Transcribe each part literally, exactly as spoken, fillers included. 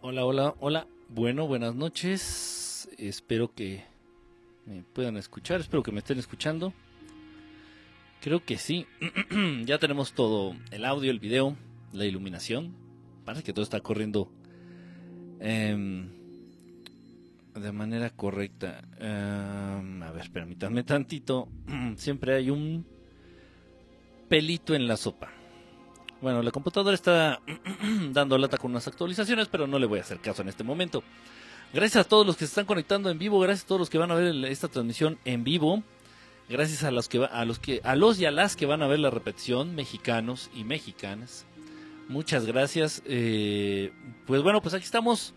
Hola, hola, hola. Bueno, buenas noches. Espero que me puedan escuchar, espero que me estén escuchando. Creo que sí. Ya tenemos todo, el audio, el video, la iluminación. Parece que todo está corriendo eh, de manera correcta. Eh, a ver, permítanme tantito. Siempre hay un pelito en la sopa. Bueno, la computadora está dando lata con unas actualizaciones, pero no le voy a hacer caso en este momento. Gracias a todos los que se están conectando en vivo, gracias a todos los que van a ver el, esta transmisión en vivo, gracias a los que a los que a los y a las que van a ver la repetición, mexicanos y mexicanas. Muchas gracias. Eh, pues bueno, pues aquí estamos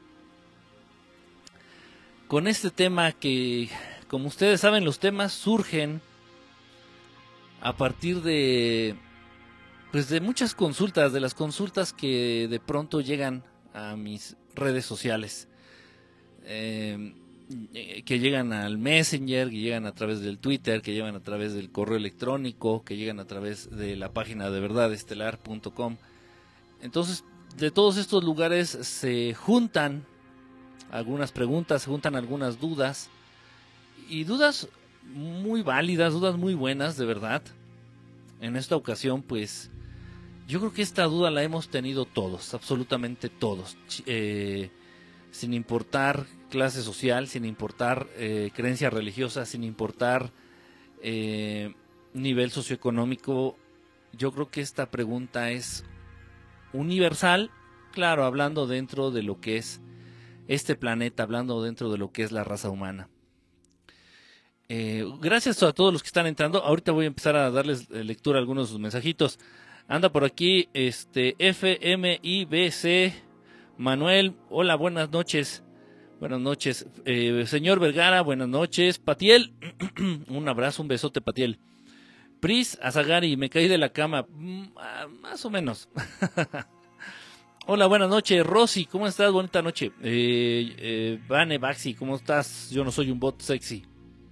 con este tema que, como ustedes saben, los temas surgen a partir de pues de muchas consultas, de las consultas que de pronto llegan a mis redes sociales. Eh, que llegan al Messenger, que llegan a través del Twitter, que llegan a través del correo electrónico, que llegan a través de la página de verdad estelar punto com. Entonces, de todos estos lugares se juntan algunas preguntas, se juntan algunas dudas, y dudas muy válidas, dudas muy buenas, de verdad. En esta ocasión, pues, yo creo que esta duda la hemos tenido todos, absolutamente todos. Eh, sin importar clase social, sin importar eh, creencia religiosa, sin importar eh, nivel socioeconómico, yo creo que esta pregunta es universal, claro, hablando dentro de lo que es este planeta, hablando dentro de lo que es la raza humana. Eh, gracias a todos los que están entrando. Ahorita voy a empezar a darles lectura a algunos de sus mensajitos. Anda por aquí este F M I B C Manuel, hola, buenas noches. Buenas noches. Eh, señor Vergara, buenas noches. Patiel, un abrazo, un besote, Patiel. Pris Azagari, me caí de la cama. Mm, ah, más o menos. Hola, buenas noches. Rosy, ¿cómo estás? Bonita noche. Eh, eh, Vane Baxi, ¿cómo estás? Yo no soy un bot sexy.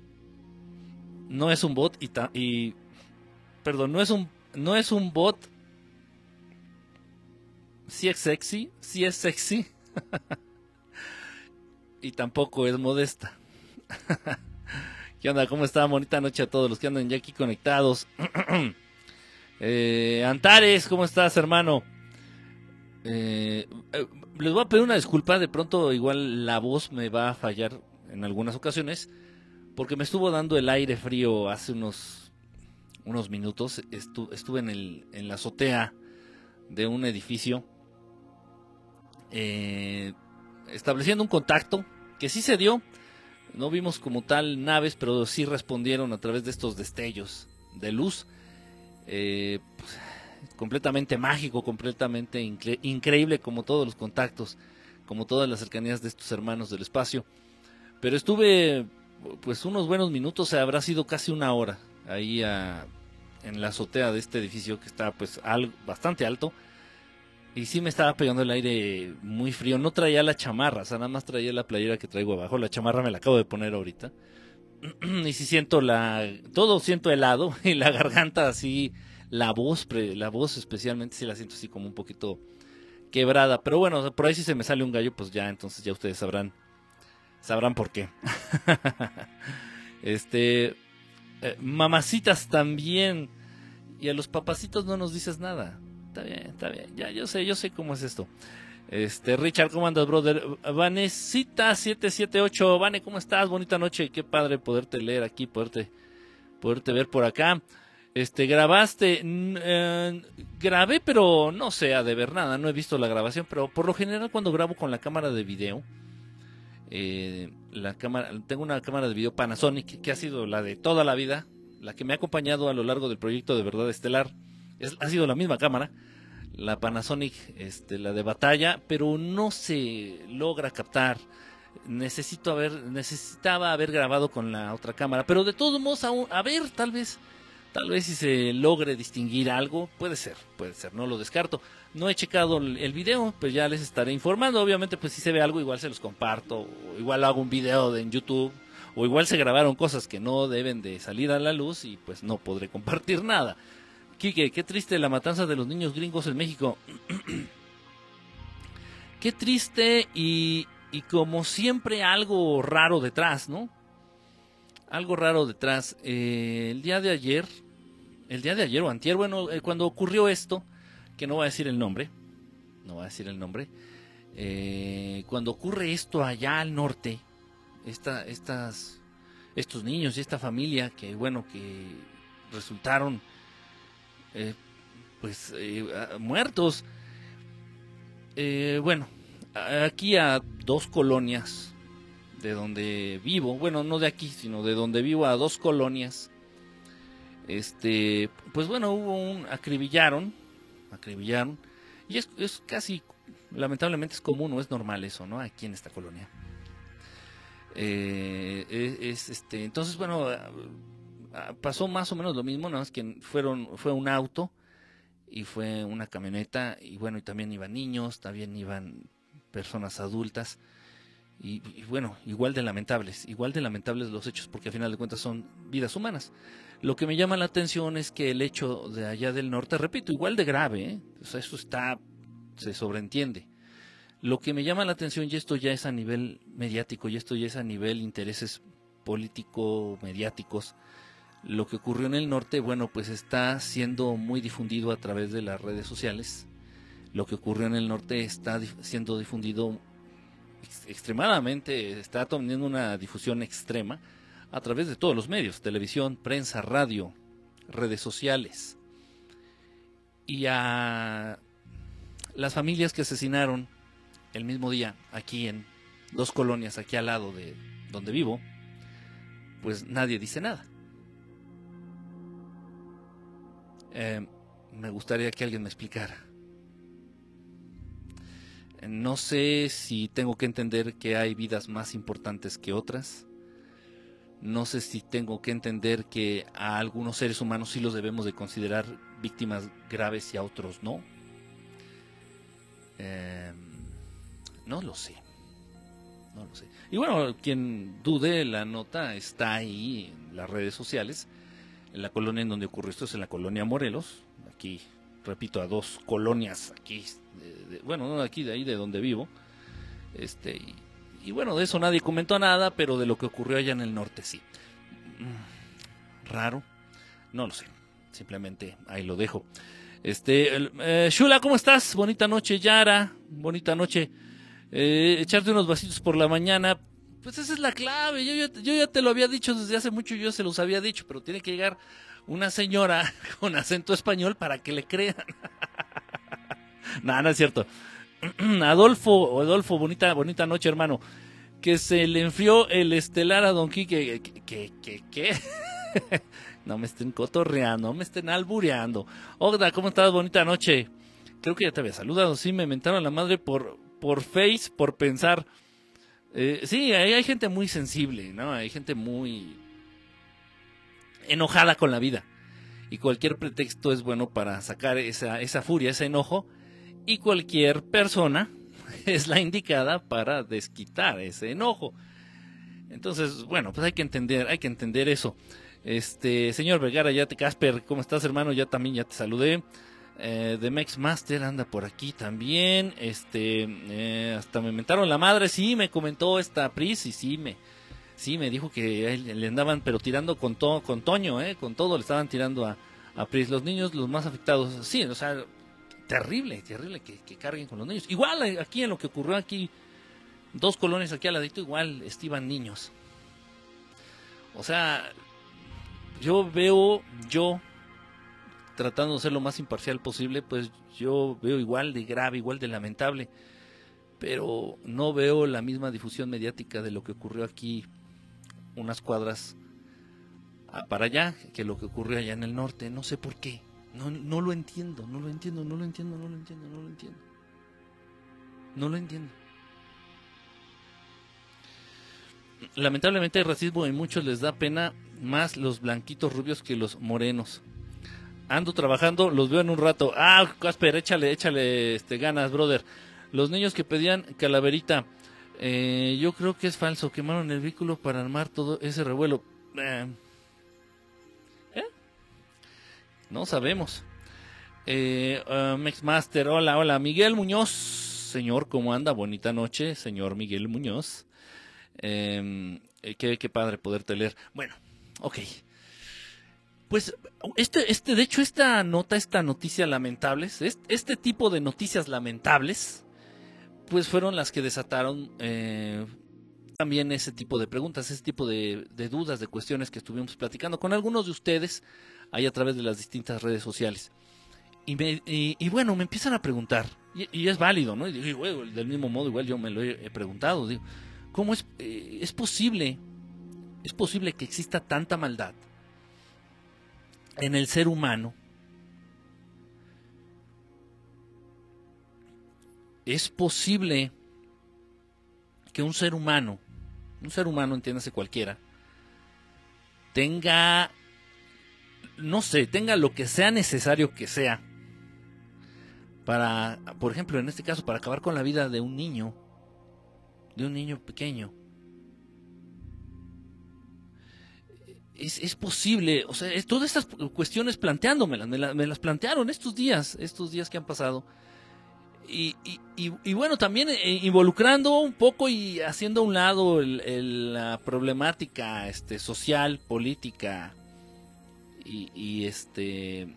No es un bot y, ta y perdón, no es un no es un bot. Sí es sexy, sí es sexy. Y tampoco es modesta. ¿Qué onda? ¿Cómo está? Bonita noche a todos los que andan ya aquí conectados. eh, Antares, ¿cómo estás, hermano? Eh, eh, les voy a pedir una disculpa, de pronto igual la voz me va a fallar en algunas ocasiones, porque me estuvo dando el aire frío hace unos, unos minutos. Estu estuve en, el, en la azotea de un edificio, eh, estableciendo un contacto que sí se dio. No vimos como tal naves, pero sí respondieron a través de estos destellos de luz. Eh, pues, completamente mágico, completamente incre increíble, como todos los contactos, como todas las cercanías de estos hermanos del espacio. Pero estuve pues unos buenos minutos, habrá sido casi una hora ahí a, en la azotea de este edificio que está pues al, bastante alto. Y sí me estaba pegando el aire muy frío. No traía la chamarra, o sea, nada más traía la playera que traigo abajo. La chamarra me la acabo de poner ahorita. Y sí siento la... todo siento helado. Y la garganta así, la voz, la voz especialmente, sí la siento así como un poquito quebrada. Pero bueno, por ahí si se me sale un gallo, pues ya, entonces ya ustedes sabrán, sabrán por qué. Este... Eh, mamacitas también. Y a los papacitos no nos dices nada. Está bien, está bien. Ya, yo sé, yo sé cómo es esto. Este, Richard, ¿cómo andas, brother? Vanesita siete siete ocho, Vane, ¿cómo estás? Bonita noche, qué padre poderte leer aquí, poderte, poderte ver por acá. Este, grabaste, eh, grabé, pero no sé a de ver nada, no he visto la grabación, pero por lo general cuando grabo con la cámara de video, eh, la cámara, tengo una cámara de video Panasonic, que ha sido la de toda la vida, la que me ha acompañado a lo largo del proyecto de Verdad Estelar. Es, ha sido la misma cámara, la Panasonic, este, la de batalla, pero no se logra captar. Necesito haber, necesitaba haber grabado con la otra cámara, pero de todos modos, aún, a ver, tal vez, tal vez si se logre distinguir algo, puede ser, puede ser, no lo descarto. No he checado el, el video, pues ya les estaré informando. Obviamente, pues si se ve algo, igual se los comparto, o igual hago un video de, en YouTube, o igual se grabaron cosas que no deben de salir a la luz y pues no podré compartir nada. Quique, qué triste la matanza de los niños gringos en México. qué triste y, y como siempre algo raro detrás, ¿no? Algo raro detrás. Eh, el día de ayer, el día de ayer o antier, bueno, eh, cuando ocurrió esto, que no voy a decir el nombre, no voy a decir el nombre, eh, cuando ocurre esto allá al norte, esta, estas, estos niños y esta familia que, bueno, que resultaron, eh, pues, eh, muertos, eh, bueno, aquí a dos colonias de donde vivo, bueno, no de aquí, sino de donde vivo, a dos colonias, este, pues bueno, hubo un, acribillaron, acribillaron, y es, es casi, lamentablemente es común, no es normal eso, ¿no? Aquí en esta colonia. Eh, es, es, este, entonces, bueno, pasó más o menos lo mismo, nada más que fueron, fue un auto y fue una camioneta, y bueno, y también iban niños, también iban personas adultas. Y, y bueno, igual de lamentables, igual de lamentables los hechos, porque al final de cuentas son vidas humanas. Lo que me llama la atención es que el hecho de allá del norte, repito, igual de grave, ¿eh? O sea, eso está, se sobreentiende. Lo que me llama la atención, y esto ya es a nivel mediático, y esto ya es a nivel intereses político-mediáticos, lo que ocurrió en el norte, bueno, pues está siendo muy difundido a través de las redes sociales. Lo que ocurrió en el norte está dif- siendo difundido extremadamente, está teniendo una difusión extrema a través de todos los medios, televisión, prensa, radio, redes sociales. Y a las familias que asesinaron el mismo día aquí en dos colonias aquí al lado de donde vivo, pues nadie dice nada. Eh, me gustaría que alguien me explicara. No sé si tengo que entender que hay vidas más importantes que otras. No sé si tengo que entender que a algunos seres humanos sí los debemos de considerar víctimas graves y a otros no. Eh, no lo sé. No lo sé. Y bueno, quien dude, la nota está ahí en las redes sociales. En la colonia en donde ocurrió esto es en la colonia Morelos. Aquí, repito, a dos colonias aquí. De, de, bueno, no aquí, de ahí de donde vivo. Este, y, y bueno, de eso nadie comentó nada, pero de lo que ocurrió allá en el norte sí. Raro, no lo sé. Simplemente ahí lo dejo. Este, eh, Shula, ¿cómo estás? Bonita noche, Yara. Bonita noche. Eh, echarte unos vasitos por la mañana. Pues esa es la clave. Yo, yo, yo ya te lo había dicho desde hace mucho, yo se los había dicho, pero tiene que llegar una señora con acento español para que le crean. No, no es cierto. Adolfo, Adolfo, bonita, bonita noche, hermano. Que se le enfrió el estelar a Don Quique. ¿Qué? ¿Qué? ¿Qué? ¿Qué? No me estén cotorreando, no me estén albureando. Ogda, ¿cómo estás? Bonita noche. Creo que ya te había saludado. Sí, me mentaron la madre por, por Face, por pensar. Eh, sí, hay, hay gente muy sensible, ¿no? Hay gente muy enojada con la vida. Y cualquier pretexto es bueno para sacar esa, esa furia, ese enojo. Y cualquier persona es la indicada para desquitar ese enojo. Entonces, bueno, pues hay que entender, hay que entender eso. Este, señor Vergara, ya te, Casper, ¿cómo estás, hermano? Ya también ya te saludé. Eh, The Mex Master anda por aquí también. Este, eh, hasta me mentaron la madre, sí, me comentó esta Pris y sí me, sí me dijo que le andaban, pero tirando con to, con Toño, eh, con todo le estaban tirando a, a Pris. Los niños, los más afectados, sí, o sea, terrible, terrible que, que carguen con los niños. Igual aquí en lo que ocurrió aquí, dos colonias aquí al ladito, igual estiban niños. O sea, yo veo, yo tratando de ser lo más imparcial posible, pues yo veo igual de grave, igual de lamentable, pero no veo la misma difusión mediática de lo que ocurrió aquí unas cuadras para allá que lo que ocurrió allá en el norte. No sé por qué, no, no lo entiendo, no lo entiendo, no lo entiendo, no lo entiendo, no lo entiendo, no lo entiendo. Lamentablemente el racismo en muchos les da pena más los blanquitos rubios que los morenos. Ando trabajando, los veo en un rato. Ah, Casper, échale, échale este, ganas, brother. Los niños que pedían calaverita, eh, yo creo que es falso. Quemaron el vehículo para armar todo ese revuelo. Eh, ¿eh? No sabemos. Eh, uh, Mexmaster, hola, hola. Miguel Muñoz, señor, ¿cómo anda? Bonita noche, señor Miguel Muñoz. Eh, qué, qué padre poderte leer. Bueno, ok. Pues, este, este, de hecho, esta nota, esta noticia lamentables, este, este tipo de noticias lamentables, pues fueron las que desataron eh, también ese tipo de preguntas, ese tipo de, de dudas, de cuestiones que estuvimos platicando con algunos de ustedes ahí a través de las distintas redes sociales. Y, me, y, y bueno, me empiezan a preguntar, y, y es válido, ¿no? Y digo, bueno, del mismo modo, igual yo me lo he, he preguntado, digo, ¿cómo es, eh, es posible, es posible que exista tanta maldad en el ser humano? Es posible que un ser humano, un ser humano, entiéndase cualquiera, tenga, no sé, tenga lo que sea necesario que sea para, por ejemplo, en este caso, para acabar con la vida de un niño, de un niño pequeño. Es, es posible, o sea, es, todas estas cuestiones planteándomelas, me, la, me las plantearon estos días, estos días que han pasado. Y, y, y, y bueno, también eh, involucrando un poco y haciendo a un lado el, el, la problemática este, social, política y, y este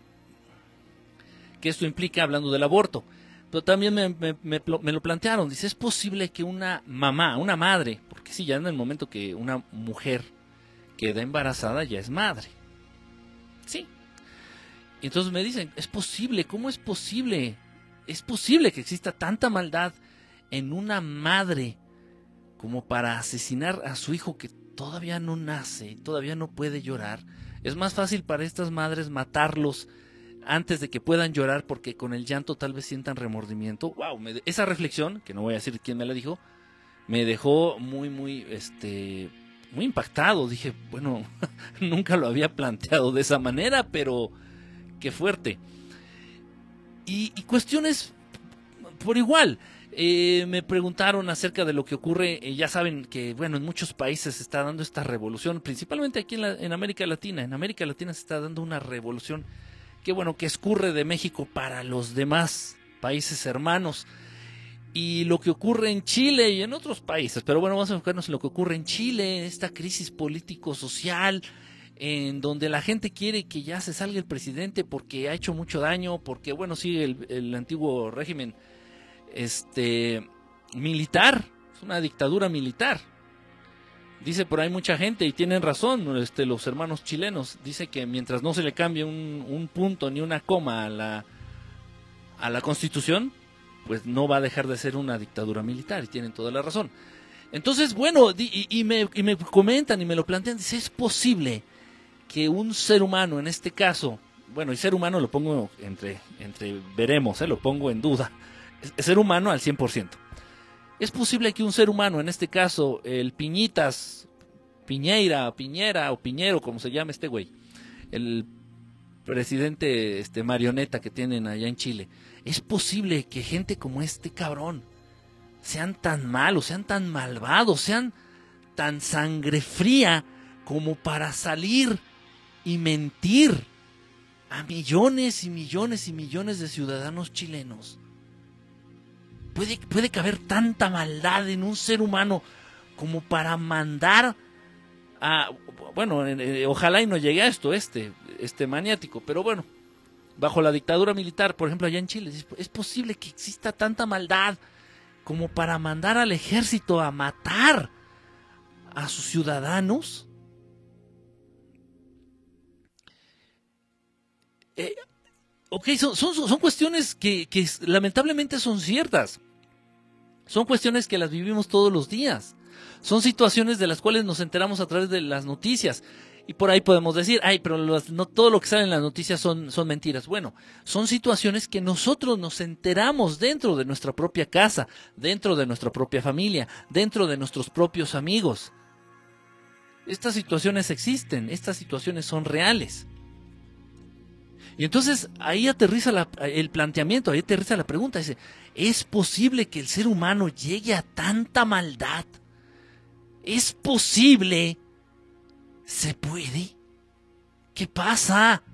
que esto implica hablando del aborto. Pero también me, me, me, me lo plantearon, dice, es posible que una mamá, una madre, porque sí, ya en el momento que una mujer queda embarazada ya es madre. Sí. Y entonces me dicen, es posible, ¿cómo es posible? Es posible que exista tanta maldad en una madre como para asesinar a su hijo que todavía no nace, todavía no puede llorar. Es más fácil para estas madres matarlos antes de que puedan llorar porque con el llanto tal vez sientan remordimiento. Wow, me, esa reflexión, que no voy a decir quién me la dijo, me dejó muy, muy, este, muy impactado. Dije, bueno, nunca lo había planteado de esa manera, pero qué fuerte. Y, y cuestiones por igual. Eh, me preguntaron acerca de lo que ocurre. Eh, ya saben que, bueno, en muchos países se está dando esta revolución, principalmente aquí en, la, en América Latina. En América Latina se está dando una revolución que, bueno, que escurre de México para los demás países hermanos. Y lo que ocurre en Chile y en otros países. Pero bueno, vamos a enfocarnos en lo que ocurre en Chile, esta crisis político-social, en donde la gente quiere que ya se salga el presidente porque ha hecho mucho daño, porque, bueno, sí, el, el antiguo régimen este militar, es una dictadura militar. Dice por ahí mucha gente, y tienen razón este, los hermanos chilenos, dice que mientras no se le cambie un, un punto ni una coma a la, a la Constitución, pues no va a dejar de ser una dictadura militar, y tienen toda la razón. Entonces, bueno, y, y, me, y me comentan y me lo plantean, dice, es posible que un ser humano, en este caso, bueno, y ser humano lo pongo entre, entre veremos, ¿eh? Lo pongo en duda, es ser humano al cien por ciento. Es posible que un ser humano, en este caso, el Piñitas, Piñeira, Piñera o Piñero, como se llama este güey, el presidente este, marioneta que tienen allá en Chile, es posible que gente como este cabrón sean tan malos, sean tan malvados, sean tan sangre fría como para salir y mentir a millones y millones y millones de ciudadanos chilenos. Puede, puede caber tanta maldad en un ser humano como para mandar a... Bueno, eh, ojalá y no llegue a esto, este, este maniático, pero bueno, bajo la dictadura militar, por ejemplo, allá en Chile, es, es posible que exista tanta maldad como para mandar al ejército a matar a sus ciudadanos. Eh, ok, son, son, son cuestiones que, que lamentablemente son ciertas. Son cuestiones que las vivimos todos los días. Son situaciones de las cuales nos enteramos a través de las noticias. Y por ahí podemos decir, ay, pero los, no todo lo que sale en las noticias son, son mentiras. Bueno, son situaciones que nosotros nos enteramos dentro de nuestra propia casa, dentro de nuestra propia familia, dentro de nuestros propios amigos. Estas situaciones existen, estas situaciones son reales. Y entonces ahí aterriza la, el planteamiento, ahí aterriza la pregunta, dice, ¿es posible que el ser humano llegue a tanta maldad? ¿Es posible? ¿Se puede? ¿Qué pasa?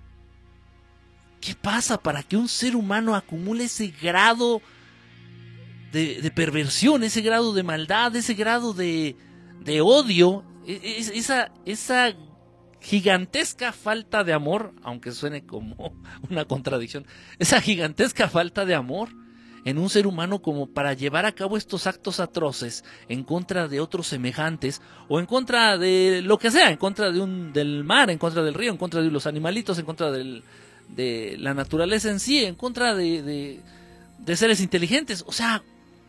¿Qué pasa para que un ser humano acumule ese grado de, de perversión, ese grado de maldad, ese grado de, de odio, es, esa, esa gigantesca falta de amor, aunque suene como una contradicción, esa gigantesca falta de amor en un ser humano como para llevar a cabo estos actos atroces en contra de otros semejantes o en contra de lo que sea, en contra de un, del mar, en contra del río, en contra de los animalitos, en contra del, de la naturaleza en sí, en contra de, de, de seres inteligentes. O sea,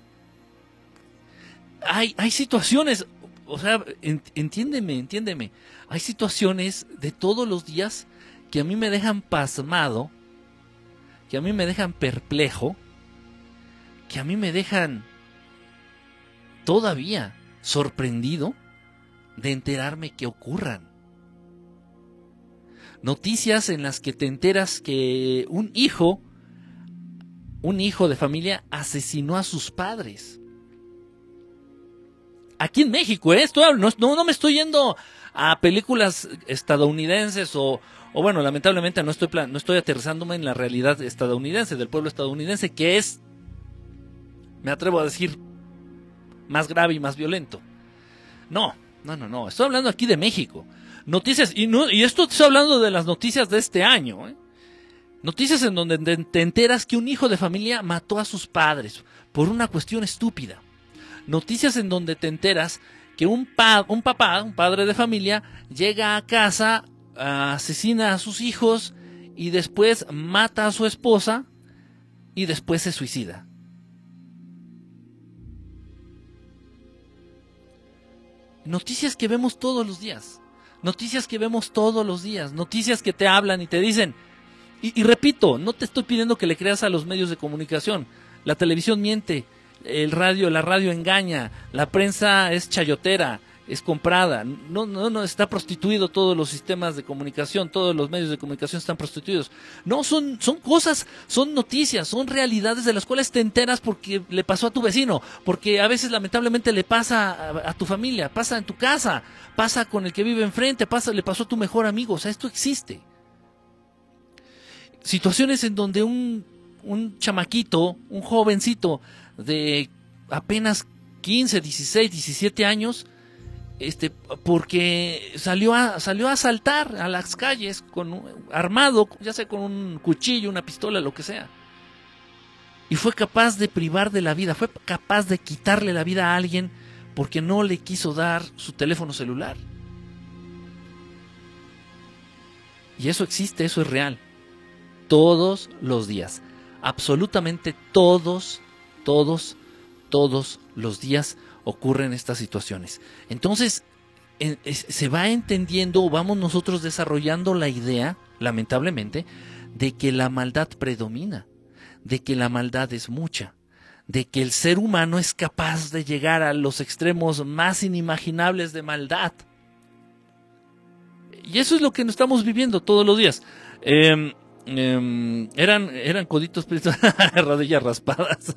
hay, hay situaciones, o sea, entiéndeme, entiéndeme, hay situaciones de todos los días que a mí me dejan pasmado, que a mí me dejan perplejo, que a mí me dejan todavía sorprendido de enterarme que ocurran. Noticias en las que te enteras que un hijo, un hijo de familia asesinó a sus padres. Aquí en México, ¿eh? Estoy, no, no, no me estoy yendo a películas estadounidenses o, o bueno, lamentablemente no estoy, plan, no estoy aterrizándome en la realidad estadounidense, del pueblo estadounidense, que es, me atrevo a decir, más grave y más violento. No, no, no, no. Estoy hablando aquí de México. Noticias, y, no, y esto estoy hablando de las noticias de este año. ¿eh? Noticias en donde te enteras que un hijo de familia mató a sus padres por una cuestión estúpida. Noticias en donde te enteras que un, pa, un papá, un padre de familia, llega a casa, asesina a sus hijos y después mata a su esposa y después se suicida. Noticias que vemos todos los días, noticias que vemos todos los días, noticias que te hablan y te dicen, y, y repito, no te estoy pidiendo que le creas a los medios de comunicación, la televisión miente, el radio, la radio engaña, la prensa es chayotera, es comprada, no, no, no, está prostituido todos los sistemas de comunicación, todos los medios de comunicación están prostituidos. No, son, son cosas, son noticias, son realidades de las cuales te enteras porque le pasó a tu vecino, porque a veces lamentablemente le pasa a, a tu familia, pasa en tu casa, pasa con el que vive enfrente, pasa, le pasó a tu mejor amigo, o sea, esto existe. Situaciones en donde un, un chamaquito, un jovencito de apenas quince, dieciséis, diecisiete años, Este, porque salió a, salió a asaltar a las calles con armado, ya sea con un cuchillo, una pistola, lo que sea. Y fue capaz de privar de la vida, fue capaz de quitarle la vida a alguien porque no le quiso dar su teléfono celular. Y eso existe, eso es real. Todos los días, absolutamente todos, todos, todos los días ocurren estas situaciones. Entonces, eh, es, se va entendiendo, vamos nosotros desarrollando la idea, lamentablemente, de que la maldad predomina, de que la maldad es mucha, de que el ser humano es capaz de llegar a los extremos más inimaginables de maldad. Y eso es lo que estamos viviendo todos los días. Eh, eh, eran, eran coditos, rodillas raspadas.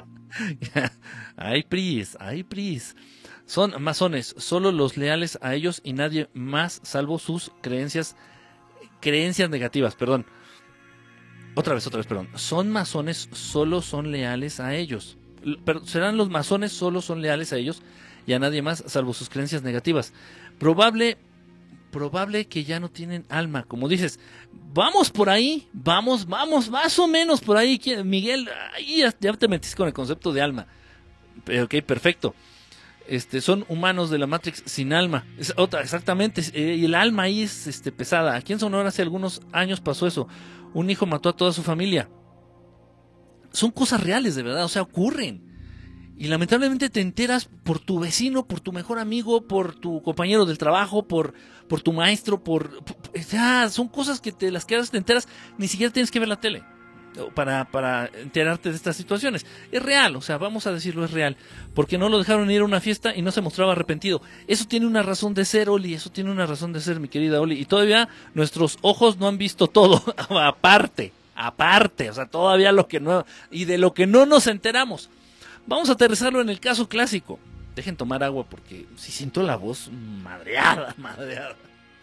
Ay, Pris, ay, Pris. Son masones, solo los leales a ellos y nadie más, salvo sus creencias, creencias negativas, perdón. Otra vez, otra vez, perdón. Son masones, solo son leales a ellos. Pero serán los masones, solo son leales a ellos y a nadie más, salvo sus creencias negativas. Probable, probable que ya no tienen alma, como dices. Vamos por ahí, vamos, vamos, más o menos por ahí, Miguel. Ahí ya, ya te metiste con el concepto de alma. Ok, perfecto. Este, son humanos de la Matrix sin alma. Es otra, exactamente. Eh, y el alma ahí es este, pesada. Aquí en Sonora hace algunos años pasó eso. Un hijo mató a toda su familia. Son cosas reales, de verdad, o sea, ocurren. Y lamentablemente te enteras por tu vecino, por tu mejor amigo, por tu compañero del trabajo, por, por tu maestro, por, por o sea, son cosas que te las quedas, te enteras, ni siquiera tienes que ver la tele para, para enterarte de estas situaciones. Es real, o sea, vamos a decirlo, es real, porque no lo dejaron ir a una fiesta y no se mostraba arrepentido. Eso tiene una razón de ser, Oli, eso tiene una razón de ser, mi querida Oli, y todavía nuestros ojos no han visto todo, aparte, aparte, o sea, todavía lo que no, y de lo que no nos enteramos. Vamos a aterrizarlo en el caso clásico. Dejen tomar agua porque si siento la voz madreada, madreada.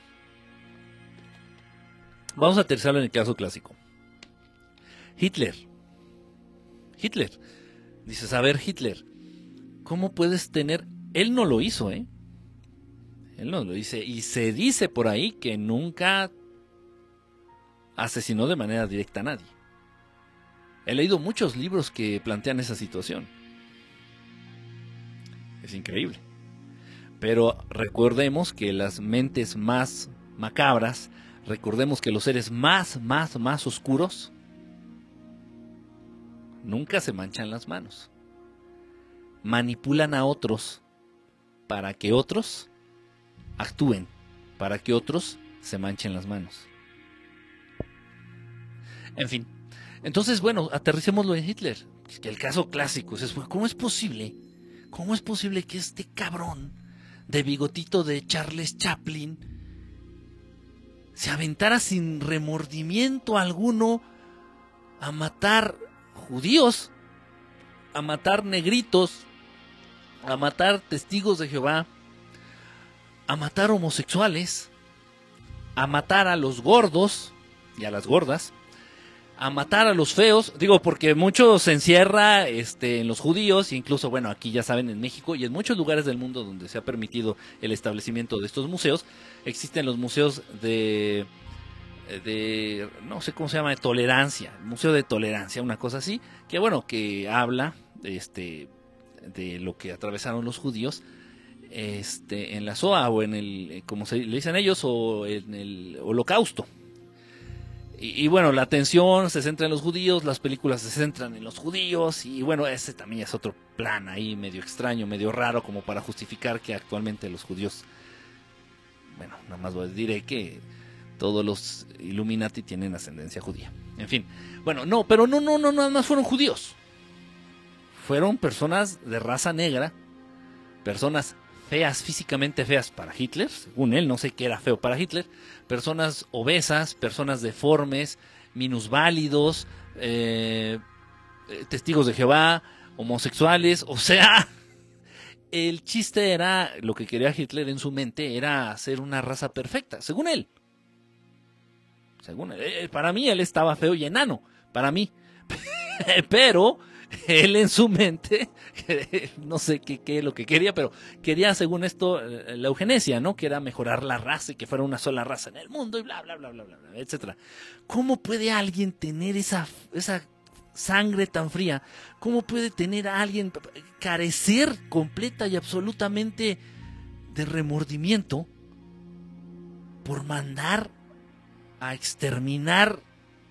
Vamos a aterrizarlo en el caso clásico. Hitler. Hitler. Dices, a ver, Hitler, ¿cómo puedes tener...? Él no lo hizo, ¿eh? Él no lo dice. Y se dice por ahí que nunca asesinó de manera directa a nadie. He leído muchos libros que plantean esa situación. Es increíble. Pero recordemos que las mentes más macabras, recordemos que los seres más, más, más oscuros, nunca se manchan las manos. Manipulan a otros para que otros actúen, para que otros se manchen las manos. En fin. Entonces, bueno, aterricémoslo en Hitler. Que el caso clásico es, ¿cómo es posible? ¿Cómo es posible que este cabrón de bigotito de Charles Chaplin se aventara sin remordimiento alguno a matar judíos, a matar negritos, a matar testigos de Jehová, a matar homosexuales, a matar a los gordos y a las gordas, a matar a los feos? Digo, porque mucho se encierra este, en los judíos, e incluso, bueno, aquí ya saben, en México y en muchos lugares del mundo donde se ha permitido el establecimiento de estos museos, existen los museos de, de no sé cómo se llama, de tolerancia, museo de tolerancia, una cosa así, que bueno, que habla este, de lo que atravesaron los judíos este, en la Shoah, o en el, como se le dicen ellos, o en el Holocausto. Y, y bueno, la atención se centra en los judíos, las películas se centran en los judíos, y bueno, ese también es otro plan ahí medio extraño, medio raro, como para justificar que actualmente los judíos, bueno, nada más diré que todos los Illuminati tienen ascendencia judía. En fin, bueno, no, pero no, no, no, nada más fueron judíos. Fueron personas de raza negra, personas feas, físicamente feas para Hitler, según él, no sé qué era feo para Hitler, personas obesas, personas deformes, minusválidos, eh, testigos de Jehová, homosexuales, o sea, el chiste era, lo que quería Hitler en su mente era hacer una raza perfecta, según él. Según él, para mí él estaba feo y enano, para mí, pero él en su mente, no sé qué, qué lo que quería, pero quería, según esto, la eugenesia, ¿no? Que era mejorar la raza y que fuera una sola raza en el mundo y bla, bla, bla, bla, bla, bla, etcétera. ¿Cómo puede alguien tener esa, esa sangre tan fría? ¿Cómo puede tener a alguien carecer completa y absolutamente de remordimiento por mandar a exterminar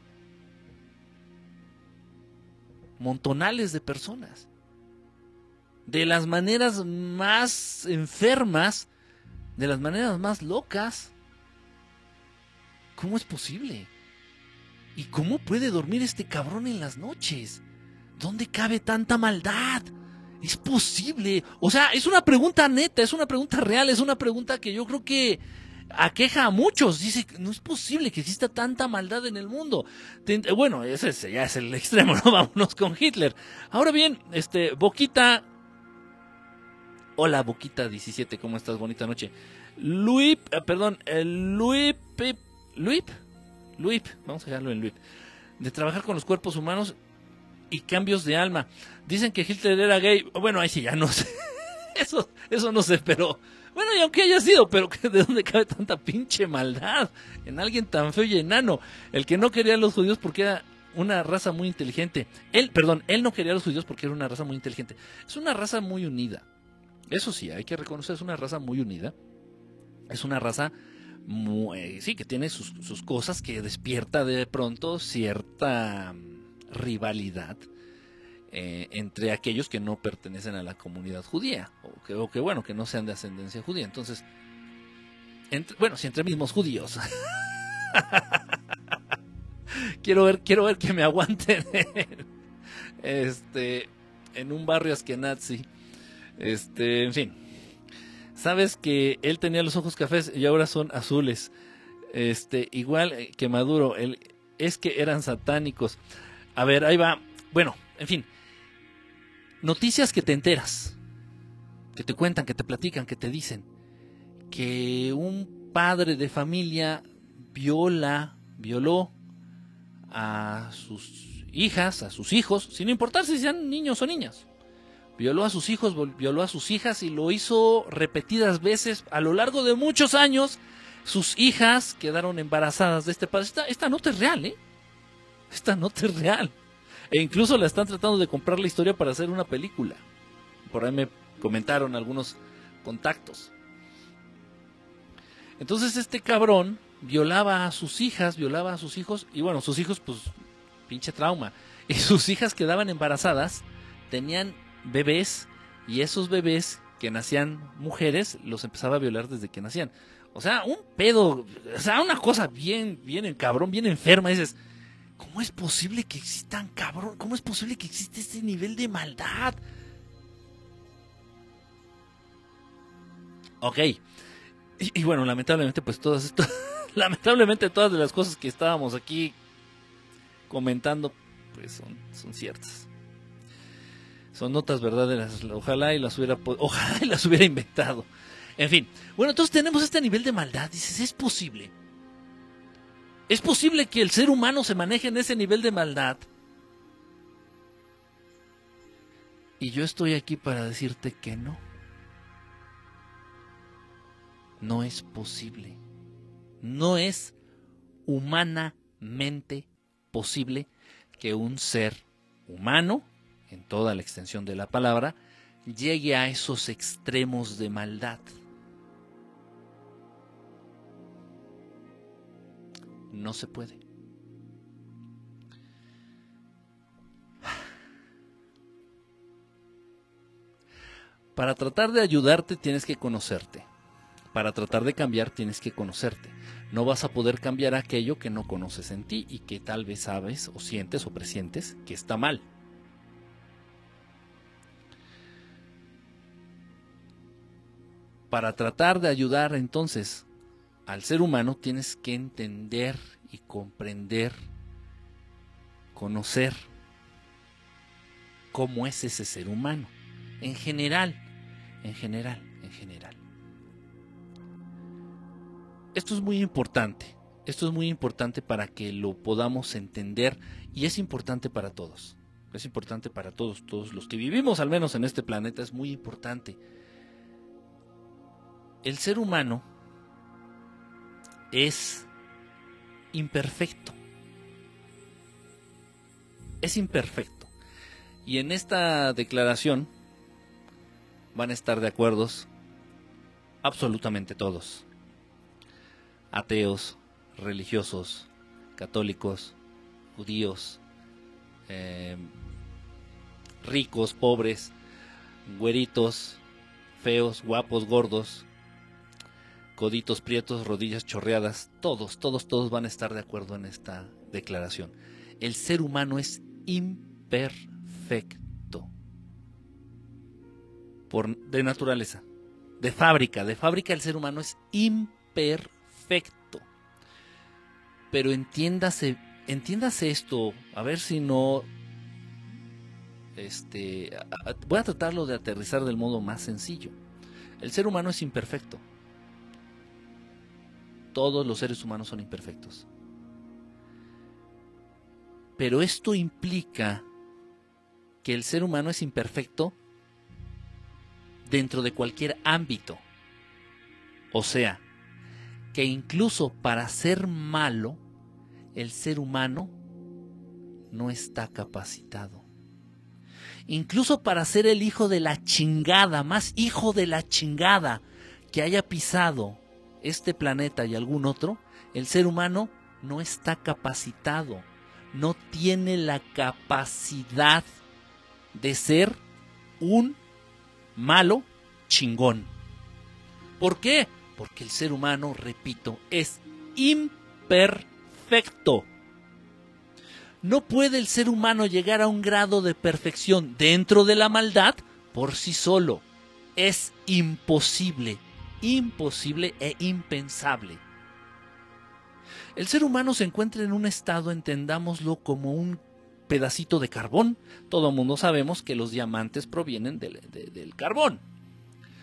montonales de personas, de las maneras más enfermas, de las maneras más locas? ¿Cómo es posible? ¿Y cómo puede dormir este cabrón en las noches? ¿Dónde cabe tanta maldad? ¿Es posible? O sea, es una pregunta neta, es una pregunta real, es una pregunta que yo creo que aqueja a muchos. Dice, no es posible que exista tanta maldad en el mundo. Bueno, ese ya es el extremo, ¿no? Vámonos con Hitler. Ahora bien, este, Boquita. Hola, Boquita diecisiete, ¿cómo estás? Bonita noche. Luip, eh, perdón, el Luip, Luip, Luip, vamos a dejarlo en Luip. De trabajar con los cuerpos humanos y cambios de alma. Dicen que Hitler era gay. Bueno, ahí sí, ya no sé. Eso, eso no sé, pero bueno, y aunque haya sido, pero ¿de dónde cabe tanta pinche maldad en alguien tan feo y enano? El que no quería a los judíos porque era una raza muy inteligente. Él, perdón, él no quería a los judíos porque era una raza muy inteligente. Es una raza muy unida. Eso sí, hay que reconocer, es una raza muy unida. Es una raza muy, sí, que tiene sus, sus cosas, que despierta de pronto cierta rivalidad Eh, entre aquellos que no pertenecen a la comunidad judía, o que, o que bueno, que no sean de ascendencia judía. Entonces, entre, bueno, si entre mismos judíos. quiero ver, quiero ver que me aguanten este, en un barrio askenazi. Este, en fin. Sabes que él tenía los ojos cafés y ahora son azules. Este, igual que Maduro, él, es que eran satánicos. A ver, ahí va. Bueno, en fin. Noticias que te enteras, que te cuentan, que te platican, que te dicen que un padre de familia viola, violó a sus hijas, a sus hijos, sin importar si sean niños o niñas. Violó a sus hijos, violó a sus hijas y lo hizo repetidas veces a lo largo de muchos años. Sus hijas quedaron embarazadas de este padre. Esta, esta nota es real, ¿eh? Esta nota es real. E incluso la están tratando de comprar la historia para hacer una película. Por ahí me comentaron algunos contactos. Entonces este cabrón violaba a sus hijas, violaba a sus hijos. Y bueno, sus hijos, pues, pinche trauma. Y sus hijas quedaban embarazadas, tenían bebés. Y esos bebés que nacían mujeres, los empezaba a violar desde que nacían. O sea, un pedo, o sea, una cosa bien, bien cabrón, bien enferma. Dices, ¿cómo es posible que existan, cabrón? ¿Cómo es posible que existe este nivel de maldad? Ok. Y, y bueno, lamentablemente, pues todas estas, lamentablemente todas de las cosas que estábamos aquí comentando, pues son, son ciertas. Son notas verdaderas. Ojalá y las hubiera, ojalá y las hubiera inventado. En fin, bueno, entonces tenemos este nivel de maldad. Dices, ¿es posible? ¿Es posible que el ser humano se maneje en ese nivel de maldad? Y yo estoy aquí para decirte que no. No es posible. No es humanamente posible que un ser humano, en toda la extensión de la palabra, llegue a esos extremos de maldad. No se puede. Para tratar de ayudarte tienes que conocerte. Para tratar de cambiar tienes que conocerte. No vas a poder cambiar aquello que no conoces en ti y que tal vez sabes o sientes o presientes que está mal. Para tratar de ayudar entonces al ser humano tienes que entender y comprender, conocer cómo es ese ser humano. En general, en general, en general. Esto es muy importante. Esto es muy importante para que lo podamos entender y es importante para todos. Es importante para todos, todos los que vivimos al menos en este planeta, es muy importante. El ser humano es imperfecto. Es imperfecto. Y en esta declaración van a estar de acuerdo absolutamente todos. Ateos, religiosos, católicos, judíos, eh, ricos, pobres, güeritos, feos, guapos, gordos, coditos prietos, rodillas chorreadas, todos, todos, todos van a estar de acuerdo en esta declaración. El ser humano es imperfecto. Por, de naturaleza, de fábrica, de fábrica el ser humano es imperfecto. Pero entiéndase, entiéndase esto, a ver si no, este, a, a, voy a tratarlo de aterrizar del modo más sencillo. El ser humano es imperfecto. Todos los seres humanos son imperfectos. Pero esto implica que el ser humano es imperfecto dentro de cualquier ámbito. O sea, que incluso para ser malo, el ser humano no está capacitado. Incluso para ser el hijo de la chingada, más hijo de la chingada que haya pisado este planeta y algún otro, el ser humano no está capacitado, no tiene la capacidad de ser un malo chingón. ¿Por qué? Porque el ser humano, repito, es imperfecto. No puede el ser humano llegar a un grado de perfección dentro de la maldad por sí solo. Es imposible. Imposible e impensable. El ser humano se encuentra en un estado, entendámoslo como un pedacito de carbón. Todo el mundo sabemos que los diamantes provienen del, de, del carbón.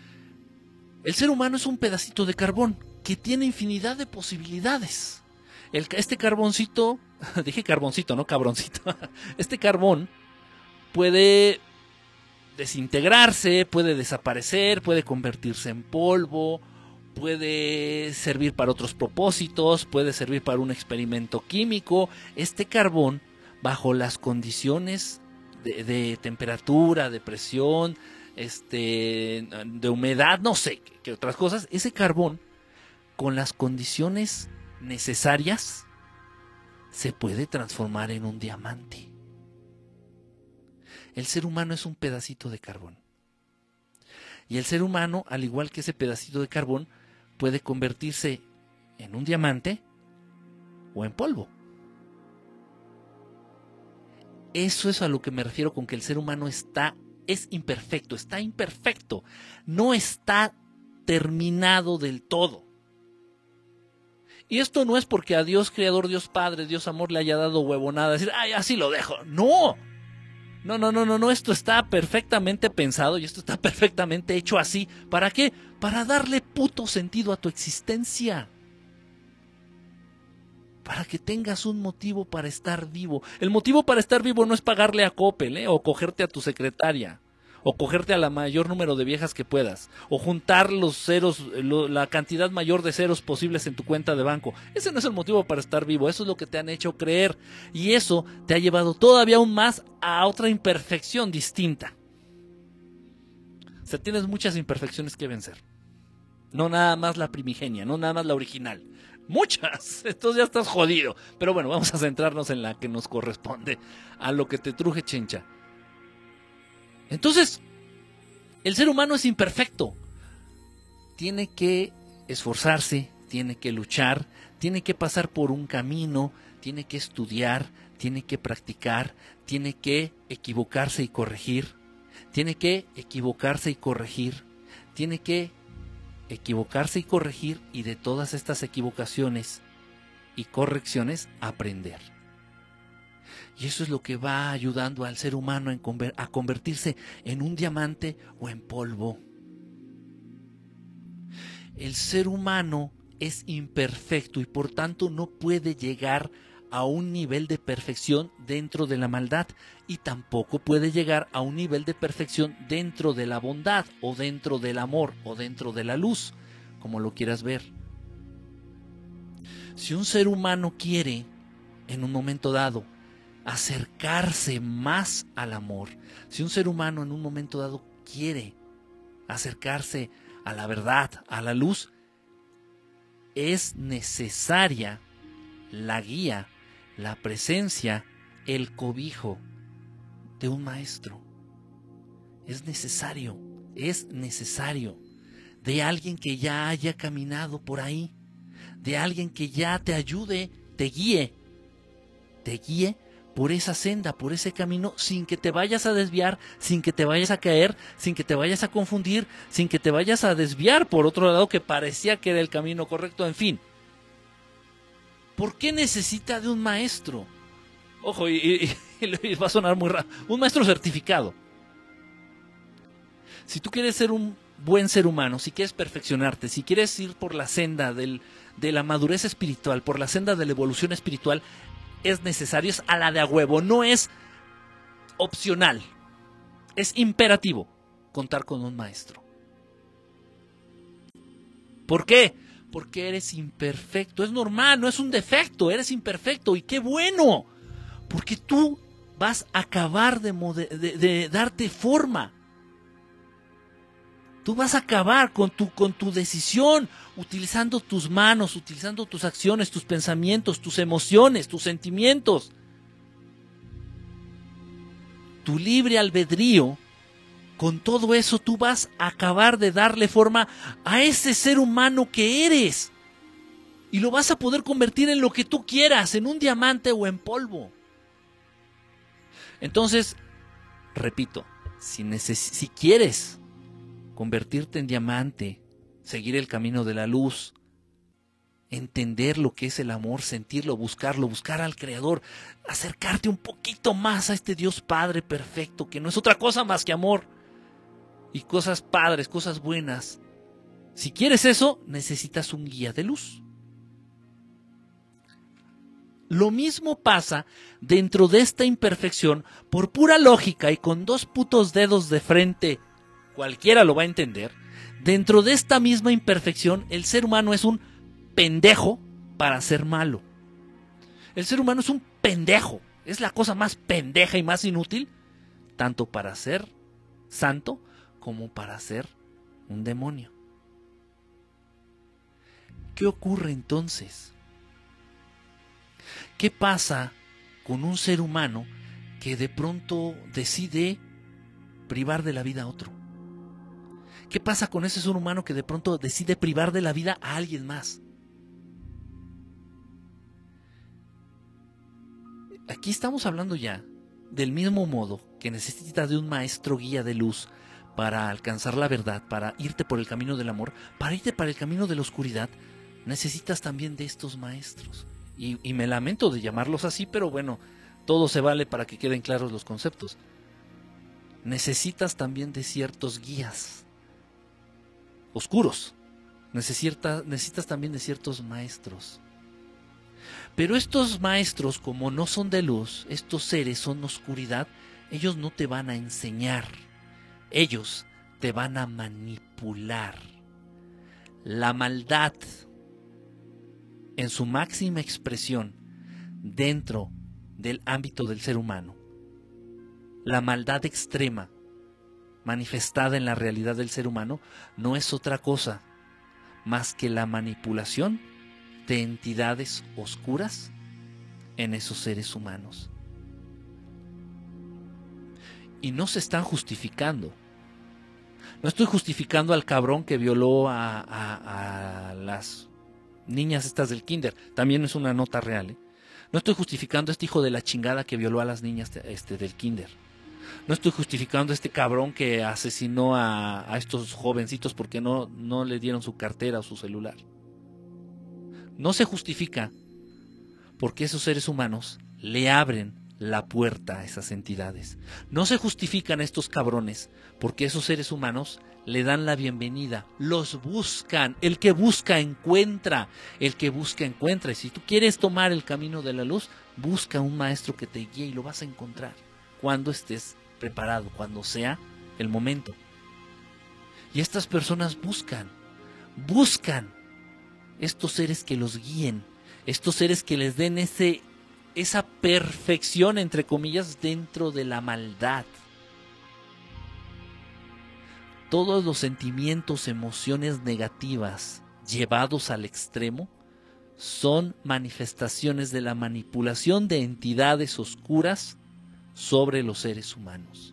El ser humano es un pedacito de carbón que tiene infinidad de posibilidades. El, este carboncito, dije carboncito, no cabroncito, este carbón puede desintegrarse, puede desaparecer, puede convertirse en polvo, puede servir para otros propósitos, puede servir para un experimento químico. Este carbón, bajo las condiciones de, de temperatura, de presión, este, de humedad, no sé qué, qué otras cosas, ese carbón, con las condiciones necesarias, se puede transformar en un diamante. El ser humano es un pedacito de carbón. Y el ser humano, al igual que ese pedacito de carbón, puede convertirse en un diamante o en polvo. Eso es a lo que me refiero con que el ser humano está, es imperfecto, está imperfecto, no está terminado del todo. Y esto no es porque a Dios Creador, Dios Padre, Dios Amor le haya dado huevonada, decir, ay, así lo dejo. No, no, no, no, no, no, esto está perfectamente pensado y esto está perfectamente hecho así. ¿Para qué? Para darle puto sentido a tu existencia. Para que tengas un motivo para estar vivo. El motivo para estar vivo no es pagarle a Coppel, ¿eh? O cogerte a tu secretaria, o cogerte a la mayor número de viejas que puedas, o juntar los ceros, lo, la cantidad mayor de ceros posibles en tu cuenta de banco. Ese no es el motivo para estar vivo, eso es lo que te han hecho creer, y eso te ha llevado todavía aún más a otra imperfección distinta. O sea, tienes muchas imperfecciones que vencer. No nada más la primigenia, no nada más la original. Muchas, entonces ya estás jodido. Pero bueno, vamos a centrarnos en la que nos corresponde, a lo que te truje, chencha. Entonces, el ser humano es imperfecto. Tiene que esforzarse, tiene que luchar, tiene que pasar por un camino, tiene que estudiar, tiene que practicar, tiene que equivocarse y corregir, tiene que equivocarse y corregir, tiene que equivocarse y corregir, y de todas estas equivocaciones y correcciones aprender. Y eso es lo que va ayudando al ser humano a convertirse en un diamante o en polvo. El ser humano es imperfecto y por tanto no puede llegar a un nivel de perfección dentro de la maldad, y tampoco puede llegar a un nivel de perfección dentro de la bondad, o dentro del amor, o dentro de la luz, como lo quieras ver. Si un ser humano quiere, en un momento dado, acercarse más al amor, si un ser humano en un momento dado quiere acercarse a la verdad, a la luz, es necesaria la guía, la presencia, el cobijo de un maestro. Es necesario, es necesario de alguien que ya haya caminado por ahí, de alguien que ya te ayude, te guíe, te guíe por esa senda, por ese camino, sin que te vayas a desviar, sin que te vayas a caer, sin que te vayas a confundir, sin que te vayas a desviar por otro lado que parecía que era el camino correcto, en fin. ¿Por qué necesita de un maestro? Ojo, y, y, y va a sonar muy raro, un maestro certificado. Si tú quieres ser un buen ser humano, si quieres perfeccionarte, si quieres ir por la senda del, de la madurez espiritual, por la senda de la evolución espiritual, es necesario, es a la de a huevo, no es opcional, es imperativo contar con un maestro. ¿Por qué? Porque eres imperfecto, es normal, no es un defecto, eres imperfecto, y qué bueno, porque tú vas a acabar de, de, de darte forma. Tú vas a acabar con tu, con tu decisión, utilizando tus manos, utilizando tus acciones, tus pensamientos, tus emociones, tus sentimientos. Tu libre albedrío, con todo eso tú vas a acabar de darle forma a ese ser humano que eres. Y lo vas a poder convertir en lo que tú quieras, en un diamante o en polvo. Entonces, repito, si, neces- si quieres convertirte en diamante, seguir el camino de la luz, entender lo que es el amor, sentirlo, buscarlo, buscar al Creador, acercarte un poquito más a este Dios Padre perfecto, que no es otra cosa más que amor y cosas padres, cosas buenas. Si quieres eso, necesitas un guía de luz. Lo mismo pasa dentro de esta imperfección, por pura lógica y con dos putos dedos de frente, cualquiera lo va a entender. Dentro de esta misma imperfección, el ser humano es un pendejo para ser malo. El ser humano es un pendejo, es la cosa más pendeja y más inútil, tanto para ser santo como para ser un demonio. ¿Qué ocurre entonces? ¿Qué pasa con un ser humano que de pronto decide privar de la vida a otro? ¿Qué pasa con ese ser humano que de pronto decide privar de la vida a alguien más? Aquí estamos hablando ya del mismo modo que necesitas de un maestro guía de luz para alcanzar la verdad, para irte por el camino del amor, para irte para el camino de la oscuridad. Necesitas también de estos maestros. Y, y me lamento de llamarlos así, pero bueno, todo se vale para que queden claros los conceptos. Necesitas también de ciertos guías oscuros. Necesita, necesitas también de ciertos maestros. Pero estos maestros, como no son de luz, estos seres son oscuridad, ellos no te van a enseñar. Ellos te van a manipular. La maldad, en su máxima expresión, dentro del ámbito del ser humano, la maldad extrema manifestada en la realidad del ser humano, no es otra cosa más que la manipulación de entidades oscuras en esos seres humanos. Y no se están justificando. No estoy justificando al cabrón que violó a, a, a las niñas estas del kinder. También es una nota real, ¿eh? No estoy justificando a este hijo de la chingada que violó a las niñas este, del kinder. No estoy justificando a este cabrón que asesinó a, a estos jovencitos porque no, no le dieron su cartera o su celular. No se justifica porque esos seres humanos le abren la puerta a esas entidades. No se justifican estos cabrones porque esos seres humanos le dan la bienvenida, los buscan. El que busca encuentra, el que busca encuentra. Y si tú quieres tomar el camino de la luz, busca un maestro que te guíe y lo vas a encontrar cuando estés preparado, cuando sea el momento. Y estas personas buscan, buscan estos seres que los guíen, estos seres que les den ese, esa perfección, entre comillas, dentro de la maldad. Todos los sentimientos, emociones negativas llevados al extremo son manifestaciones de la manipulación de entidades oscuras sobre los seres humanos.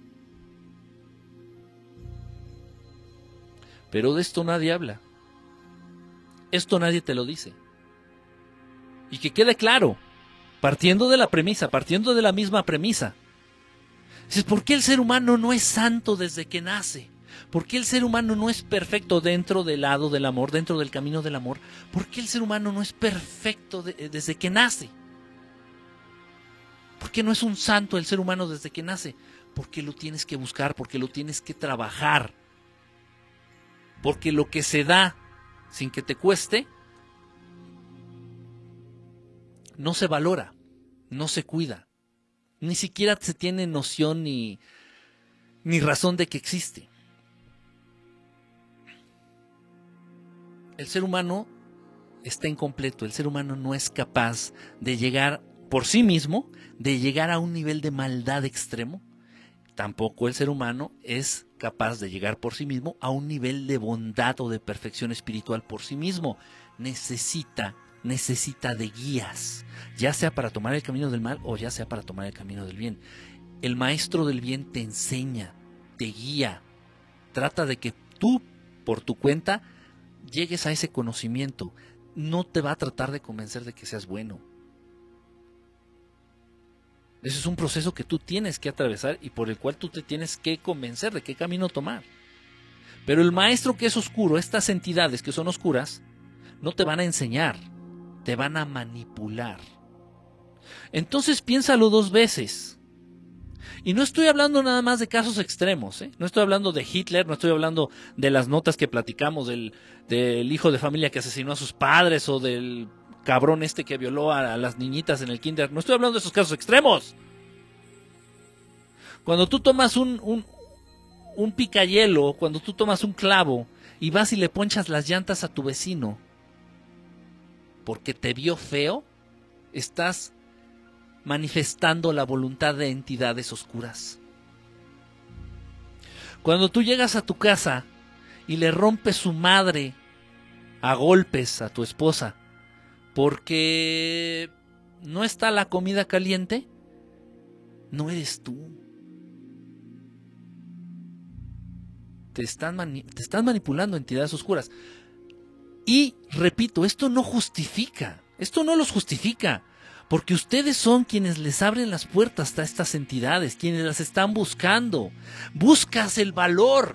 Pero de esto nadie habla. Esto nadie te lo dice. Y que quede claro, partiendo de la premisa, partiendo de la misma premisa. Dices, ¿por qué el ser humano no es santo desde que nace? ¿Por qué el ser humano no es perfecto dentro del lado del amor, dentro del camino del amor? ¿Por qué el ser humano no es perfecto de, desde que nace? ¿Por qué no es un santo el ser humano desde que nace? Porque lo tienes que buscar, porque lo tienes que trabajar. Porque lo que se da sin que te cueste, no se valora, no se cuida. Ni siquiera se tiene noción ni, ni razón de que existe. El ser humano está incompleto, el ser humano no es capaz de llegar por sí mismo, de llegar a un nivel de maldad extremo. Tampoco el ser humano es capaz de llegar por sí mismo a un nivel de bondad o de perfección espiritual por sí mismo. Necesita, necesita de guías, ya sea para tomar el camino del mal o ya sea para tomar el camino del bien. El maestro del bien te enseña, te guía, trata de que tú, por tu cuenta, llegues a ese conocimiento. No te va a tratar de convencer de que seas bueno. Ese es un proceso que tú tienes que atravesar y por el cual tú te tienes que convencer de qué camino tomar. Pero el maestro que es oscuro, estas entidades que son oscuras, no te van a enseñar, te van a manipular. Entonces piénsalo dos veces. Y no estoy hablando nada más de casos extremos, ¿eh? No estoy hablando de Hitler, no estoy hablando de las notas que platicamos del, del hijo de familia que asesinó a sus padres o del cabrón este que violó a, a las niñitas en el kinder. No estoy hablando de esos casos extremos. Cuando tú tomas un, un, un picayelo, cuando tú tomas un clavo y vas y le ponchas las llantas a tu vecino porque te vio feo, estás manifestando la voluntad de entidades oscuras. Cuando tú llegas a tu casa y le rompes su madre a golpes a tu esposa porque no está la comida caliente, no eres tú. Te están, mani- te están manipulando entidades oscuras. Y, repito, esto no justifica, esto no los justifica, porque ustedes son quienes les abren las puertas a estas entidades, quienes las están buscando. Buscas el valor.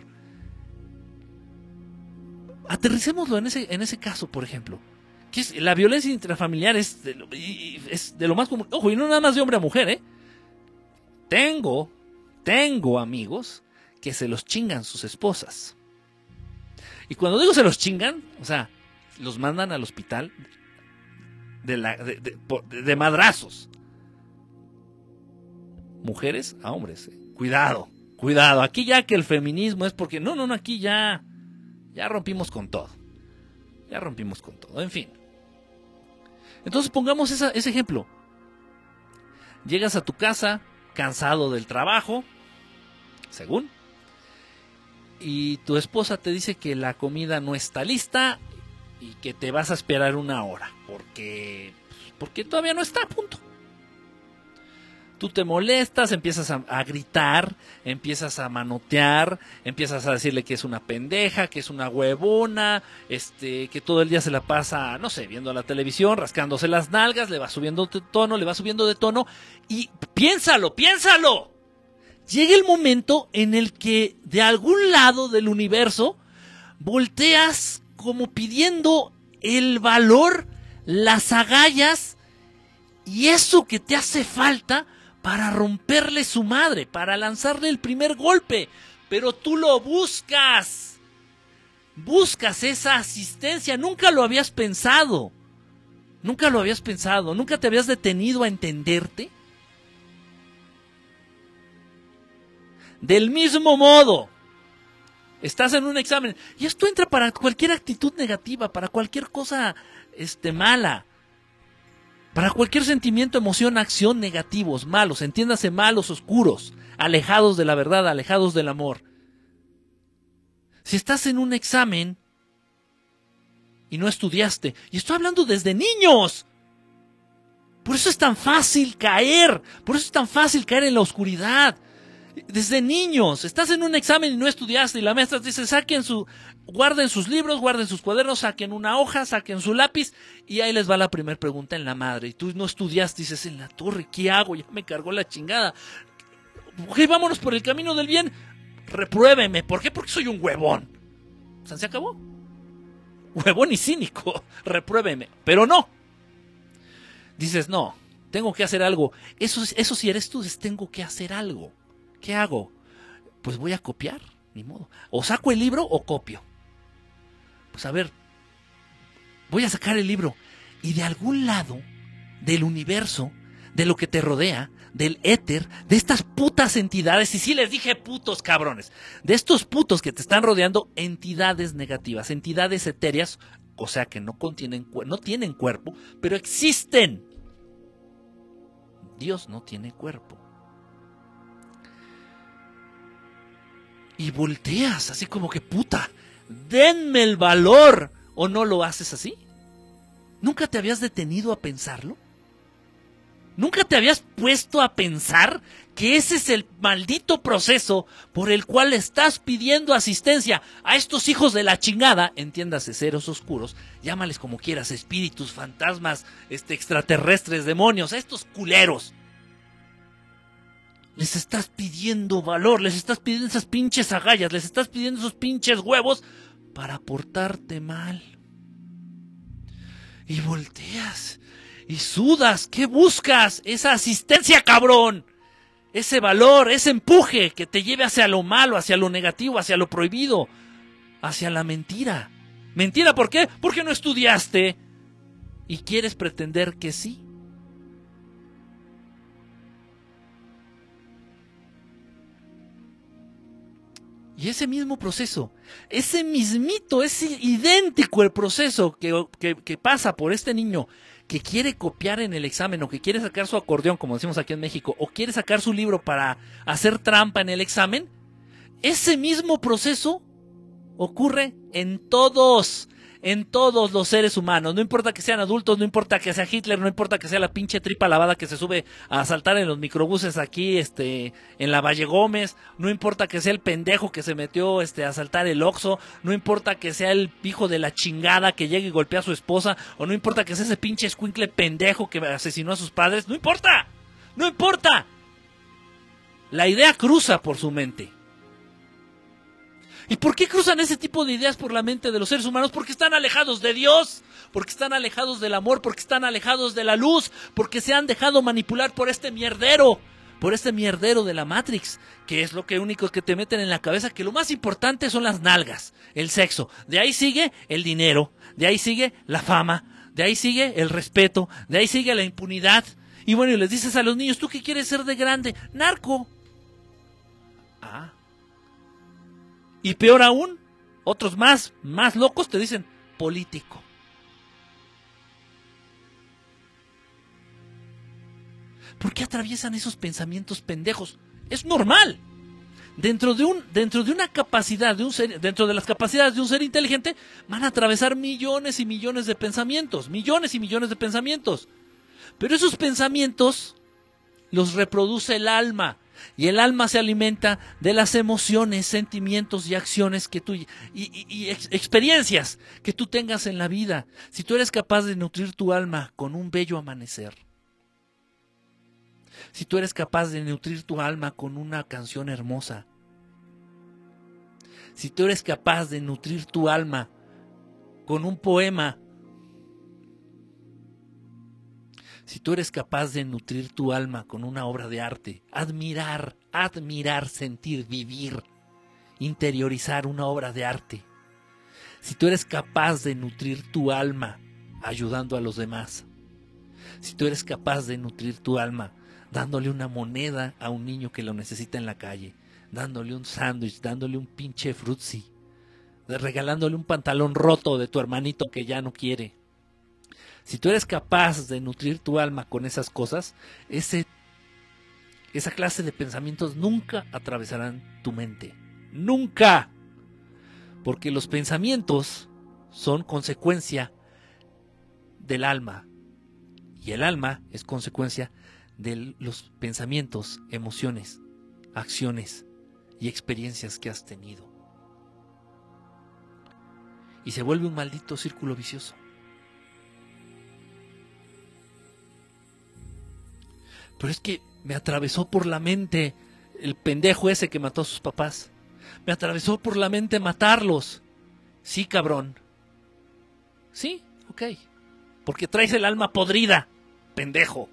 Aterricémoslo en ese, en ese caso, por ejemplo. Que es, la violencia intrafamiliar es de, lo, es de lo más común. Ojo, y no nada más de hombre a mujer, ¿eh? Tengo, tengo amigos que se los chingan sus esposas. Y cuando digo se los chingan, o sea, los mandan al hospital de, la, de, de, de, de madrazos. Mujeres a hombres. ¿eh? Cuidado, cuidado. Aquí ya que el feminismo es porque... No, no, no, aquí ya... Ya rompimos con todo. Ya rompimos con todo. En fin. Entonces pongamos esa, ese ejemplo. Llegas a tu casa, cansado del trabajo, según, y tu esposa te dice que la comida no está lista y que te vas a esperar una hora, porque, porque todavía no está a punto. Tú te molestas, empiezas a, a gritar, empiezas a manotear, empiezas a decirle que es una pendeja, que es una huevona, este, que todo el día se la pasa, no sé, viendo la televisión, rascándose las nalgas, le va subiendo de tono, le va subiendo de tono, y piénsalo, piénsalo. Llega el momento en el que de algún lado del universo volteas como pidiendo el valor, las agallas y eso que te hace falta para romperle su madre, para lanzarle el primer golpe. Pero tú lo buscas. Buscas esa asistencia. Nunca lo habías pensado. Nunca lo habías pensado. Nunca te habías detenido a entenderte. Del mismo modo, estás en un examen. Y esto entra para cualquier actitud negativa, para cualquier cosa este, mala. Para cualquier sentimiento, emoción, acción negativos, malos, entiéndase malos, oscuros, alejados de la verdad, alejados del amor. Si estás en un examen y no estudiaste, y estoy hablando desde niños, por eso es tan fácil caer, por eso es tan fácil caer en la oscuridad. Desde niños, estás en un examen y no estudiaste y la maestra te dice, saquen su, guarden sus libros, guarden sus cuadernos, saquen una hoja, saquen su lápiz y ahí les va la primera pregunta en la madre. Y tú no estudiaste, dices, en la torre, ¿qué hago? Ya me cargó la chingada. Ok, vámonos por el camino del bien. Repruébeme. ¿Por qué? Porque soy un huevón. O sea, ¿se acabó? Huevón y cínico. Repruébeme. Pero no. Dices, no, tengo que hacer algo. Eso, eso si eres tú, dices, tengo que hacer algo. ¿Qué hago? Pues voy a copiar, ni modo. O saco el libro o copio. Pues a ver, voy a sacar el libro. Y de algún lado del universo, de lo que te rodea, del éter, de estas putas entidades, y sí les dije putos cabrones, de estos putos que te están rodeando, entidades negativas, entidades etéreas, o sea que no contienen, no tienen cuerpo, pero existen. Dios no tiene cuerpo. Y volteas así como que puta, denme el valor. ¿O no lo haces así? ¿Nunca te habías detenido a pensarlo? ¿Nunca te habías puesto a pensar que ese es el maldito proceso por el cual estás pidiendo asistencia a estos hijos de la chingada? Entiéndase, seres oscuros, llámales como quieras, espíritus, fantasmas, este, extraterrestres, demonios, a estos culeros. Les estás pidiendo valor, les estás pidiendo esas pinches agallas, les estás pidiendo esos pinches huevos para portarte mal. Y volteas y sudas. ¿Qué buscas? Esa asistencia, cabrón. Ese valor, ese empuje que te lleve hacia lo malo, hacia lo negativo, hacia lo prohibido, hacia la mentira. ¿Mentira por qué? Porque no estudiaste. y quieres pretender que sí. Y ese mismo proceso, ese mismito, es idéntico el proceso que, que, que pasa por este niño que quiere copiar en el examen o que quiere sacar su acordeón, como decimos aquí en México, o quiere sacar su libro para hacer trampa en el examen. Ese mismo proceso ocurre en todos, en todos los seres humanos. No importa que sean adultos, no importa que sea Hitler, no importa que sea la pinche tripa lavada que se sube a asaltar en los microbuses aquí, este, en la Valle Gómez. No importa que sea el pendejo que se metió, este, a asaltar el Oxxo. No importa que sea el hijo de la chingada que llegue y golpea a su esposa. O no importa que sea ese pinche escuincle pendejo que asesinó a sus padres. No importa, no importa. La idea cruza por su mente. ¿Y por qué cruzan ese tipo de ideas por la mente de los seres humanos? Porque están alejados de Dios, porque están alejados del amor, porque están alejados de la luz, porque se han dejado manipular por este mierdero, por este mierdero de la Matrix, que es lo que único que te meten en la cabeza, que lo más importante son las nalgas, el sexo. De ahí sigue el dinero, de ahí sigue la fama, de ahí sigue el respeto, de ahí sigue la impunidad. Y bueno, y les dices a los niños, ¿tú qué quieres ser de grande? Narco. Ah. Y peor aún, otros más, más locos te dicen político. ¿Por qué atraviesan esos pensamientos pendejos? Es normal. Dentro de un, dentro de una capacidad de un ser, dentro de las capacidades de un ser inteligente, van a atravesar millones y millones de pensamientos, millones y millones de pensamientos. Pero esos pensamientos los reproduce el alma. Y el alma se alimenta de las emociones, sentimientos y acciones que tú y, y, y ex, experiencias que tú tengas en la vida. Si tú eres capaz de nutrir tu alma con un bello amanecer, si tú eres capaz de nutrir tu alma con una canción hermosa, si tú eres capaz de nutrir tu alma con un poema, si tú eres capaz de nutrir tu alma con una obra de arte, admirar, admirar, sentir, vivir, interiorizar una obra de arte, si tú eres capaz de nutrir tu alma ayudando a los demás, si tú eres capaz de nutrir tu alma dándole una moneda a un niño que lo necesita en la calle, dándole un sándwich, dándole un pinche frutzi, regalándole un pantalón roto de tu hermanito que ya no quiere. Si tú eres capaz de nutrir tu alma con esas cosas, ese, esa clase de pensamientos nunca atravesarán tu mente. ¡Nunca! Porque los pensamientos son consecuencia del alma. Y el alma es consecuencia de los pensamientos, emociones, acciones y experiencias que has tenido. Y se vuelve un maldito círculo vicioso. Pero es que me atravesó por la mente el pendejo ese que mató a sus papás. Me atravesó por la mente matarlos. Sí, cabrón. Sí, ok. Porque traes el alma podrida, pendejo.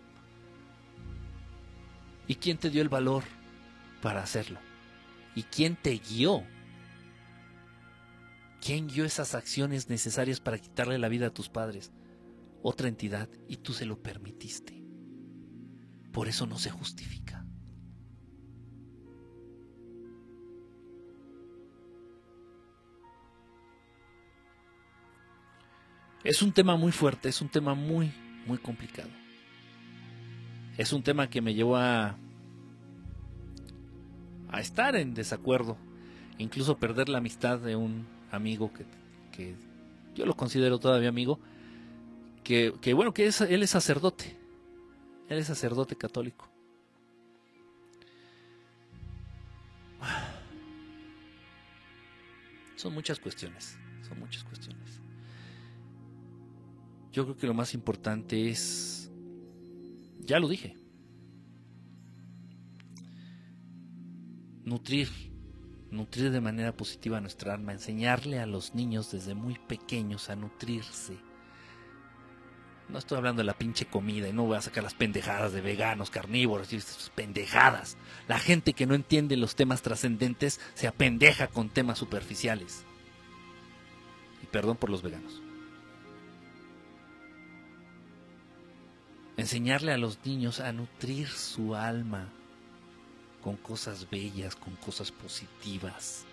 ¿Y quién te dio el valor para hacerlo? ¿Y quién te guió? ¿Quién guió esas acciones necesarias para quitarle la vida a tus padres? Otra entidad, y tú se lo permitiste. Por eso no se justifica. Es un tema muy fuerte, es un tema muy, muy complicado. Es un tema que me llevó a, a estar en desacuerdo, incluso perder la amistad de un amigo que, que yo lo considero todavía amigo, que, que bueno, que es, él es sacerdote. Él es sacerdote católico. Son muchas cuestiones, son muchas cuestiones. Yo creo que lo más importante es, ya lo dije, nutrir, nutrir de manera positiva a nuestra alma, enseñarle a los niños desde muy pequeños a nutrirse. No estoy hablando de la pinche comida y no voy a sacar las pendejadas de veganos, carnívoros y estas pendejadas. La gente que no entiende los temas trascendentes se apendeja con temas superficiales. Y perdón por los veganos. Enseñarle a los niños a nutrir su alma con cosas bellas, con cosas positivas.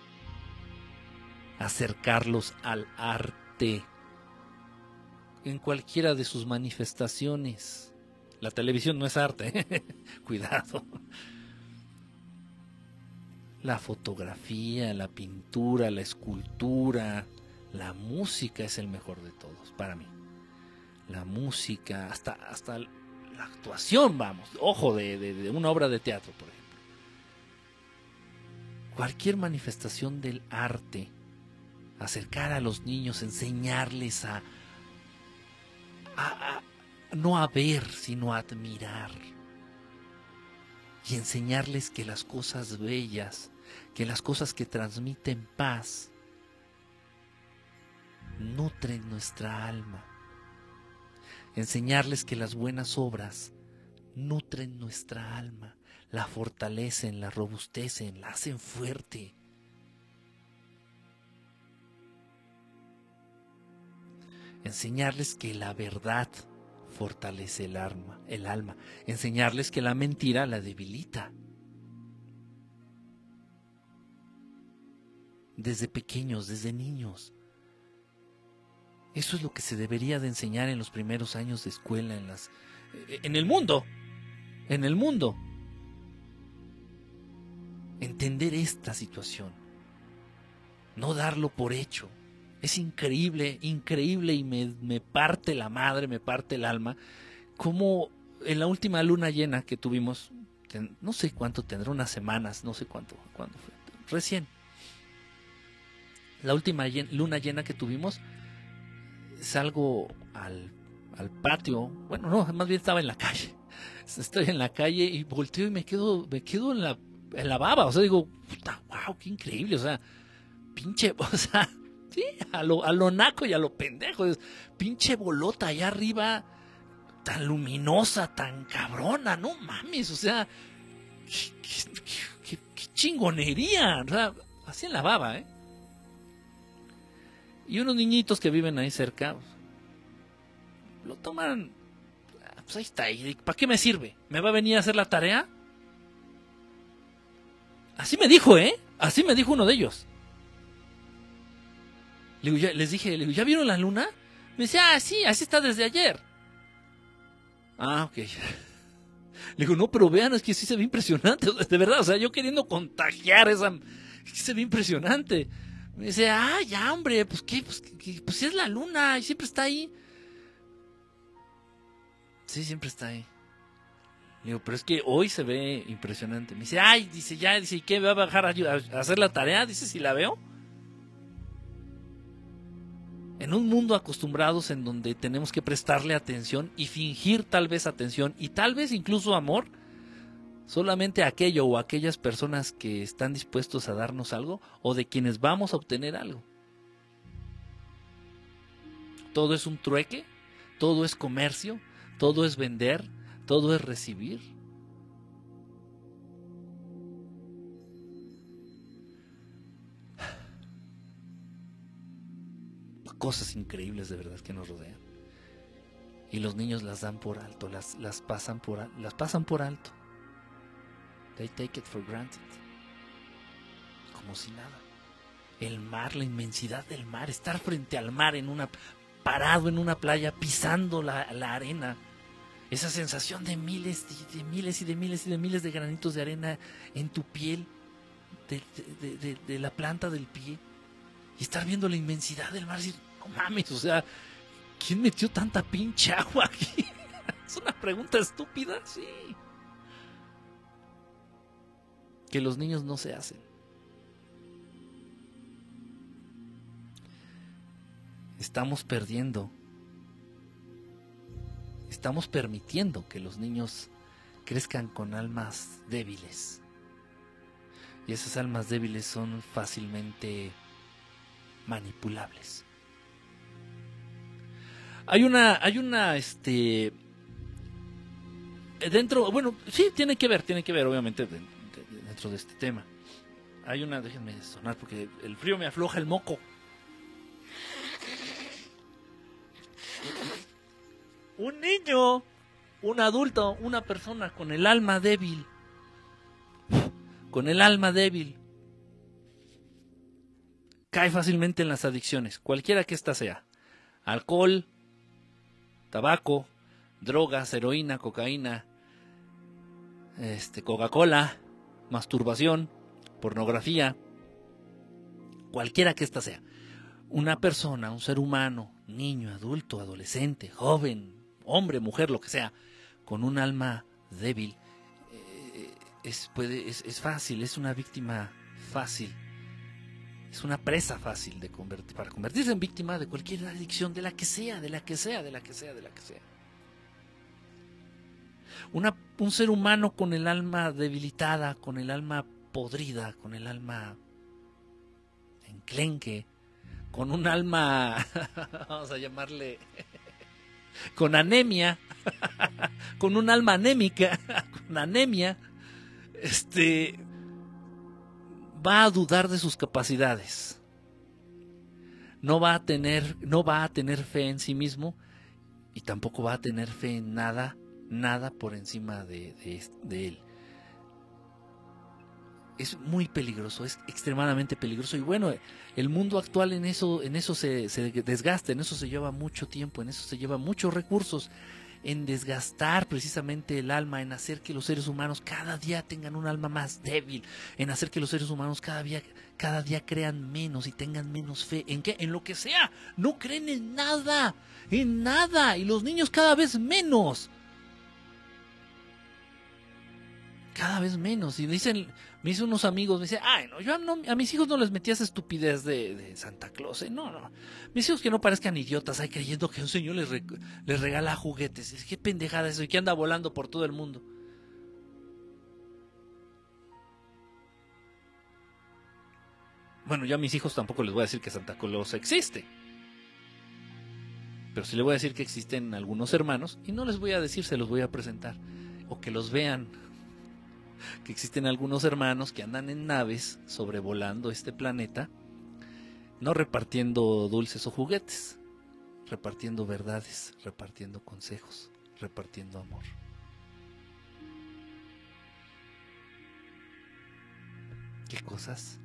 Acercarlos al arte en cualquiera de sus manifestaciones. La televisión no es arte, cuidado. La fotografía, la pintura, la escultura, la música es el mejor de todos para mí. La música, hasta, hasta la actuación, vamos, ojo, de, de, de una obra de teatro, por ejemplo. Cualquier manifestación del arte, acercar a los niños, enseñarles a, a, a no a ver, sino a admirar. Y enseñarles que las cosas bellas, que las cosas que transmiten paz, nutren nuestra alma. Enseñarles que las buenas obras nutren nuestra alma, la fortalecen, la robustecen, la hacen fuerte. Enseñarles que la verdad fortalece el alma, el alma. Enseñarles que la mentira la debilita. Desde pequeños, desde niños. Eso es lo que se debería de enseñar en los primeros años de escuela, en las, en el mundo, en el mundo. Entender esta situación, no darlo por hecho. Es increíble, increíble y me, me parte la madre, me parte el alma, como en la última luna llena que tuvimos, ten, no sé cuánto tendrá, unas semanas, no sé cuánto, cuándo fue, recién. La última luna llena que tuvimos, salgo al, al patio, bueno, no, más bien estaba en la calle, estoy en la calle y volteo y me quedo, me quedo en la, en la baba, o sea, digo, puta, wow, qué increíble, o sea, pinche, o sea, sí, a lo, a lo naco y a lo pendejo, es, pinche bolota allá arriba, tan luminosa, tan cabrona, no mames, o sea, qué, qué, qué, qué chingonería, o sea, así en la baba, eh. Y unos niñitos que viven ahí cerca, lo toman, pues ahí está, ¿y para qué me sirve? ¿Me va a venir a hacer la tarea? Así me dijo, ¿eh? Así me dijo uno de ellos. Le digo, ya, les dije, le digo, ¿ya vieron la luna? Me dice, ah, sí, así está desde ayer. Ah, ok. Le digo, no, pero vean, es que sí se ve impresionante, de verdad, o sea, yo queriendo contagiar esa, es que se ve impresionante. Me dice, ah, ya, hombre, pues qué, pues, que, pues es la luna y siempre está ahí. Sí, siempre está ahí. Le digo, pero es que hoy se ve impresionante. Me dice, ay, dice, ya, dice, ¿y qué? ¿Me va a bajar a, a hacer la tarea? Dice, si la veo. En un mundo acostumbrados en donde tenemos que prestarle atención y fingir tal vez atención y tal vez incluso amor, solamente a aquello o a aquellas personas que están dispuestos a darnos algo o de quienes vamos a obtener algo. Todo es un trueque, todo es comercio, todo es vender, todo es recibir. Cosas increíbles de verdad que nos rodean. Y los niños las dan por alto, las, las, pasan, por, las pasan por alto. They take it for granted. Como si nada. El mar, la inmensidad del mar, estar frente al mar, en una, parado en una playa, pisando la, la arena. Esa sensación de miles y de miles y de miles y de miles de granitos de arena en tu piel, de, de, de, de la planta del pie. Y estar viendo la inmensidad del mar y decir, no mames, o sea, ¿quién metió tanta pinche agua aquí? Es una pregunta estúpida, sí. Que los niños no se hacen. Estamos perdiendo. Estamos permitiendo que los niños crezcan con almas débiles. Y esas almas débiles son fácilmente manipulables. Hay una, hay una, este, dentro, bueno, sí, tiene que ver, tiene que ver, obviamente, de, de, dentro de este tema. Hay una, déjenme sonar porque el frío me afloja el moco. Un niño Un adulto, una persona con el alma débil, con el alma débil, cae fácilmente en las adicciones, cualquiera que ésta sea. Alcohol, tabaco, drogas, heroína, cocaína, este, Coca-Cola, masturbación, pornografía, cualquiera que ésta sea. Una persona, un ser humano, niño, adulto, adolescente, joven, hombre, mujer, lo que sea, con un alma débil, eh, es, puede, es, es fácil, es una víctima fácil. Es una presa fácil de convertir, para convertirse en víctima de cualquier adicción, de la que sea, de la que sea, de la que sea, de la que sea. Una, un ser humano con el alma debilitada, con el alma podrida, con el alma enclenque, con un alma, vamos a llamarle, con anemia, con un alma anémica, con anemia, este... va a dudar de sus capacidades, no va a tener, no va a tener fe en sí mismo y tampoco va a tener fe en nada, nada por encima de, de, de él. Es muy peligroso, es extremadamente peligroso y bueno, el mundo actual en eso, en eso se, se desgasta, en eso se lleva mucho tiempo, en eso se lleva muchos recursos, en desgastar precisamente el alma, en hacer que los seres humanos cada día tengan un alma más débil, en hacer que los seres humanos cada día, cada día crean menos y tengan menos fe. ¿En qué? En lo que sea. No creen en nada, en nada. Y los niños cada vez menos. Cada vez menos. Y dicen, me dicen unos amigos, me dicen, ay, no, yo no, a mis hijos no les metí esa estupidez de, de Santa Claus, ¿eh? No, no. Mis hijos que no parezcan idiotas, ay, creyendo que un señor les, re, les regala juguetes. Es que pendejada eso, y que anda volando por todo el mundo. Bueno, yo a mis hijos tampoco les voy a decir que Santa Claus existe. Pero sí les voy a decir que existen algunos hermanos, y no les voy a decir, se los voy a presentar. O que los vean. Que existen algunos hermanos que andan en naves sobrevolando este planeta, no repartiendo dulces o juguetes, repartiendo verdades, repartiendo consejos, repartiendo amor. ¿Qué cosas?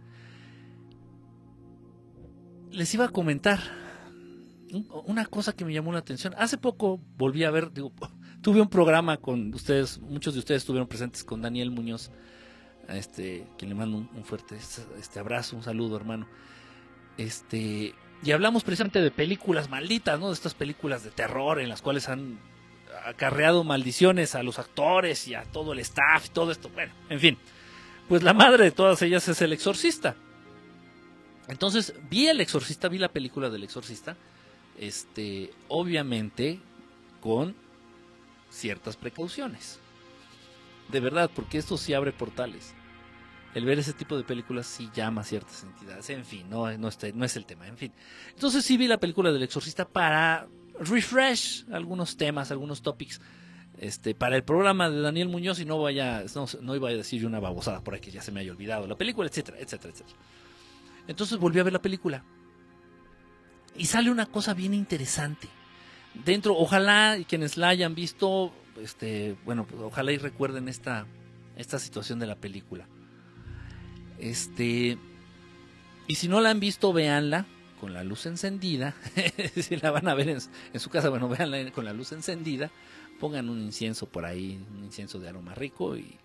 Les iba a comentar una cosa que me llamó la atención. Hace poco volví a ver, digo, tuve un programa con ustedes, muchos de ustedes estuvieron presentes con Daniel Muñoz, este, quien le mando un, un fuerte este abrazo, un saludo, hermano. Este, y hablamos precisamente de películas malditas, ¿no? De estas películas de terror en las cuales han acarreado maldiciones a los actores y a todo el staff y todo esto. Bueno, en fin, pues la madre de todas ellas es El Exorcista. Entonces vi El Exorcista, vi la película del Exorcista, este, obviamente con ciertas precauciones. De verdad, porque esto sí abre portales. El ver ese tipo de películas sí llama a ciertas entidades. En fin, no, no, está, no es el tema. En fin, entonces sí vi la película del Exorcista para refresh algunos temas, algunos topics, este, para el programa de Daniel Muñoz, y no vaya, no, no iba a decir yo una babosada por ahí que ya se me haya olvidado la película, etcétera, etcétera, etcétera. Entonces volví a ver la película y sale una cosa bien interesante. Dentro, ojalá y quienes la hayan visto, este, bueno, pues ojalá y recuerden esta, esta situación de la película. Este, y si no la han visto, véanla con la luz encendida. Si la van a ver en, en su casa, bueno, véanla con la luz encendida. Pongan un incienso por ahí, un incienso de aroma rico, y,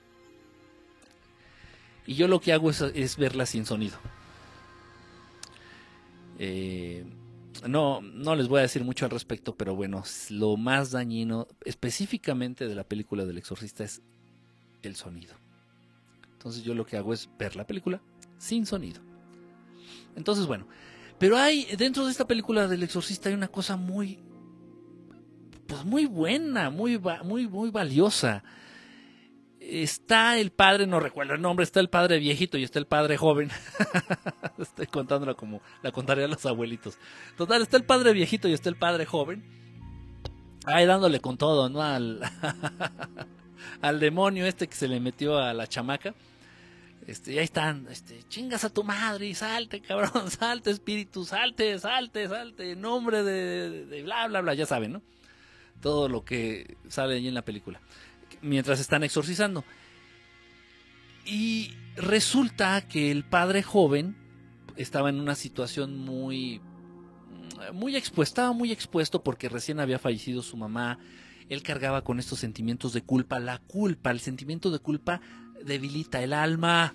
y yo lo que hago es, es verla sin sonido. Eh, no, no les voy a decir mucho al respecto, pero bueno, lo más dañino específicamente de la película del Exorcista es el sonido. Entonces yo lo que hago es ver la película sin sonido. Entonces bueno, pero hay dentro de esta película del Exorcista hay una cosa muy, pues muy buena, muy, muy, muy valiosa. Está el padre, no recuerdo el nombre, está el padre viejito y está el padre joven. Estoy contándola como la contaría a los abuelitos. Total, está el padre viejito y está el padre joven. Ahí dándole con todo, ¿no? Al, al demonio este que se le metió a la chamaca. Este, y ahí están, este, chingas a tu madre y salte, cabrón, salte, espíritu, salte, salte, salte, en nombre de, de, de bla, bla, bla, ya saben, ¿no? todo lo que sale ahí en la película, mientras están exorcizando. Y resulta que el padre joven estaba en una situación muy, muy expuesta, estaba muy expuesto porque recién había fallecido su mamá. Él cargaba con estos sentimientos de culpa. La culpa, el sentimiento de culpa debilita el alma.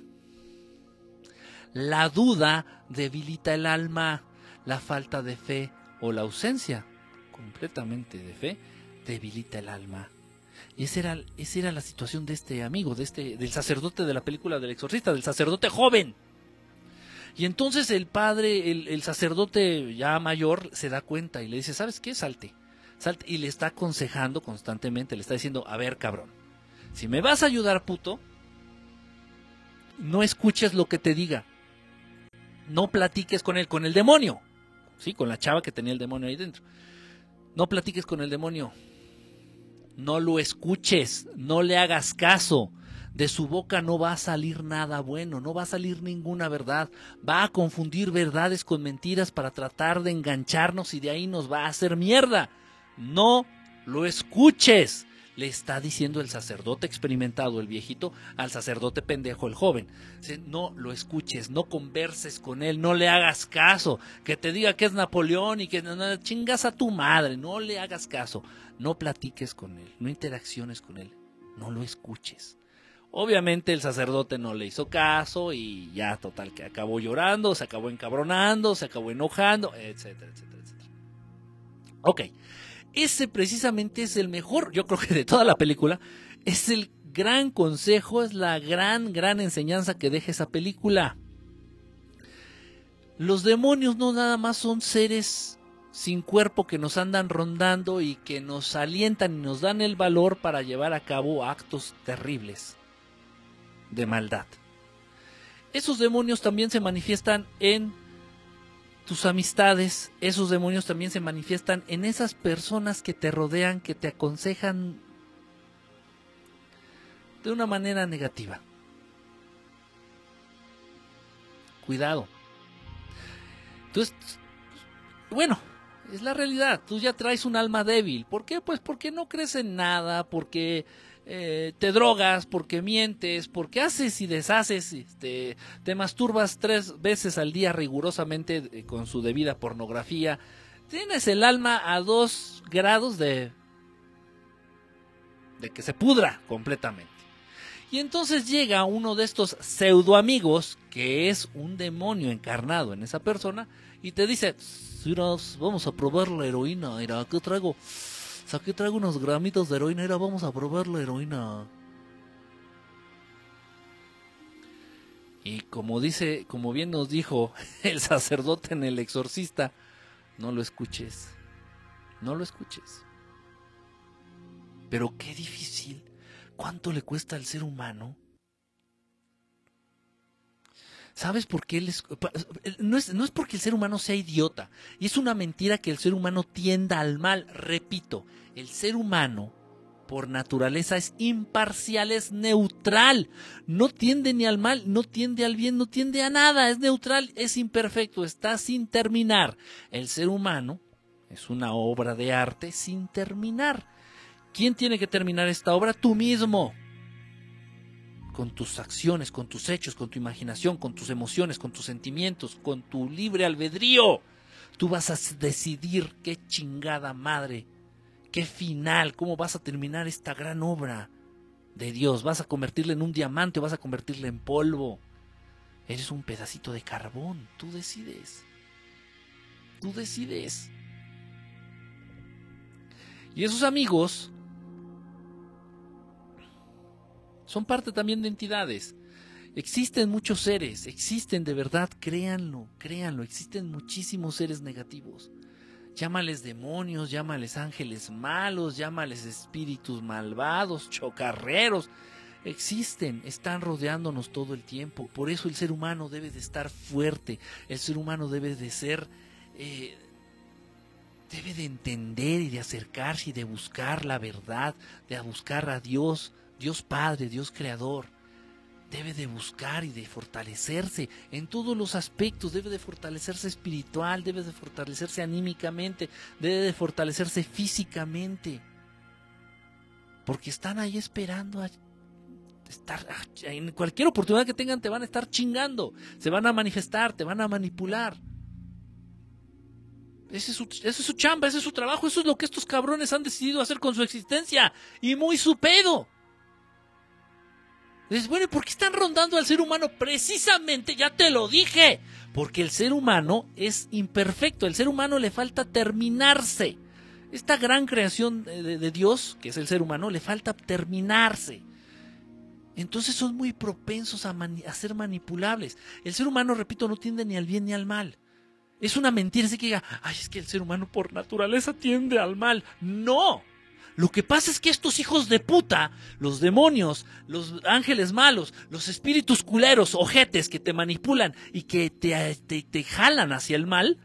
La duda debilita el alma. La falta de fe o la ausencia completamente de fe debilita el alma. Y esa era, esa era la situación de este amigo, de este, del sacerdote de la película del exorcista, del sacerdote joven. Y entonces el padre, el, el sacerdote ya mayor, se da cuenta y le dice, ¿sabes qué? Salte, salte. Y le está aconsejando constantemente, le está diciendo, a ver, cabrón, si me vas a ayudar, puto, no escuches lo que te diga. No platiques con él, con el demonio. Sí, con la chava que tenía el demonio ahí dentro. No platiques con el demonio. No lo escuches, no le hagas caso. De su boca no va a salir nada bueno, no va a salir ninguna verdad. Va a confundir verdades con mentiras para tratar de engancharnos y de ahí nos va a hacer mierda. No lo escuches, le está diciendo el sacerdote experimentado, el viejito, al sacerdote pendejo, el joven. No lo escuches, no converses con él, no le hagas caso. Que te diga que es Napoleón y que no, chingas a tu madre, no le hagas caso. No platiques con él, no interacciones con él, no lo escuches. Obviamente el sacerdote no le hizo caso y ya total que acabó llorando, se acabó encabronando, se acabó enojando, etcétera, etcétera, etcétera. Ok, ese precisamente es el mejor, yo creo que de toda la película, es el gran consejo, es la gran, gran enseñanza que deja esa película. Los demonios no nada más son seres sin cuerpo que nos andan rondando y que nos alientan y nos dan el valor para llevar a cabo actos terribles de maldad. Esos demonios también se manifiestan en tus amistades, esos demonios también se manifiestan en esas personas que te rodean, que te aconsejan de una manera negativa. Cuidado. Entonces, bueno, es la realidad, tú ya traes un alma débil. ¿Por qué? Pues porque no crees en nada, porque eh, te drogas, porque mientes, porque haces y deshaces, este, te masturbas tres veces al día rigurosamente eh, con su debida pornografía. Tienes el alma a dos grados de, de que se pudra completamente. Y entonces llega uno de estos pseudo amigos, que es un demonio encarnado en esa persona, y te dice, vamos a probar la heroína, mira, aquí traigo, o sea, aquí traigo unos gramitos de heroína, mira, vamos a probar la heroína. Y como dice, como bien nos dijo el sacerdote en El Exorcista, no lo escuches, no lo escuches. Pero qué difícil, ¿cuánto le cuesta al ser humano? ¿Sabes por qué? Les, no, es, no es porque el ser humano sea idiota. Y es una mentira que el ser humano tienda al mal. Repito, el ser humano por naturaleza es imparcial, es neutral. No tiende ni al mal, no tiende al bien, no tiende a nada. Es neutral, es imperfecto, está sin terminar. El ser humano es una obra de arte sin terminar. ¿Quién tiene que terminar esta obra? Tú mismo. Con tus acciones, con tus hechos, con tu imaginación, con tus emociones, con tus sentimientos, con tu libre albedrío. Tú vas a decidir qué chingada madre, qué final, cómo vas a terminar esta gran obra de Dios. ¿Vas a convertirla en un diamante o vas a convertirla en polvo? Eres un pedacito de carbón, tú decides. Tú decides. Y esos amigos son parte también de entidades. Existen muchos seres, existen de verdad, créanlo, créanlo, existen muchísimos seres negativos. Llámales demonios, llámales ángeles malos, llámales espíritus malvados, chocarreros. Existen, están rodeándonos todo el tiempo. Por eso el ser humano debe de estar fuerte, el ser humano debe de ser, eh, debe de entender y de acercarse y de buscar la verdad, de buscar a Dios, Dios Padre, Dios Creador. Debe de buscar y de fortalecerse en todos los aspectos, debe de fortalecerse espiritual, debe de fortalecerse anímicamente, debe de fortalecerse físicamente. porque están ahí esperando a estar, en cualquier oportunidad que tengan te van a estar chingando, se van a manifestar, te van a manipular. Ese es, su, ese es su chamba, ese es su trabajo, eso es lo que estos cabrones han decidido hacer con su existencia, y muy su pedo. Dices, bueno, ¿por qué están rondando al ser humano? Precisamente, ya te lo dije, porque el ser humano es imperfecto, el ser humano le falta terminarse. Esta gran creación de, de Dios, que es el ser humano, le falta terminarse. Entonces son muy propensos a, mani- a ser manipulables. El ser humano, repito, no tiende ni al bien ni al mal. Es una mentira ese que diga, ay, es que el ser humano por naturaleza tiende al mal. ¡No! Lo que pasa es que estos hijos de puta, los demonios, los ángeles malos, los espíritus culeros, ojetes que te manipulan y que te, te, te jalan hacia el mal,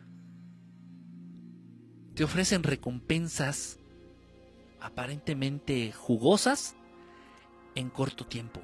te ofrecen recompensas aparentemente jugosas en corto tiempo.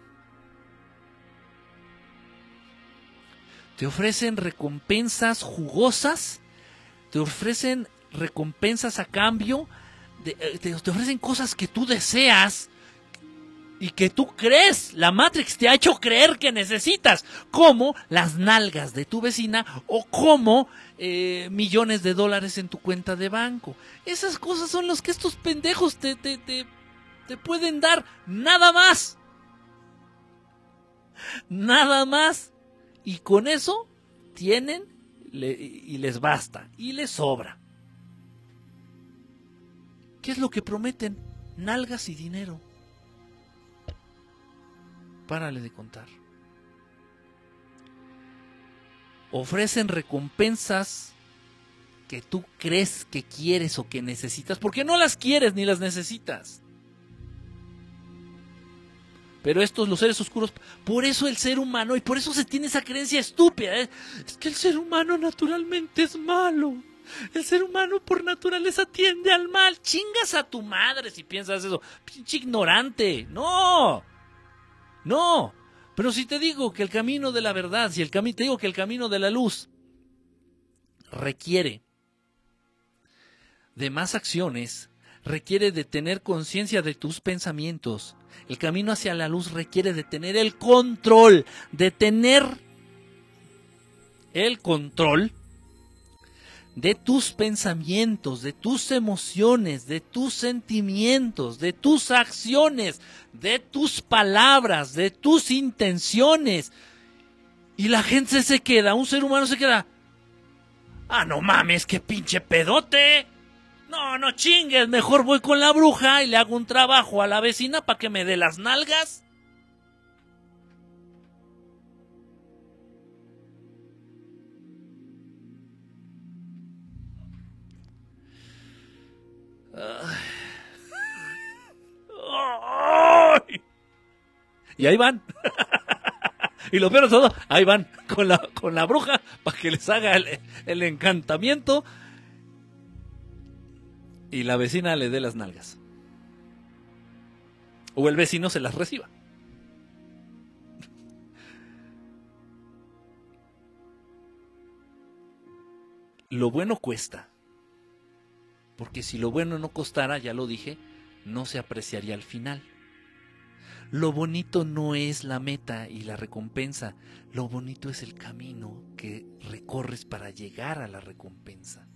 Te ofrecen recompensas jugosas, te ofrecen recompensas a cambio, de, te, te ofrecen cosas que tú deseas y que tú crees, la Matrix te ha hecho creer que necesitas, como las nalgas de tu vecina o como eh, millones de dólares en tu cuenta de banco. Esas cosas son las que estos pendejos te, te, te, te pueden dar, nada más. Nada más. Y con eso tienen le, y les basta, y les sobra. ¿Qué es lo que prometen? Nalgas y dinero. Párale de contar. Ofrecen recompensas que tú crees que quieres o que necesitas, porque no las quieres ni las necesitas. Pero estos, los seres oscuros, por eso el ser humano, y por eso se tiene esa creencia estúpida, ¿eh? Es que el ser humano naturalmente es malo. El ser humano por naturaleza tiende al mal. Chingas a tu madre si piensas eso. Pinche ignorante. No. No. Pero si te digo que el camino de la verdad, si el cami- te digo que el camino de la luz requiere de más acciones, requiere de tener conciencia de tus pensamientos. El camino hacia la luz requiere de tener el control, de tener el control de tus pensamientos, de tus emociones, de tus sentimientos, de tus acciones, de tus palabras, de tus intenciones. Y la gente se queda, un ser humano se queda, ah, no mames, qué pinche pedote. No, no chingues, mejor voy con la bruja y le hago un trabajo a la vecina para que me dé las nalgas. Ay. Y ahí van. Y lo peor de todo, ahí van con la, con la bruja para que les haga el, el encantamiento y la vecina le dé las nalgas. O el vecino se las reciba. Lo bueno cuesta. Porque si lo bueno no costara, ya lo dije, no se apreciaría al final. Lo bonito no es la meta y la recompensa. Lo bonito es el camino que recorres para llegar a la recompensa.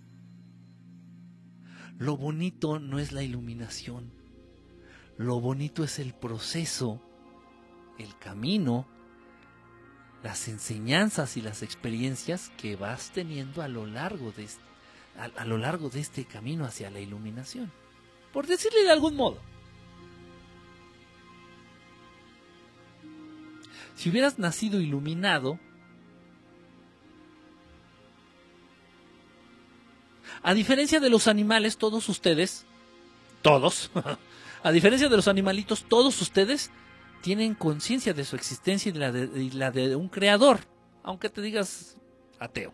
Lo bonito no es la iluminación. Lo bonito es el proceso, el camino, las enseñanzas y las experiencias que vas teniendo a lo largo de este, a, a lo largo de este camino hacia la iluminación. Por decirle de algún modo. Si hubieras nacido iluminado, a diferencia de los animales, todos ustedes, todos, a diferencia de los animalitos, todos ustedes tienen conciencia de su existencia y de la de, y la de un creador, aunque te digas ateo.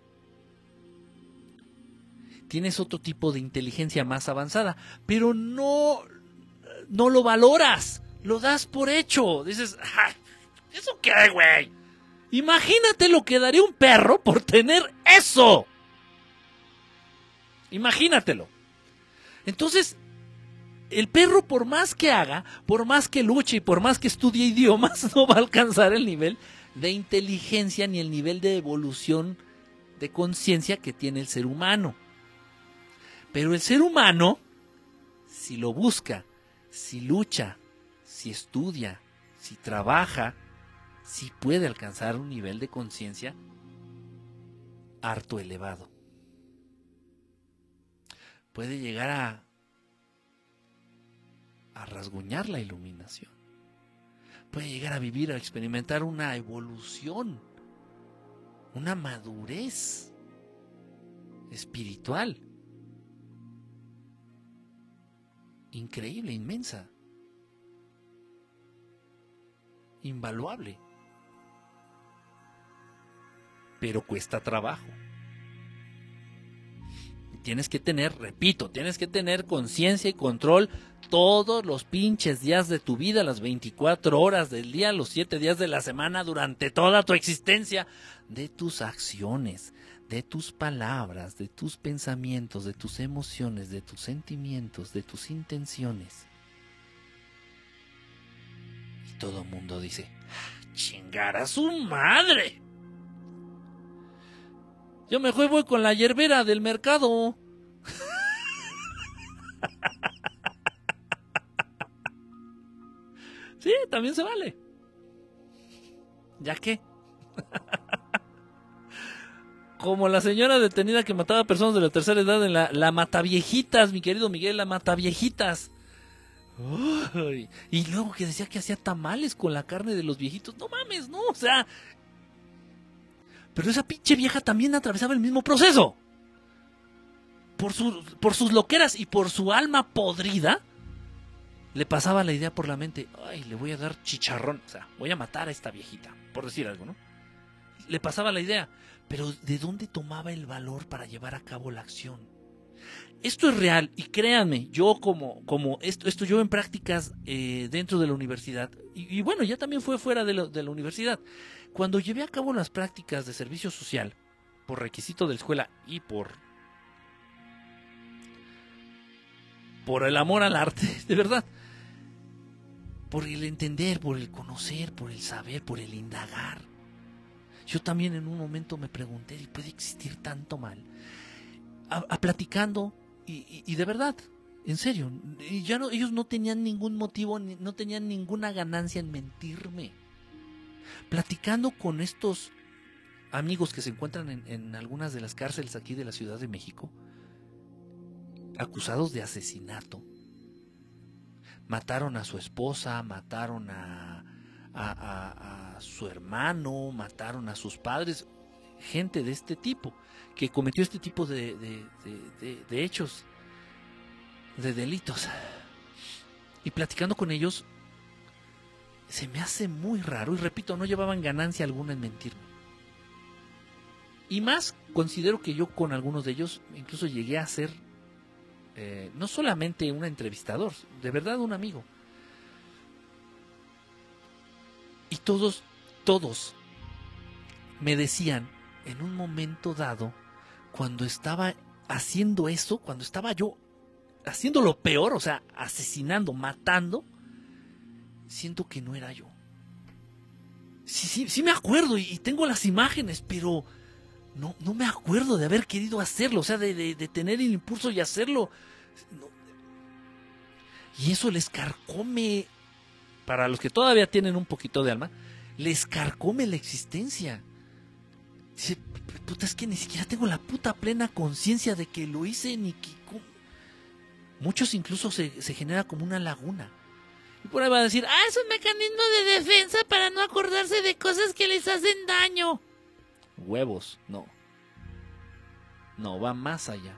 Tienes otro tipo de inteligencia más avanzada, pero no, no lo valoras, lo das por hecho. Dices, ¡ay! ¿Eso qué, güey? Imagínate lo que daría un perro por tener eso. Imagínatelo. Entonces, el perro, por más que haga, por más que luche y por más que estudie idiomas, no va a alcanzar el nivel de inteligencia ni el nivel de evolución de conciencia que tiene el ser humano. Pero el ser humano, si lo busca, si lucha, si estudia, si trabaja, si puede alcanzar un nivel de conciencia harto elevado. Puede llegar a, a rasguñar la iluminación. Puede llegar a vivir, a experimentar una evolución, una madurez espiritual increíble, inmensa, invaluable. Pero cuesta trabajo. Tienes que tener, repito, tienes que tener conciencia y control todos los pinches días de tu vida, las veinticuatro horas del día, los siete días de la semana, durante toda tu existencia, de tus acciones, de tus palabras, de tus pensamientos, de tus emociones, de tus sentimientos, de tus intenciones. Y todo el mundo dice, ¡chingar a su madre! Yo mejor voy con la hierbera del mercado. Sí, también se vale. ¿Ya qué? Como la señora detenida que mataba a personas de la tercera edad en la, la Mataviejitas, mi querido Miguel, la Mataviejitas. Uy, y luego que decía que hacía tamales con la carne de los viejitos. No mames, no, o sea... Pero esa pinche vieja también atravesaba el mismo proceso. Por, su, por sus loqueras y por su alma podrida, le pasaba la idea por la mente, ay, le voy a dar chicharrón, o sea, voy a matar a esta viejita, por decir algo, ¿no? Le pasaba la idea, pero ¿de dónde tomaba el valor para llevar a cabo la acción? Esto es real, y créanme, yo como, como esto, esto yo en prácticas eh, dentro de la universidad, y, y bueno, ya también fue fuera de, lo, de la universidad. Cuando llevé a cabo las prácticas de servicio social, por requisito de la escuela y por, por el amor al arte, de verdad, por el entender, por el conocer, por el saber, por el indagar. Yo también en un momento me pregunté, ¿puede existir tanto mal? A, a platicando, y, y, y de verdad, en serio, y ya no, ellos no tenían ningún motivo, ni, no tenían ninguna ganancia en mentirme. Platicando con estos amigos que se encuentran en, en algunas de las cárceles aquí de la Ciudad de México, acusados de asesinato. Mataron a su esposa, mataron a, a, a, a su hermano, mataron a sus padres, gente de este tipo, que cometió este tipo de, de, de, de, de hechos, de delitos. Y platicando con ellos, se me hace muy raro, y repito, no llevaban ganancia alguna en mentirme. Y más, considero que yo con algunos de ellos incluso llegué a ser eh, no solamente un entrevistador, de verdad un amigo. Y todos, todos me decían en un momento dado, cuando estaba haciendo eso, cuando estaba yo haciendo lo peor, o sea, asesinando, matando, siento que no era yo. Sí, sí, sí me acuerdo y, y tengo las imágenes, pero no, no me acuerdo de haber querido hacerlo, o sea, de, de, de tener el impulso y hacerlo. No. Y eso les carcome, para los que todavía tienen un poquito de alma, les carcome la existencia. Dice, puta, es que ni siquiera tengo la puta plena conciencia de que lo hice, ni que... Muchos incluso se, se genera como una laguna. Y por ahí va a decir, ah, es un mecanismo de defensa para no acordarse de cosas que les hacen daño. Huevos, no. No, va más allá.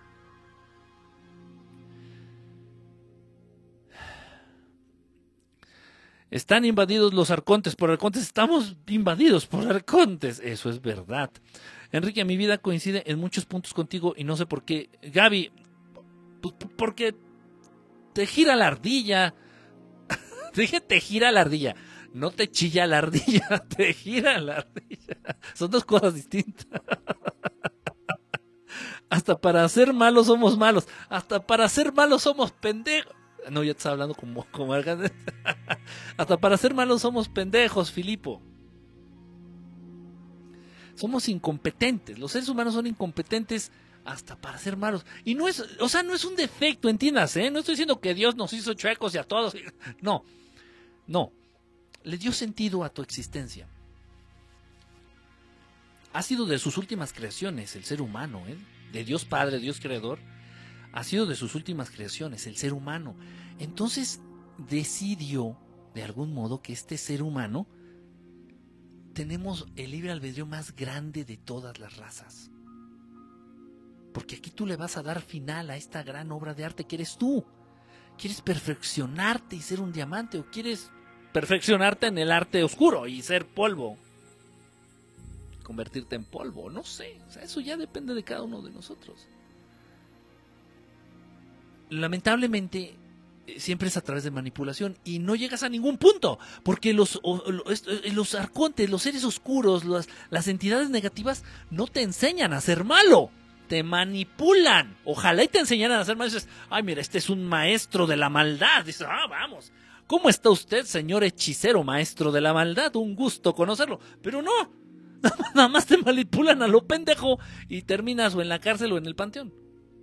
Están invadidos los arcontes por arcontes. Estamos invadidos por arcontes. Eso es verdad. Enrique, mi vida coincide en muchos puntos contigo y no sé por qué. Gaby, porque te gira la ardilla. Dije, te gira la ardilla. No te chilla la ardilla, te gira la ardilla. Son dos cosas distintas. Hasta para ser malos somos malos. Hasta para ser malos somos pendejos. No, ya te estaba hablando como, como hasta para ser malos somos pendejos, Filipo. Somos incompetentes. Los seres humanos son incompetentes hasta para ser malos. Y no es, o sea, no es un defecto, entiendas, ¿eh? No estoy diciendo que Dios nos hizo chuecos y a todos. No, no. Le dio sentido a tu existencia. Ha sido de sus últimas creaciones el ser humano, ¿eh? De Dios Padre, Dios Creador. Ha sido de sus últimas creaciones el ser humano. Entonces decidió, de algún modo, que este ser humano tenemos el libre albedrío más grande de todas las razas. Porque aquí tú le vas a dar final a esta gran obra de arte que eres tú. ¿Quieres perfeccionarte y ser un diamante o quieres perfeccionarte en el arte oscuro y ser polvo? Convertirte en polvo, no sé. O sea, eso ya depende de cada uno de nosotros. Lamentablemente siempre es a través de manipulación y no llegas a ningún punto, porque los, los arcontes, los seres oscuros, las, las entidades negativas no te enseñan a ser malo, te manipulan. Ojalá y te enseñaran a ser malo. Dices, ay, mira, este es un maestro de la maldad. Dices, ah, vamos, ¿cómo está usted, señor hechicero, maestro de la maldad? Un gusto conocerlo. Pero no, nada más te manipulan a lo pendejo y terminas o en la cárcel o en el panteón.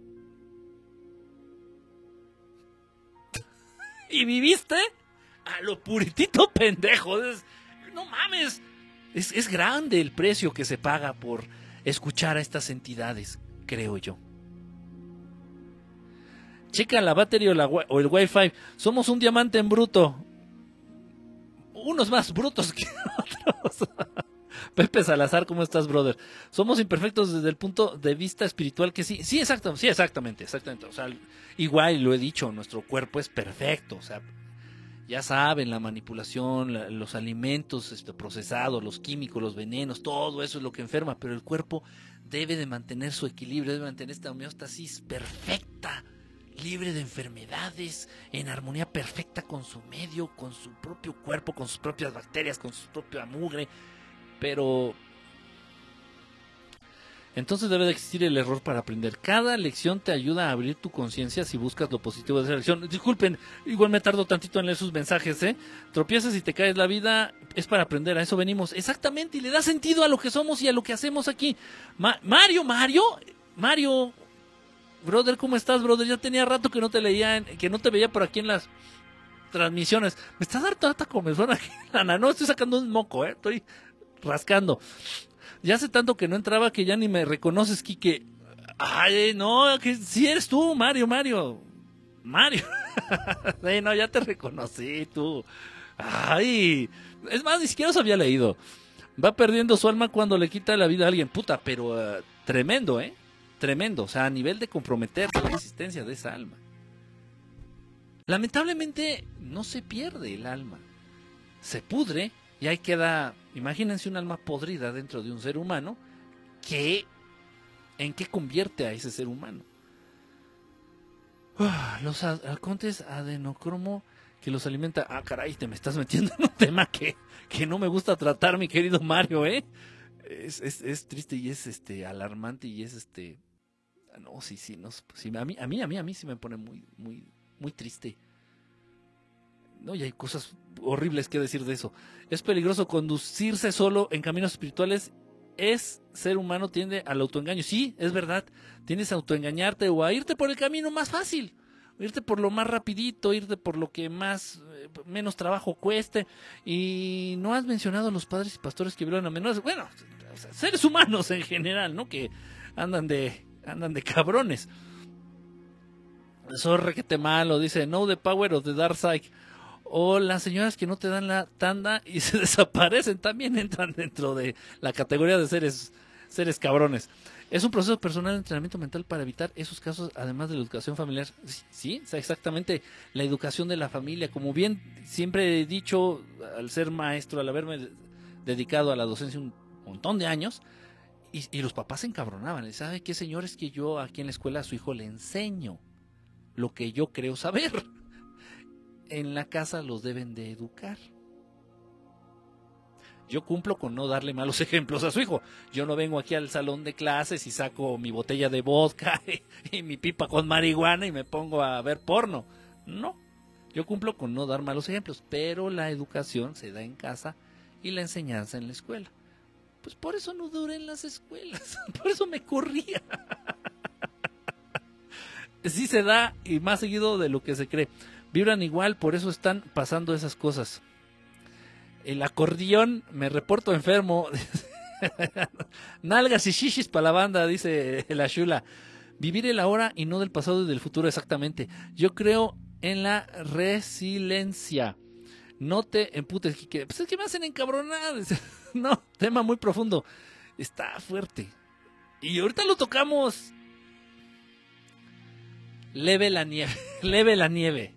Y viviste a lo puritito pendejo. Es, no mames. Es, es grande el precio que se paga por escuchar a estas entidades, creo yo. Checa la batería o, la, o el Wi-Fi. Somos un diamante en bruto. Unos más brutos que otros. Pepe Salazar, ¿cómo estás, brother? Somos imperfectos desde el punto de vista espiritual que sí. Sí, exacto, sí, exactamente, exactamente. O sea, igual lo he dicho, nuestro cuerpo es perfecto. O sea, ya saben, la manipulación, la, los alimentos este, procesados, los químicos, los venenos, todo eso es lo que enferma. Pero el cuerpo debe de mantener su equilibrio, debe mantener esta homeostasis perfecta, libre de enfermedades, en armonía perfecta con su medio, con su propio cuerpo, con sus propias bacterias, con su propia mugre. Pero entonces debe de existir el error para aprender. Cada lección te ayuda a abrir tu conciencia si buscas lo positivo de esa lección. Disculpen, igual me tardo tantito en leer sus mensajes, ¿eh? Tropiezas y te caes. La vida es para aprender, a eso venimos. Exactamente, y le da sentido a lo que somos y a lo que hacemos aquí. Ma Mario, Mario, Mario, brother, ¿cómo estás, brother? Ya tenía rato que no te leía, que no te veía por aquí en las transmisiones. Me estás dando tanta comezón aquí, Ana. No, estoy sacando un moco, ¿eh? Estoy rascando. Ya hace tanto que no entraba que ya ni me reconoces, Quique. Ay, no, que sí eres tú, Mario, Mario. Mario. Ay, no, ya te reconocí, tú. Ay, es más, ni siquiera os había leído. Va perdiendo su alma cuando le quita la vida a alguien. Puta, pero uh, tremendo, ¿eh? Tremendo. O sea, a nivel de comprometer la existencia de esa alma. Lamentablemente, no se pierde el alma. Se pudre. Y ahí queda, imagínense un alma podrida dentro de un ser humano, que, ¿en qué convierte a ese ser humano? Uh, los arcontes adenocromo que los alimenta. Ah, caray, te me estás metiendo en un tema que, que no me gusta tratar, mi querido Mario, ¿eh? Es, es, es triste y es este alarmante y es este... No, sí, sí, no, sí, a mí, a mí, a mí, a mí sí me pone muy, muy, muy triste. No, y hay cosas horribles que decir de eso. Es peligroso conducirse solo en caminos espirituales. Es ser humano tiende al autoengaño. Sí, es verdad. Tienes a autoengañarte o a irte por el camino más fácil. Irte por lo más rapidito, irte por lo que más eh, menos trabajo cueste. Y no has mencionado a los padres y pastores que violan a menores. Bueno, o sea, seres humanos en general, ¿no? Que andan de, andan de cabrones. Zorre que te malo, dice, no the power of the dark side. O las señoras que no te dan la tanda y se desaparecen, también entran dentro de la categoría de seres, seres cabrones. Es un proceso personal de entrenamiento mental para evitar esos casos, además de la educación familiar. Sí, sí, exactamente, la educación de la familia. Como bien siempre he dicho, al ser maestro, al haberme dedicado a la docencia un montón de años, y, y los papás se encabronaban. ¿Sabe qué, señor? Es que yo aquí en la escuela a su hijo le enseño lo que yo creo saber. En la casa los deben de educar. Yo cumplo con no darle malos ejemplos a su hijo. Yo no vengo aquí al salón de clases y saco mi botella de vodka y, y mi pipa con marihuana y me pongo a ver porno. No, Yo cumplo con no dar malos ejemplos, pero la educación se da en casa y la enseñanza en la escuela. Pues por eso no duré en las escuelas, por eso me corría. Sí se da y más seguido de lo que se cree. Vibran igual, por eso están pasando esas cosas. El acordeón, me reporto enfermo. Nalgas y shishis para la banda, dice la Shula. Vivir el ahora y no del pasado y del futuro, exactamente. Yo creo en la resiliencia. No te emputes, Quique. Pues es que me hacen encabronar. No, tema muy profundo. Está fuerte. Y ahorita lo tocamos. Leve la nieve. Leve la nieve.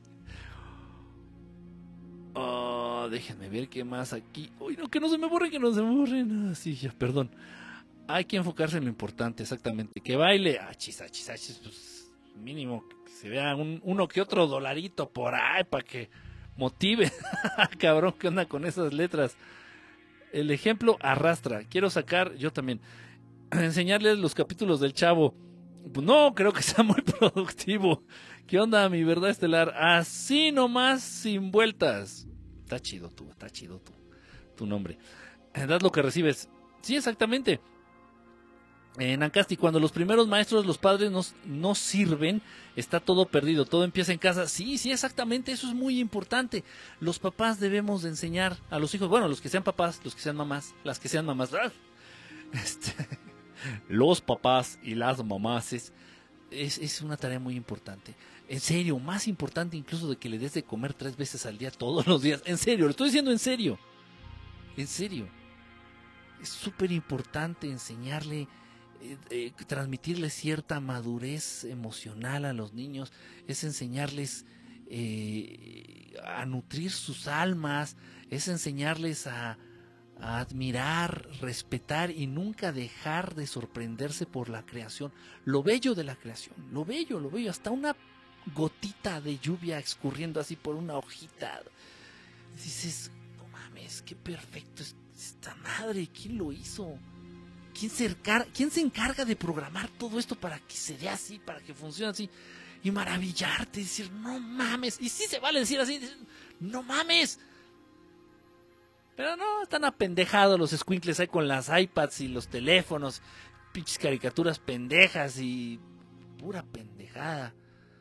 Oh, déjenme ver qué más aquí. Uy, no, que no se me borren, que no se me borren. Ah, sí, ya, perdón. Hay que enfocarse en lo importante, exactamente. Que baile. Achis, achis, achis. Pues mínimo que se vea un, uno que otro dolarito por ahí para que motive. Cabrón, ¿qué onda con esas letras? El ejemplo arrastra. Quiero sacar, yo también, enseñarles los capítulos del Chavo. Pues no, creo que sea muy productivo. ¿Qué onda, mi verdad estelar? Así nomás, sin vueltas. Está chido tú, está chido tú. Tu nombre. Das lo que recibes. Sí, exactamente. En Ancasti, cuando los primeros maestros, los padres no, no sirven, está todo perdido, todo empieza en casa. Sí, sí, exactamente, eso es muy importante. Los papás debemos de enseñar a los hijos, bueno, los que sean papás, los que sean mamás, las que sean mamás, este, los papás y las mamás, es, es, es una tarea muy importante. En serio, más importante incluso de que le des de comer tres veces al día, todos los días. En serio, lo estoy diciendo en serio. En serio. Es súper importante enseñarle... Eh, eh, transmitirles cierta madurez emocional a los niños, es enseñarles eh, a nutrir sus almas, es enseñarles a, a admirar, respetar y nunca dejar de sorprenderse por la creación, lo bello de la creación, lo bello, lo bello, hasta una gotita de lluvia escurriendo así por una hojita, dices, no mames, qué perfecto es esta madre, ¿quién lo hizo? ¿Quién se, encarga, ¿Quién se encarga de programar todo esto para que se dé así, para que funcione así? Y maravillarte, decir, no mames. Y sí se vale decir así, decir, no mames. Pero no, están apendejados los escuincles ahí con las iPads y los teléfonos. Pinches caricaturas pendejas y pura pendejada.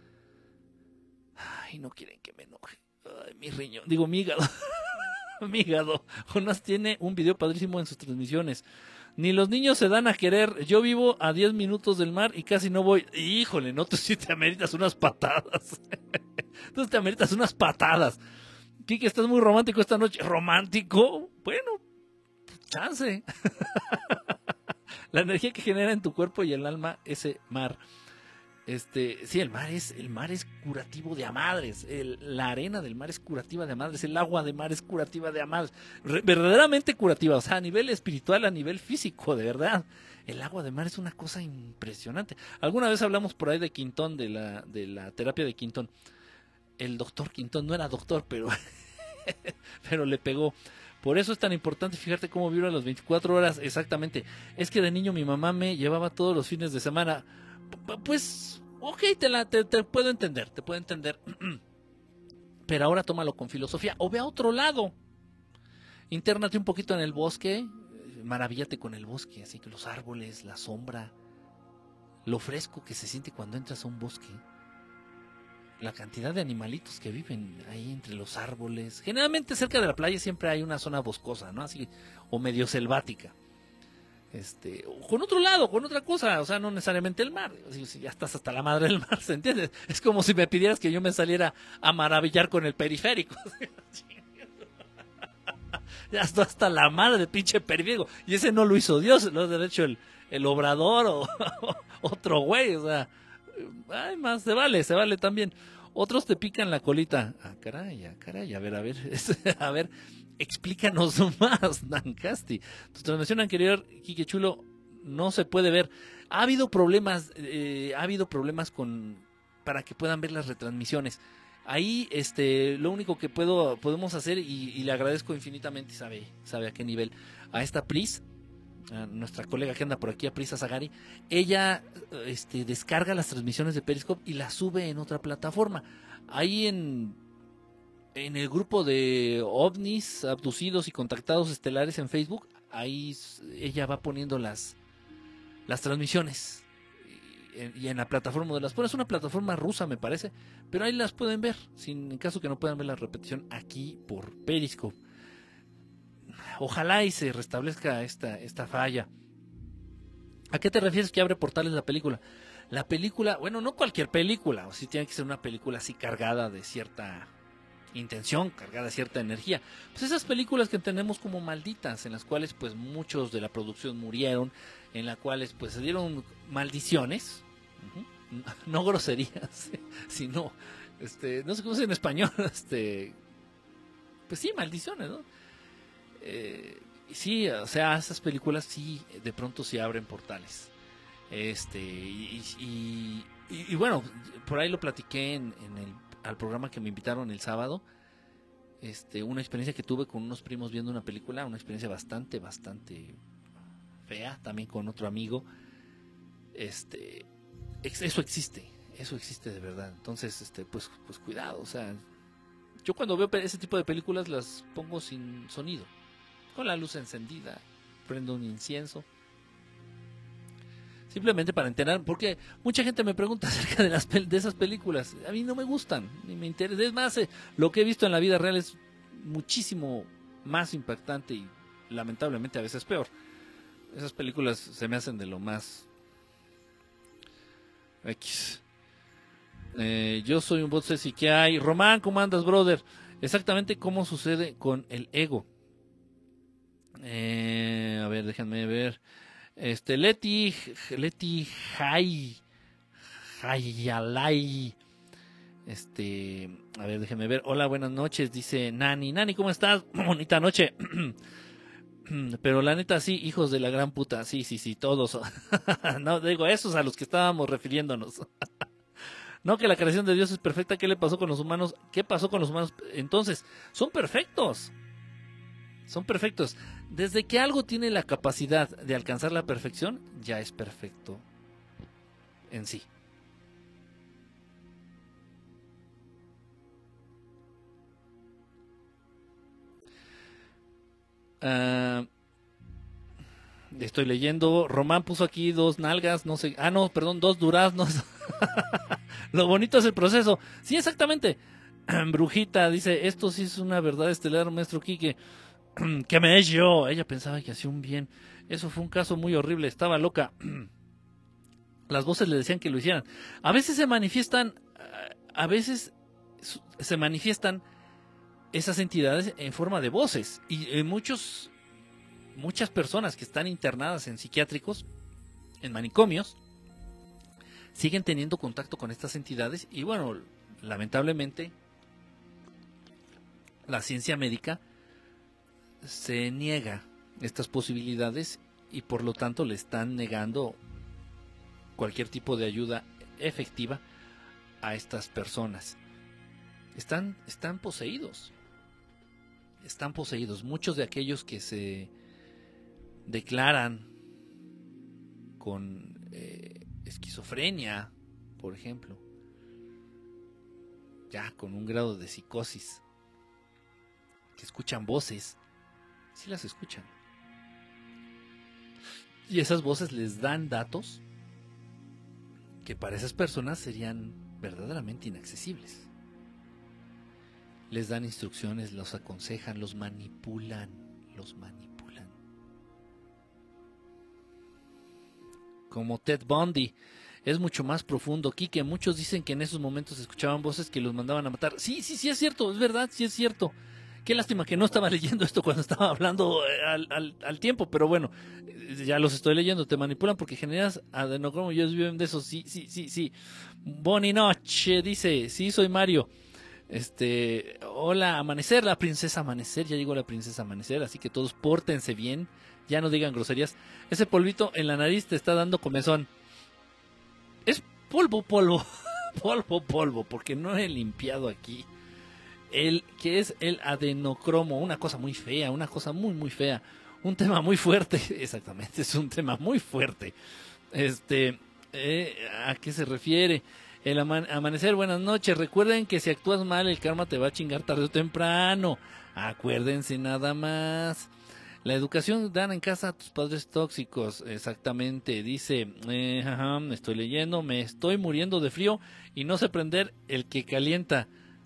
Ay, no quieren que me enoje. Ay, mi riñón, digo, mi hígado. Mi hígado. Jonas tiene un video padrísimo en sus transmisiones. Ni los niños se dan a querer. Yo vivo a diez minutos del mar y casi no voy. Híjole, no, tú sí te ameritas unas patadas. Tú te ameritas unas patadas. Kike, estás muy romántico esta noche. ¿Romántico? Bueno, chance. La energía que genera en tu cuerpo y el alma ese mar. Este, sí, el mar es, el mar es curativo de a madres. El, la arena del mar es curativa de a madres. El agua de mar es curativa de a madres. Re, verdaderamente curativa, o sea, a nivel espiritual, a nivel físico, de verdad. El agua de mar es una cosa impresionante. Alguna vez hablamos por ahí de Quintón, de la, de la terapia de Quintón. El doctor Quintón no era doctor, pero, pero le pegó. Por eso es tan importante fijarte cómo vibra las veinticuatro horas. Exactamente. Es que de niño mi mamá me llevaba todos los fines de semana. Pues, ok, te, la, te, te puedo entender, te puedo entender. Pero ahora tómalo con filosofía o ve a otro lado. Intérnate un poquito en el bosque, maravíllate con el bosque, así que los árboles, la sombra, lo fresco que se siente cuando entras a un bosque, la cantidad de animalitos que viven ahí entre los árboles. Generalmente cerca de la playa siempre hay una zona boscosa, ¿no? Así, o medio selvática. Este, o con otro lado, con otra cosa, o sea, no necesariamente el mar. Si ya estás hasta la madre del mar, ¿se entiende? Es como si me pidieras que yo me saliera a maravillar con el periférico. Ya estoy hasta la madre de pinche periférico. Y ese no lo hizo Dios, lo ha hecho el, el obrador o, o otro güey, o sea, ay, más, se vale, se vale también. Otros te pican la colita. Ah, caray, ah, caray, a ver, a ver, a ver. Explícanos más, Nancasti. Tu transmisión anterior, Quique Chulo, no se puede ver. Ha habido problemas, eh, ha habido problemas con para que puedan ver las retransmisiones. Ahí, este, lo único que puedo, podemos hacer y, y le agradezco infinitamente, sabe, sabe a qué nivel, a esta Pris, a nuestra colega que anda por aquí, a Prisa Zagari, ella, este, descarga las transmisiones de Periscope y las sube en otra plataforma. Ahí en en el grupo de ovnis, abducidos y contactados estelares en Facebook, ahí ella va poniendo las, las transmisiones. Y en la plataforma de las es una plataforma rusa, me parece, pero ahí las pueden ver, sin, en caso que no puedan ver la repetición aquí por Periscope. Ojalá y se restablezca esta, esta falla. ¿A qué te refieres que abre portales la película? La película, bueno, no cualquier película, o sí tiene que ser una película así cargada de cierta intención, cargada de cierta energía. Pues esas películas que tenemos como malditas, en las cuales pues muchos de la producción murieron, en las cuales pues se dieron maldiciones, uh-huh. No groserías, sino, este, no sé cómo es en español, este, pues sí, maldiciones, ¿no? Eh, sí, o sea, esas películas sí, de pronto sí abren portales. Este, y, y, y, y bueno, por ahí lo platiqué en, en el al programa que me invitaron el sábado, este, una experiencia que tuve con unos primos viendo una película, una experiencia bastante, bastante fea, también con otro amigo. Este, eso existe, eso existe de verdad. Entonces, este, pues, pues cuidado, o sea, yo cuando veo ese tipo de películas las pongo sin sonido, con la luz encendida, prendo un incienso. Simplemente para enterar, porque mucha gente me pregunta acerca de las de esas películas. A mí no me gustan, ni me interesa. Es más, eh, lo que he visto en la vida real es muchísimo más impactante y lamentablemente a veces peor. Esas películas se me hacen de lo más X. Eh, yo soy un bot Ceci, ¿qué hay? Román, ¿cómo andas, brother? Exactamente cómo sucede con el ego. Eh, a ver, déjenme ver. Este, Leti, Leti Jai, Jayalay. Este, a ver, déjenme ver. Hola, buenas noches, dice Nani. Nani, ¿cómo estás? Bonita noche. Pero la neta, sí, hijos de la gran puta. Sí, sí, sí, todos. No, digo, esos a los que estábamos refiriéndonos. No, que la creación de Dios es perfecta. ¿Qué le pasó con los humanos? ¿Qué pasó con los humanos? Entonces, son perfectos. Son perfectos. Desde que algo tiene la capacidad de alcanzar la perfección, ya es perfecto en sí. Uh, estoy leyendo. Román puso aquí dos nalgas, no sé. Ah, no, perdón, dos duraznos. Lo bonito es el proceso. Sí, exactamente. Brujita dice: esto sí es una verdad estelar, maestro Quique. Que me es yo. Ella pensaba que hacía un bien. Eso fue un caso muy horrible. Estaba loca. Las voces le decían que lo hicieran. A veces se manifiestan, a veces se manifiestan esas entidades en forma de voces. Y en muchos, muchas personas que están internadas en psiquiátricos, en manicomios, siguen teniendo contacto con estas entidades. Y bueno, lamentablemente, la ciencia médica se niega estas posibilidades y por lo tanto le están negando cualquier tipo de ayuda efectiva a estas personas. Están, están poseídos. Están poseídos. Muchos de aquellos que se declaran con eh, esquizofrenia, por ejemplo, ya con un grado de psicosis, que escuchan voces, sí las escuchan. Y esas voces les dan datos que para esas personas serían verdaderamente inaccesibles. Les dan instrucciones, los aconsejan, los manipulan, los manipulan. Como Ted Bundy, es mucho más profundo. Quique, muchos dicen que en esos momentos escuchaban voces que los mandaban a matar. Sí, sí, sí es cierto, es verdad, sí es cierto. Qué lástima que no estaba leyendo esto cuando estaba hablando al, al, al tiempo, pero bueno, ya los estoy leyendo. Te manipulan porque generas adenocromo. Ellos viven de eso. Sí, sí, sí, sí. Boni noche, dice. Sí, soy Mario. Este, hola, Amanecer, la princesa Amanecer. Ya llegó la princesa Amanecer, así que todos pórtense bien. Ya no digan groserías. Ese polvito en la nariz te está dando comezón. Es polvo, polvo. Polvo, polvo, porque no he limpiado aquí. El que es el adenocromo, una cosa muy fea, una cosa muy muy fea, un tema muy fuerte, exactamente, es un tema muy fuerte. Este, eh, ¿a qué se refiere? El ama amanecer, buenas noches. Recuerden que si actúas mal, el karma te va a chingar tarde o temprano. Acuérdense nada más. La educación dan en casa a tus padres tóxicos. Exactamente. Dice, eh, ajá, estoy leyendo, me estoy muriendo de frío y no sé prender el que calienta.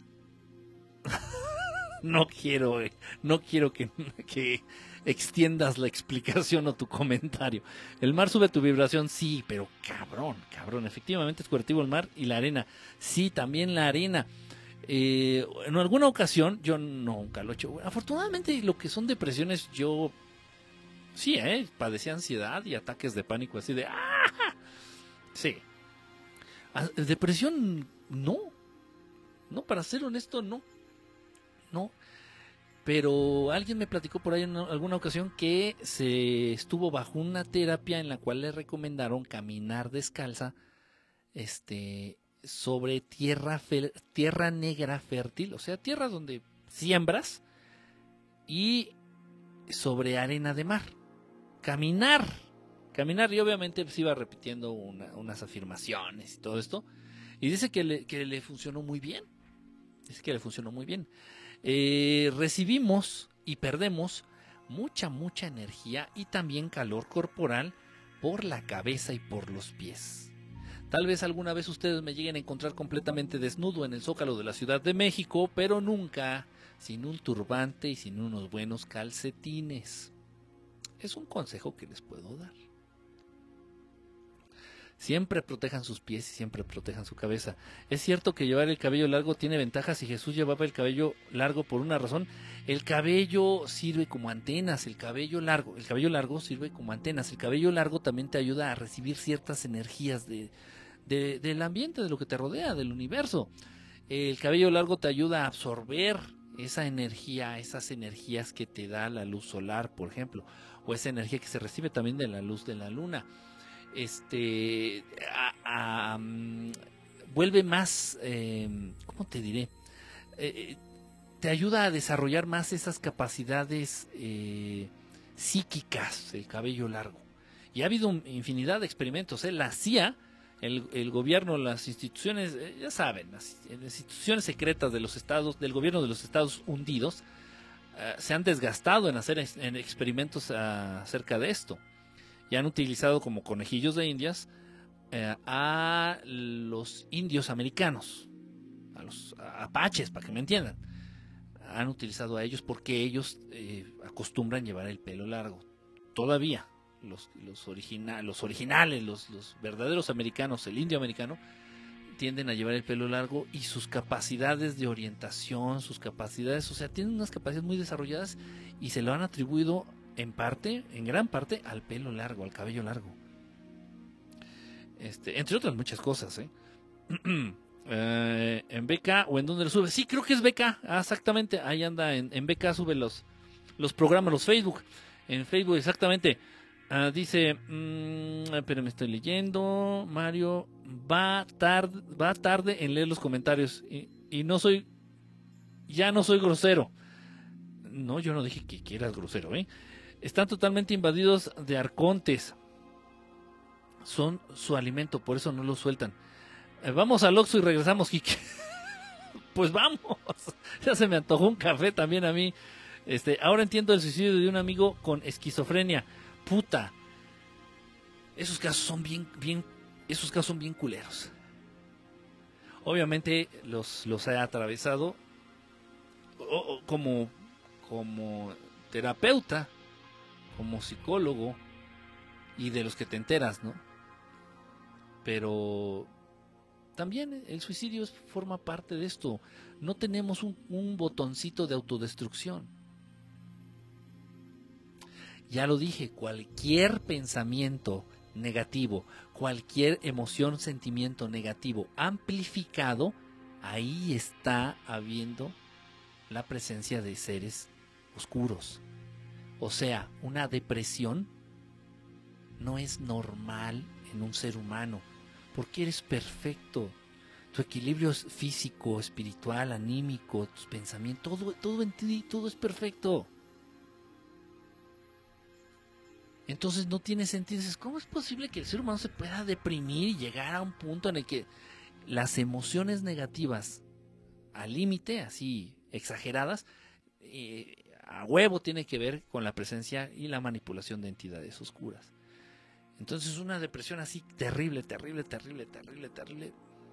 No quiero, eh, no quiero que, que extiendas la explicación o tu comentario. El mar sube tu vibración, sí, pero cabrón, cabrón. Efectivamente es curativo el mar y la arena. Sí, también la arena. Eh, en alguna ocasión, yo nunca lo he hecho. Afortunadamente, lo que son depresiones, yo sí, eh, padecí ansiedad y ataques de pánico así de ¡ah! Sí. Depresión, no. No, para ser honesto, no. No. Pero alguien me platicó por ahí en alguna ocasión que se estuvo bajo una terapia en la cual le recomendaron caminar descalza, este, sobre tierra, tierra negra fértil, o sea, tierra donde siembras, y sobre arena de mar. Caminar, caminar, y obviamente se iba repitiendo una, unas afirmaciones y todo esto, y dice que le, que le funcionó muy bien, dice que le funcionó muy bien. Eh, recibimos y perdemos mucha, mucha energía y también calor corporal por la cabeza y por los pies. Tal vez alguna vez ustedes me lleguen a encontrar completamente desnudo en el Zócalo de la Ciudad de México, pero nunca sin un turbante y sin unos buenos calcetines. Es un consejo que les puedo dar. Siempre protejan sus pies y siempre protejan su cabeza. Es cierto que llevar el cabello largo tiene ventajas y Jesús llevaba el cabello largo por una razón. El cabello sirve como antenas, el cabello largo, el cabello largo sirve como antenas. El cabello largo también te ayuda a recibir ciertas energías de, de, del ambiente, de lo que te rodea, del universo. El cabello largo te ayuda a absorber esa energía, esas energías que te da la luz solar, por ejemplo, o esa energía que se recibe también de la luz de la luna. Este a, a, um, vuelve más, eh, ¿cómo te diré? Eh, te ayuda a desarrollar más esas capacidades eh, psíquicas, el cabello largo. Y ha habido infinidad de experimentos, ¿eh? La C I A, el, el gobierno, las instituciones, eh, ya saben, las instituciones secretas de los estados, del gobierno de los Estados Unidos, eh, se han desgastado en hacer en experimentos uh, acerca de esto. Y han utilizado como conejillos de indias eh, a los indios americanos, a los a apaches, para que me entiendan. Han utilizado a ellos porque ellos eh, acostumbran llevar el pelo largo. Todavía, los, los, origina, los originales, los, los verdaderos americanos, el indio americano, tienden a llevar el pelo largo y sus capacidades de orientación, sus capacidades, o sea, tienen unas capacidades muy desarrolladas y se lo han atribuido en parte, en gran parte, al pelo largo, al cabello largo. Este, entre otras muchas cosas, ¿eh? eh en B K o en donde lo sube. Sí, creo que es B K, ah, exactamente. Ahí anda, en, en B K sube los, los programas, los Facebook. En Facebook, exactamente. Uh, dice, mmm, pero me estoy leyendo. Mario, va tarde, va tarde en leer los comentarios. Y, y no soy, ya no soy grosero. No, yo no dije que, que eras grosero, ¿eh? Están totalmente invadidos de arcontes. Son su alimento, por eso no lo sueltan. Eh, vamos al Oxxo y regresamos, Kike. Pues vamos. Ya se me antojó un café también a mí. Este, ahora entiendo el suicidio de un amigo con esquizofrenia. Puta. Esos casos son bien, bien, esos casos son bien culeros. Obviamente los, los he atravesado o, o, como, como terapeuta, como psicólogo, y de los que te enteras, ¿no? Pero también el suicidio forma parte de esto. No tenemos un, un botoncito de autodestrucción. Ya lo dije, cualquier pensamiento negativo, cualquier emoción, sentimiento negativo amplificado, ahí está habiendo la presencia de seres oscuros. O sea, una depresión no es normal en un ser humano, porque eres perfecto. Tu equilibrio físico, espiritual, anímico, tus pensamientos, todo, todo en ti, todo es perfecto. Entonces no tiene sentido. Dices, ¿cómo es posible que el ser humano se pueda deprimir y llegar a un punto en el que las emociones negativas al límite, así exageradas, eh, a huevo tiene que ver con la presencia y la manipulación de entidades oscuras. Entonces una depresión así terrible, terrible, terrible, terrible, terrible.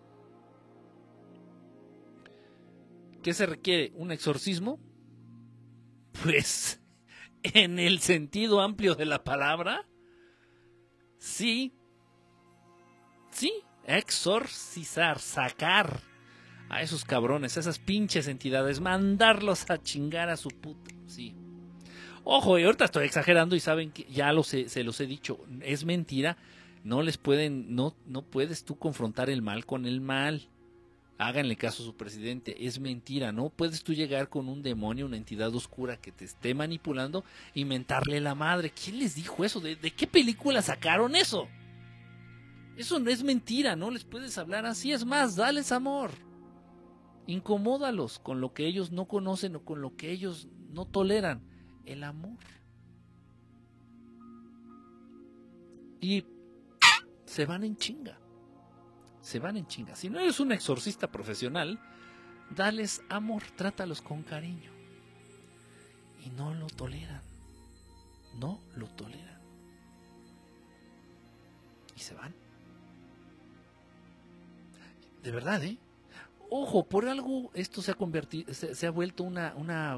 ¿Qué se requiere? ¿Un exorcismo? Pues, en el sentido amplio de la palabra, sí, sí, exorcizar, sacar a esos cabrones, a esas pinches entidades, mandarlos a chingar a su puta, sí. Ojo, y ahorita estoy exagerando y saben que ya lo sé, se los he dicho, es mentira, no les pueden, no, no puedes tú confrontar el mal con el mal. Háganle caso a su presidente, es mentira, no puedes tú llegar con un demonio, una entidad oscura que te esté manipulando y mentarle la madre. ¿Quién les dijo eso? ¿De, de qué película sacaron eso? Eso no es mentira, no les puedes hablar así, es más, dales amor. Incomódalos con lo que ellos no conocen o con lo que ellos no toleran, el amor. Y se van en chinga. Se van en chinga. Si no eres un exorcista profesional, dales amor, trátalos con cariño. Y no lo toleran. No lo toleran. Y se van. De verdad, ¿eh? Ojo, por algo esto se ha convertido, se, se ha vuelto una, una,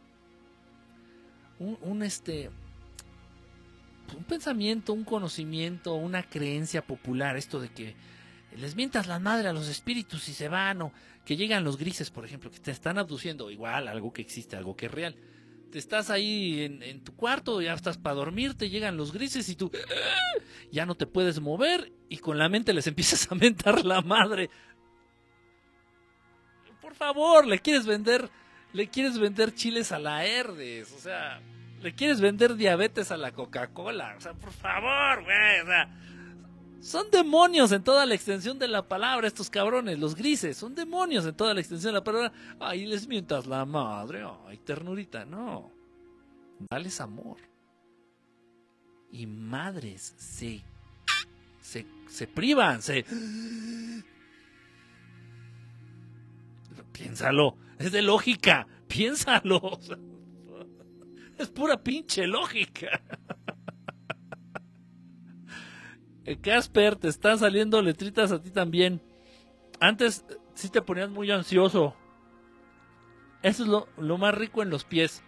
un, un este, un pensamiento, un conocimiento, una creencia popular, esto de que les mientas la madre a los espíritus y se van, o que llegan los grises, por ejemplo, que te están abduciendo, igual, algo que existe, algo que es real. Te estás ahí en, en tu cuarto, ya estás para dormirte, llegan los grises y tú ya no te puedes mover y con la mente les empiezas a mentar la madre. Por favor, le quieres vender, le quieres vender chiles a la Herdes, o sea, le quieres vender diabetes a la Coca-Cola, o sea, por favor, güey, o sea, son demonios en toda la extensión de la palabra estos cabrones, los grises, son demonios en toda la extensión de la palabra. Ay, les mientas la madre, ay, ternurita, no, dales amor. Y madres se, se, se privan, se... Piénsalo, es de lógica, piénsalo. O sea, es pura pinche lógica. Casper, te están saliendo letritas a ti también. Antes sí te ponías muy ansioso. Eso es lo, lo más rico en los pies.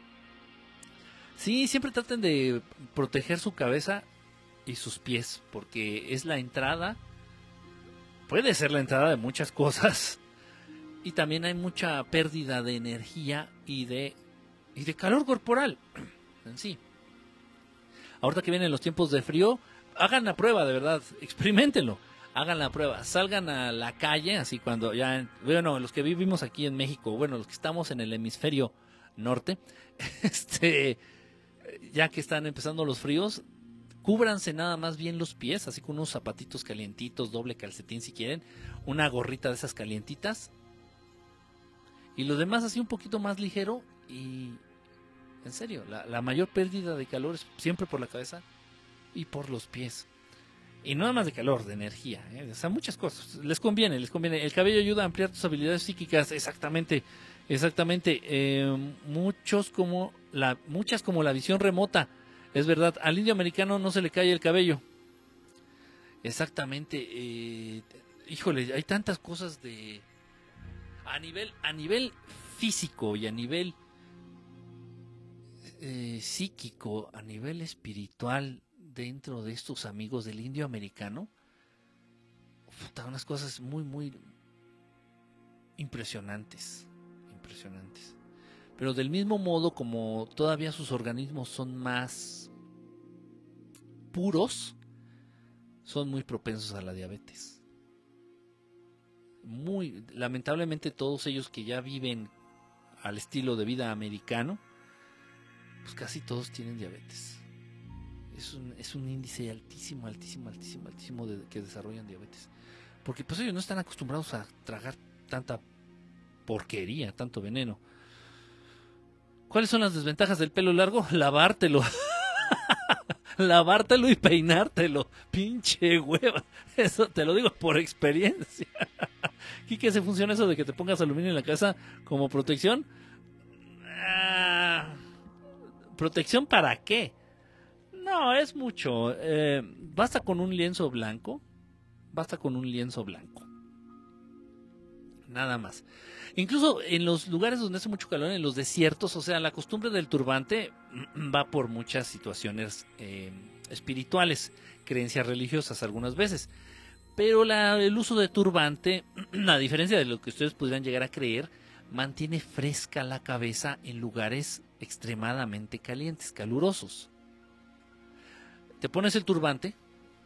Sí, siempre traten de proteger su cabeza y sus pies, porque es la entrada, puede ser la entrada de muchas cosas. Y también hay mucha pérdida de energía y de, y de calor corporal en sí. Ahorita que vienen los tiempos de frío, hagan la prueba, de verdad, experimentenlo. Hagan la prueba, salgan a la calle, así cuando ya, bueno, los que vivimos aquí en México, bueno, los que estamos en el hemisferio norte, este, ya que están empezando los fríos, cúbranse nada más bien los pies, así con unos zapatitos calientitos, doble calcetín si quieren, una gorrita de esas calientitas, y lo demás así un poquito más ligero. Y en serio, la, la mayor pérdida de calor es siempre por la cabeza y por los pies. Y no nada más de calor, de energía, ¿eh? O sea, muchas cosas. Les conviene, les conviene. El cabello ayuda a ampliar tus habilidades psíquicas, exactamente, exactamente. Eh, muchos como la, muchas como la visión remota, es verdad. Al indio americano no se le cae el cabello. Exactamente. Eh, híjole, hay tantas cosas de a nivel, a nivel físico y a nivel eh, psíquico, a nivel espiritual. Dentro de estos amigos del indio americano, puta, unas cosas muy, muy impresionantes, impresionantes. Pero del mismo modo, como todavía sus organismos son más puros, son muy propensos a la diabetes. Muy, lamentablemente todos ellos que ya viven al estilo de vida americano, pues casi todos tienen diabetes. Es un, es un índice altísimo, altísimo, altísimo, altísimo de que desarrollan diabetes. Porque pues ellos no están acostumbrados a tragar tanta porquería, tanto veneno. ¿Cuáles son las desventajas del pelo largo? Lavártelo. lavártelo y peinártelo. Pinche hueva. Eso te lo digo por experiencia. ¿Y qué se funciona eso de que te pongas aluminio en la casa como protección? Ah, ¿protección para qué? No, es mucho. Eh, basta con un lienzo blanco. Basta con un lienzo blanco. Nada más. Incluso en los lugares donde hace mucho calor, en los desiertos, o sea, la costumbre del turbante va por muchas situaciones eh, espirituales, creencias religiosas algunas veces. Pero la, el uso de turbante, a diferencia de lo que ustedes podrían llegar a creer, mantiene fresca la cabeza en lugares extremadamente calientes, calurosos. Te pones el turbante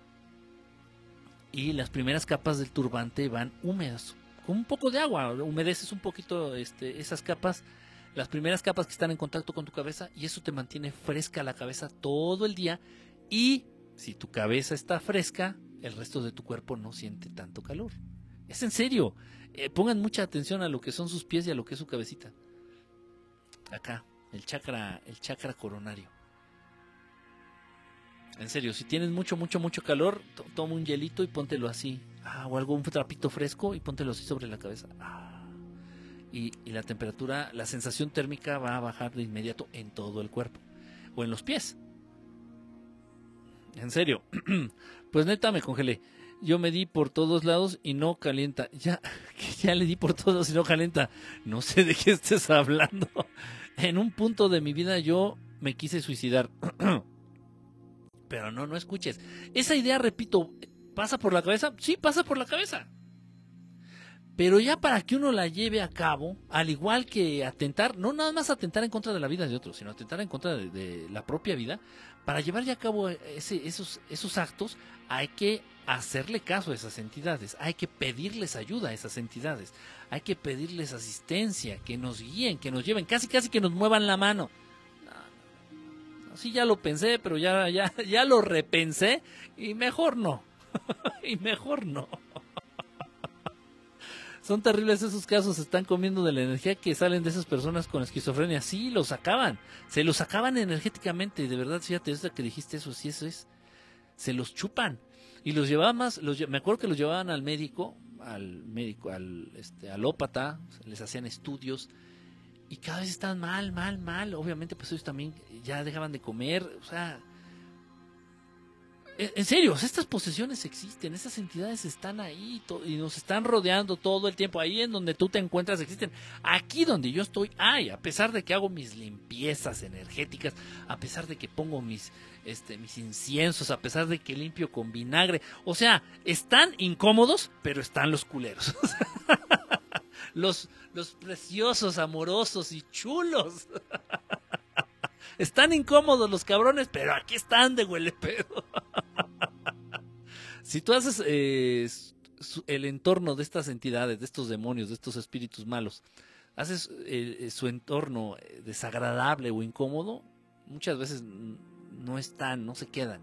y las primeras capas del turbante van húmedas, con un poco de agua, humedeces un poquito este, esas capas, las primeras capas que están en contacto con tu cabeza, y eso te mantiene fresca la cabeza todo el día. Y si tu cabeza está fresca, el resto de tu cuerpo no siente tanto calor. Es en serio. Eh, pongan mucha atención a lo que son sus pies y a lo que es su cabecita. Acá, el chakra, el chakra coronario. En serio, si tienes mucho, mucho, mucho calor, to toma un hielito y póntelo así. Ah, o algo, un trapito fresco y póntelo así sobre la cabeza. Ah, y, y la temperatura, la sensación térmica va a bajar de inmediato en todo el cuerpo. O en los pies. En serio. Pues neta me congelé. Yo me di por todos lados y no calienta. Ya, ya le di por todos y no calienta. No sé de qué estés hablando. En un punto de mi vida yo me quise suicidar. Pero no, no escuches. Esa idea, repito, ¿pasa por la cabeza? Sí, pasa por la cabeza. Pero ya para que uno la lleve a cabo, al igual que atentar, no nada más atentar en contra de la vida de otros, sino atentar en contra de, de la propia vida, para llevar ya a cabo ese, esos, esos actos hay que hacerle caso a esas entidades, hay que pedirles ayuda a esas entidades, hay que pedirles asistencia, que nos guíen, que nos lleven, casi casi que nos muevan la mano. Sí, ya lo pensé, pero ya, ya, ya lo repensé y mejor no. Y mejor no. Son terribles esos casos, se están comiendo de la energía que salen de esas personas con esquizofrenia. Sí, los sacaban, se los sacaban energéticamente, de verdad, fíjate, desde que dijiste eso, sí, eso es, se los chupan. Y los llevaban más, los, me acuerdo que los llevaban al médico, al médico, al este, alópata, les hacían estudios, y cada vez estaban mal, mal, mal. Obviamente, pues ellos también ya dejaban de comer, o sea... En serio, estas posesiones existen, esas entidades están ahí y nos están rodeando todo el tiempo. Ahí en donde tú te encuentras existen. Aquí donde yo estoy hay, a pesar de que hago mis limpiezas energéticas, a pesar de que pongo mis, este, mis inciensos, a pesar de que limpio con vinagre. O sea, están incómodos, pero están los culeros. los, los preciosos, amorosos y chulos. Están incómodos los cabrones, pero aquí están de huele pedo. Si tú haces eh, su, el entorno de estas entidades, de estos demonios, de estos espíritus malos, haces eh, su entorno desagradable o incómodo, muchas veces no están, no se quedan.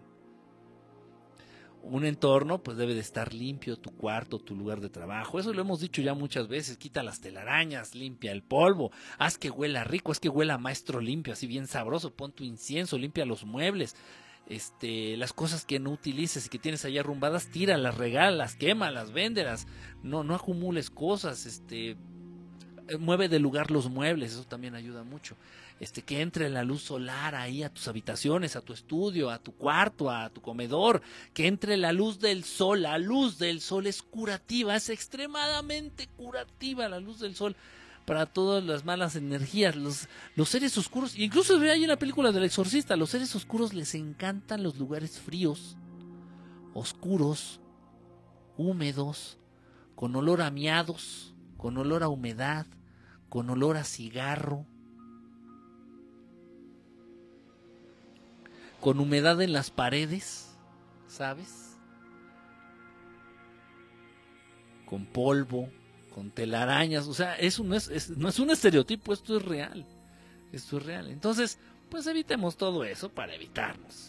Un entorno pues debe de estar limpio, tu cuarto, tu lugar de trabajo, eso lo hemos dicho ya muchas veces, quita las telarañas, limpia el polvo, haz que huela rico, haz que huela maestro limpio, así bien sabroso, pon tu incienso, limpia los muebles, este, las cosas que no utilices y que tienes allá arrumbadas, tíralas, regálalas, quémalas, véndelas, no, no acumules cosas, este, mueve de lugar los muebles, eso también ayuda mucho. Este, que entre la luz solar ahí a tus habitaciones, a tu estudio, a tu cuarto, a tu comedor, que entre la luz del sol. La luz del sol es curativa, es extremadamente curativa la luz del sol para todas las malas energías, los, los seres oscuros. Incluso hay una película del Exorcista, los seres oscuros les encantan los lugares fríos, oscuros, húmedos, con olor a miados, con olor a humedad, con olor a cigarro, con humedad en las paredes, ¿sabes? Con polvo, con telarañas, o sea, eso no es, es, no es un estereotipo, esto es real, esto es real. Entonces, pues evitemos todo eso para evitarnos.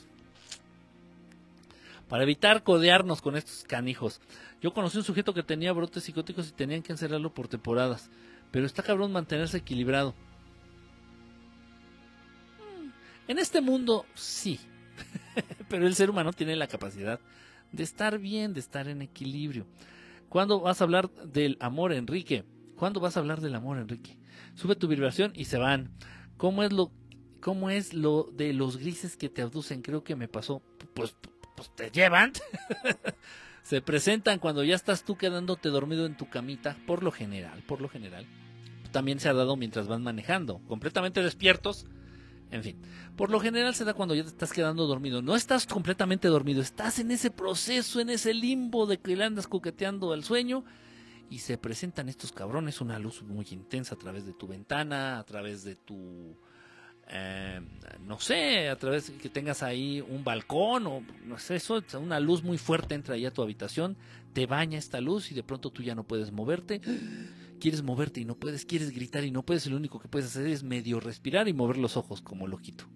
Para evitar codearnos con estos canijos. Yo conocí un sujeto que tenía brotes psicóticos y tenían que encerrarlo por temporadas, pero está cabrón mantenerse equilibrado. En este mundo, sí. Pero el ser humano tiene la capacidad de estar bien, de estar en equilibrio. ¿Cuándo vas a hablar del amor, Enrique? ¿Cuándo vas a hablar del amor, Enrique? Sube tu vibración y se van. ¿Cómo es lo, cómo es lo de los grises que te abducen? Creo que me pasó. Pues, pues te llevan. Se presentan cuando ya estás tú quedándote dormido en tu camita, por lo general, por lo general. También se ha dado mientras van manejando, completamente despiertos. En fin, por lo general se da cuando ya te estás quedando dormido. No estás completamente dormido, estás en ese proceso, en ese limbo de que le andas coqueteando al sueño. Y se presentan estos cabrones, una luz muy intensa a través de tu ventana, a través de tu... Eh, no sé, a través de que tengas ahí un balcón o no sé, eso, una luz muy fuerte entra ahí a tu habitación, te baña esta luz y de pronto tú ya no puedes moverte, quieres moverte y no puedes, quieres gritar y no puedes, y lo único que puedes hacer es medio respirar y mover los ojos como loquito.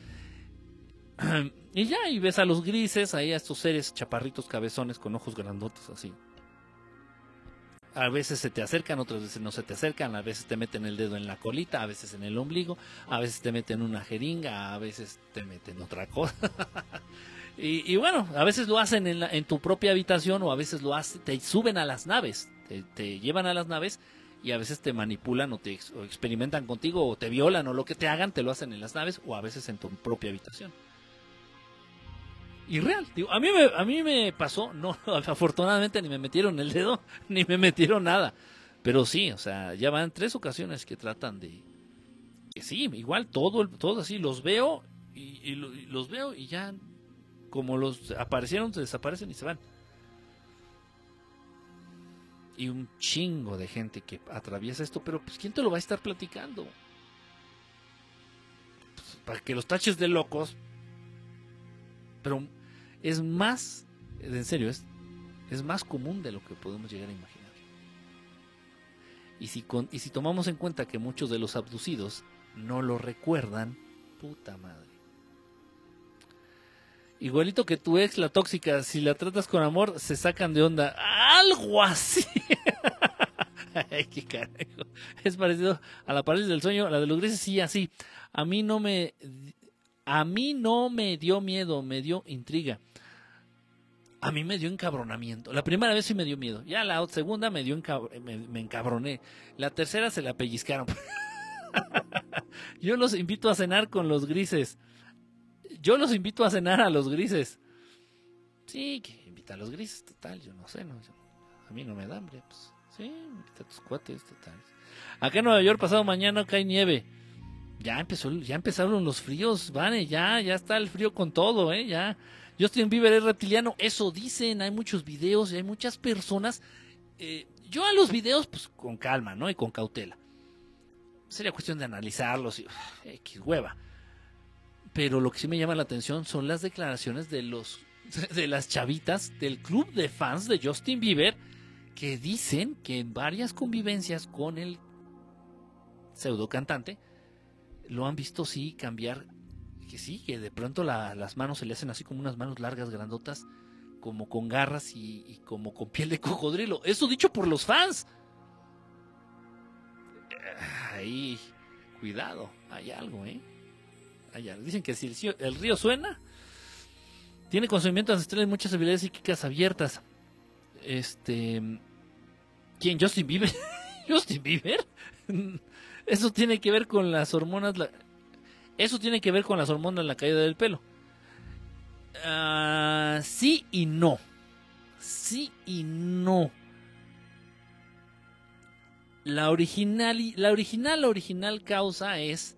Y ya, y ves a los grises, ahí a estos seres chaparritos cabezones con ojos grandotes así. A veces se te acercan, otras veces no se te acercan, a veces te meten el dedo en la colita, a veces en el ombligo, a veces te meten una jeringa, a veces te meten otra cosa. y, y bueno, a veces lo hacen en, la, en tu propia habitación o a veces lo hacen, te suben a las naves, te, te llevan a las naves y a veces te manipulan o te o experimentan contigo o te violan o lo que te hagan, te lo hacen en las naves o a veces en tu propia habitación. Y real, digo, a mí me, a mí me pasó, no, afortunadamente ni me metieron el dedo, ni me metieron nada, pero sí, o sea, ya van tres ocasiones que tratan de, que sí, igual todo, todo así, los veo y, y, lo, y los veo y ya, como los aparecieron, se desaparecen y se van. Y un chingo de gente que atraviesa esto, pero pues ¿quién te lo va a estar platicando? Pues, para que los taches de locos. Pero es más, en serio, es, es más común de lo que podemos llegar a imaginar. Y si, con, y si tomamos en cuenta que muchos de los abducidos no lo recuerdan, puta madre. Igualito que tu ex, la tóxica, si la tratas con amor, se sacan de onda. Algo así. Ay, qué carajo. Es parecido a la parálisis del sueño, la de los grises, sí, así. A mí no me... A mí no me dio miedo, me dio intriga. A mí me dio encabronamiento. La primera vez sí me dio miedo. Ya la segunda me dio encab me, me encabroné. La tercera se la pellizcaron. Yo los invito a cenar con los grises. Yo los invito a cenar a los grises. Sí, que invita a los grises, total. Yo no sé, no, yo, a mí no me da hambre. Pues, sí, invita a tus cuates, total. Acá en Nueva York, pasado mañana cae nieve. Ya empezó, ya empezaron los fríos, vale, ya, ya está el frío con todo, eh, ya. Justin Bieber es reptiliano, eso dicen, hay muchos videos y hay muchas personas. Eh, yo a los videos, pues con calma, ¿no? Y con cautela. Sería cuestión de analizarlos y uf, X hueva. Pero lo que sí me llama la atención son las declaraciones de los, de las chavitas del club de fans de Justin Bieber que dicen que en varias convivencias con el pseudo cantante lo han visto sí cambiar, que sí, que de pronto la, las manos se le hacen así como unas manos largas, grandotas, como con garras y, y como con piel de cocodrilo. Eso dicho por los fans. Ahí, cuidado, hay algo, ¿eh? Hay algo. Dicen que si el río, el río suena, tiene conocimientos ancestrales y muchas habilidades psíquicas abiertas. Este... ¿Quién? ¿Justin Bieber? ¿Justin Bieber? Eso tiene que ver con las hormonas. La... Eso tiene que ver con las hormonas en la caída del pelo. Uh, sí y no. Sí y no. La original, la original, la original causa es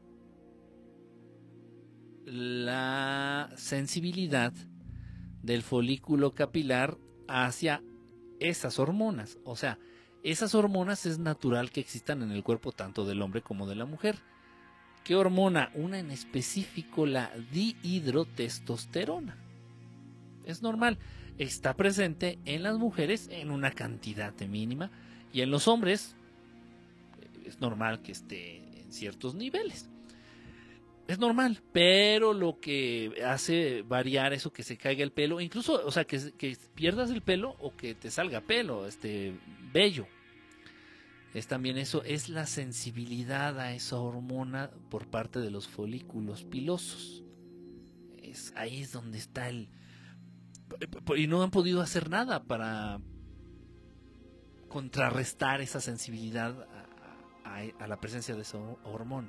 la sensibilidad del folículo capilar hacia esas hormonas. O sea, esas hormonas es natural que existan en el cuerpo tanto del hombre como de la mujer. ¿Qué hormona? Una en específico, la dihidrotestosterona. Es normal. Está presente en las mujeres en una cantidad mínima y en los hombres es normal que esté en ciertos niveles. Es normal, pero lo que hace variar eso, que se caiga el pelo, incluso, o sea, que, que pierdas el pelo o que te salga pelo, este, vello. Es también eso, es la sensibilidad a esa hormona por parte de los folículos pilosos. es, ahí es donde está el... Y no han podido hacer nada para contrarrestar esa sensibilidad a, a, a la presencia de esa hormona.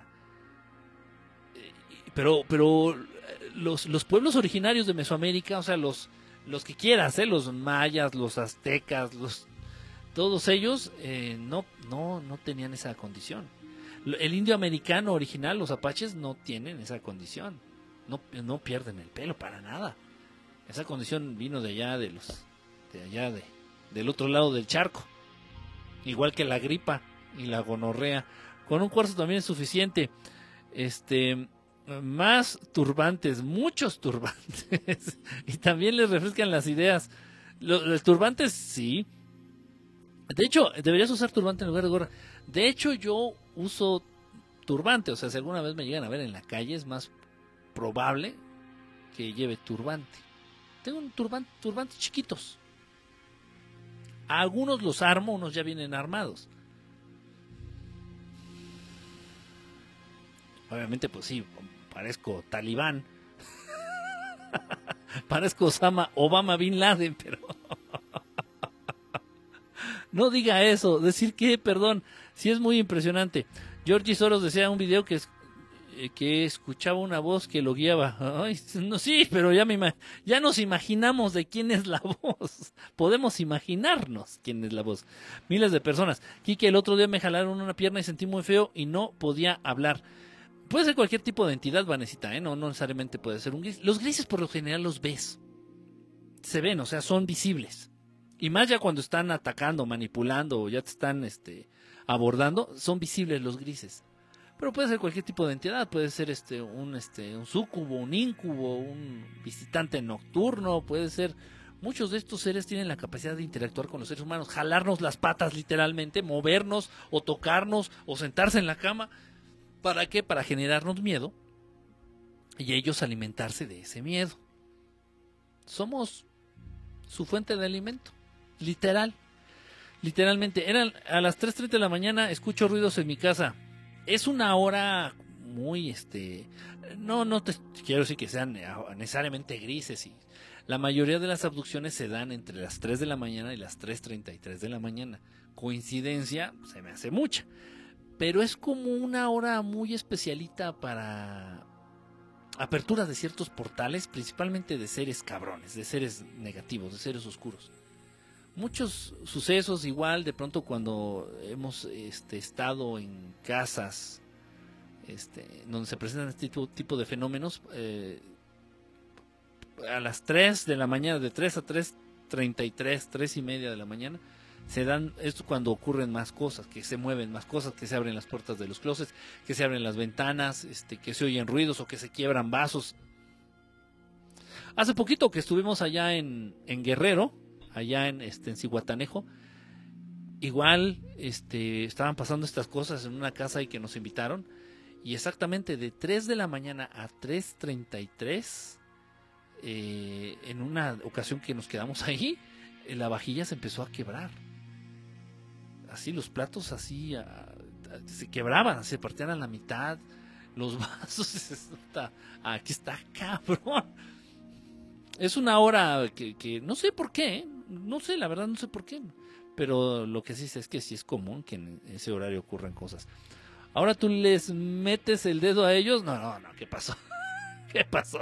Pero, pero los, los pueblos originarios de Mesoamérica, o sea, los, los que quieras, ¿eh? Los mayas, los aztecas, los, todos ellos eh, no, no, no tenían esa condición. El indio americano original, los apaches, no tienen esa condición. No, no pierden el pelo para nada. Esa condición vino de allá, de los, de allá, de, del otro lado del charco. Igual que la gripa y la gonorrea. Con un cuarzo también es suficiente. Este, más turbantes, muchos turbantes. Y también les refrescan las ideas. Los, los turbantes, sí. De hecho, deberías usar turbante en lugar de gorra. De hecho, yo uso turbante. O sea, si alguna vez me llegan a ver en la calle, es más probable que lleve turbante. Tengo un turbante, turbantes chiquitos. Algunos los armo, unos ya vienen armados. Obviamente, pues sí, parezco talibán. Parezco Osama, Obama Bin Laden, pero... No diga eso, decir que, perdón, sí es muy impresionante. Georgie Soros decía en un video que, que escuchaba una voz que lo guiaba. Ay, no, sí, pero ya, me, ya nos imaginamos de quién es la voz. Podemos imaginarnos quién es la voz. Miles de personas. Kike, el otro día me jalaron una pierna y sentí muy feo y no podía hablar. Puede ser cualquier tipo de entidad, Vanesita, ¿eh? No, no necesariamente puede ser un gris. Los grises por lo general los ves. Se ven, o sea, son visibles. Y más ya cuando están atacando, manipulando o ya te están este, abordando, son visibles los grises. Pero puede ser cualquier tipo de entidad, puede ser este un este un súcubo, un íncubo, un visitante nocturno, puede ser... Muchos de estos seres tienen la capacidad de interactuar con los seres humanos, jalarnos las patas literalmente, movernos o tocarnos o sentarse en la cama. ¿Para qué? Para generarnos miedo y ellos alimentarse de ese miedo. Somos su fuente de alimento. Literal, literalmente, eran a las tres treinta de la mañana, escucho ruidos en mi casa. Es una hora muy, este, no, no te quiero decir que sean necesariamente grises. Y la mayoría de las abducciones se dan entre las tres de la mañana y las tres treinta y tres de la mañana. Coincidencia, se me hace mucha. Pero es como una hora muy especialita para apertura de ciertos portales, principalmente de seres cabrones, de seres negativos, de seres oscuros. Muchos sucesos igual, de pronto cuando hemos este, estado en casas este, donde se presentan este tipo, tipo de fenómenos, eh, a las tres de la mañana, de tres a tres treinta y tres, tres y media de la mañana, se dan, esto cuando ocurren más cosas, que se mueven más cosas, que se abren las puertas de los closets, que se abren las ventanas, este, que se oyen ruidos o que se quiebran vasos. Hace poquito que estuvimos allá en, en Guerrero, allá en, este, en Zihuatanejo, igual este, estaban pasando estas cosas en una casa ahí que nos invitaron, y exactamente de tres de la mañana a tres treinta y tres, eh, en una ocasión que nos quedamos ahí, la vajilla se empezó a quebrar. Así los platos así a, a, se quebraban, se partían a la mitad, los vasos, está, aquí está cabrón. Es una hora que, que no sé por qué, ¿eh? No sé, la verdad no sé por qué, pero lo que sí sé es que sí es común que en ese horario ocurran cosas. Ahora tú les metes el dedo a ellos, no, no, no, ¿qué pasó? ¿Qué pasó?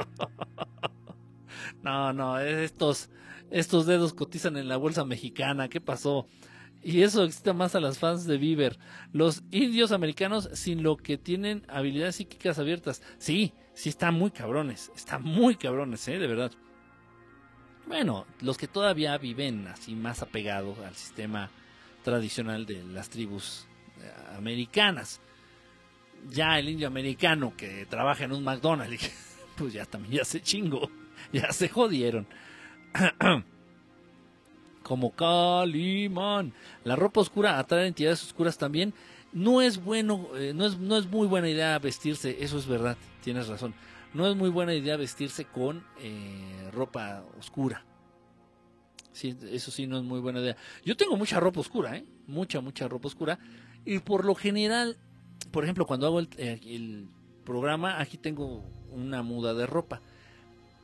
No, no, estos, estos dedos cotizan en la bolsa mexicana, ¿qué pasó? Y eso excita más a las fans de Bieber. Los indios americanos sin lo que tienen habilidades psíquicas abiertas. Sí, sí están muy cabrones, están muy cabrones, ¿eh? De verdad. Bueno, los que todavía viven así más apegados al sistema tradicional de las tribus eh, americanas. Ya el indio americano que trabaja en un McDonald's, pues ya también ya se chingó, ya se jodieron. Como Calimán. La ropa oscura atrae entidades oscuras también. No es bueno, eh, no es, no es muy buena idea vestirse, eso es verdad, tienes razón. No es muy buena idea vestirse con eh, ropa oscura. Sí, eso sí, no es muy buena idea. Yo tengo mucha ropa oscura, ¿eh? Mucha, mucha ropa oscura. Y por lo general, por ejemplo, cuando hago el, el programa, aquí tengo una muda de ropa.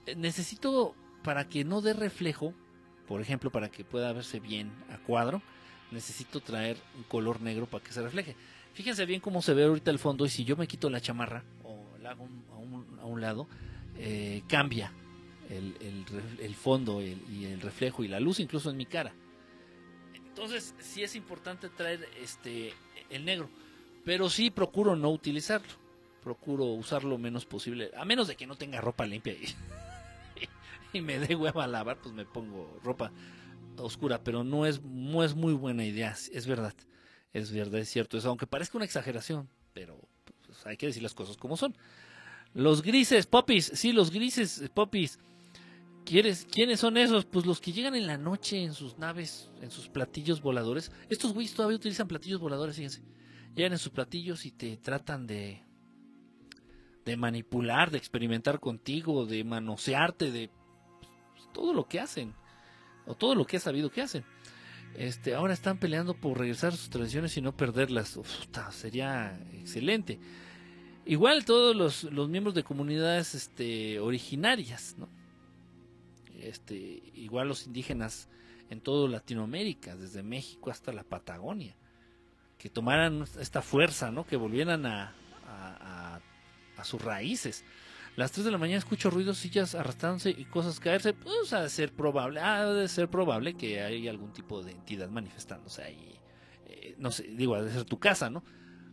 necesito, para que no dé reflejo, por ejemplo, para que pueda verse bien a cuadro, necesito traer un color negro para que se refleje. Fíjense bien cómo se ve ahorita el fondo, y si yo me quito la chamarra o la hago un, a, un, a un lado, eh, cambia el, el, el fondo el, y el reflejo y la luz incluso en mi cara. Entonces sí es importante traer este el negro, pero sí procuro no utilizarlo, procuro usarlo lo menos posible, a menos de que no tenga ropa limpia y, y me dé hueva a lavar, pues me pongo ropa oscura, pero no es, no es muy buena idea, es verdad, es verdad, es cierto eso, aunque parezca una exageración, pero pues, hay que decir las cosas como son. Los grises, popis, sí, los grises, popis. ¿Quieres, ¿Quiénes son esos? Pues los que llegan en la noche en sus naves, en sus platillos voladores. Estos güeyes todavía utilizan platillos voladores, fíjense. Llegan en sus platillos y te tratan de de manipular, de experimentar contigo, de manosearte, de pues, todo lo que hacen, o todo lo que he sabido que hacen. Este, ahora están peleando por regresar a sus tradiciones y no perderlas. Uf, sería excelente. Igual todos los, los miembros de comunidades este, originarias, ¿no? Este, igual los indígenas en toda Latinoamérica, desde México hasta la Patagonia, que tomaran esta fuerza, ¿no? Que volvieran a, a, a, a sus raíces. A las tres de la mañana escucho ruidos, sillas arrastrándose y cosas caerse. Pues ha de ser probable, ha de ser probable que hay algún tipo de entidad manifestándose ahí. Eh, no sé, digo, ha de ser tu casa, ¿no?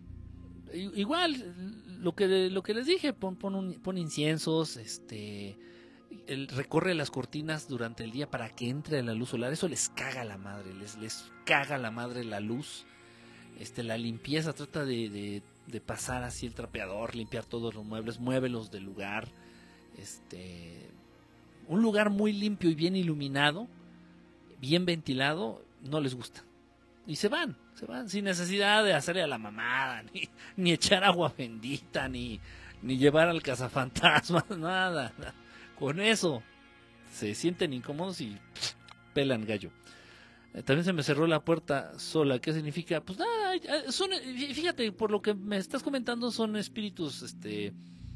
Igual, lo que, lo que les dije, pon, pon, un, pon inciensos, este... El, recorre las cortinas durante el día para que entre la luz solar. Eso les caga la madre, les, les caga la madre la luz. Este, la limpieza, trata de, de, de pasar así el trapeador, limpiar todos los muebles, muévelos del lugar. Este, un lugar muy limpio y bien iluminado, bien ventilado, no les gusta. Y se van, se van sin necesidad de hacerle a la mamada, ni, ni echar agua bendita, ni, ni llevar al cazafantasmas, nada, nada. Con eso se sienten incómodos y pff, pelan gallo. Eh, también se me cerró la puerta sola. ¿Qué significa? Pues nada, son, fíjate, por lo que me estás comentando, son espíritus, este,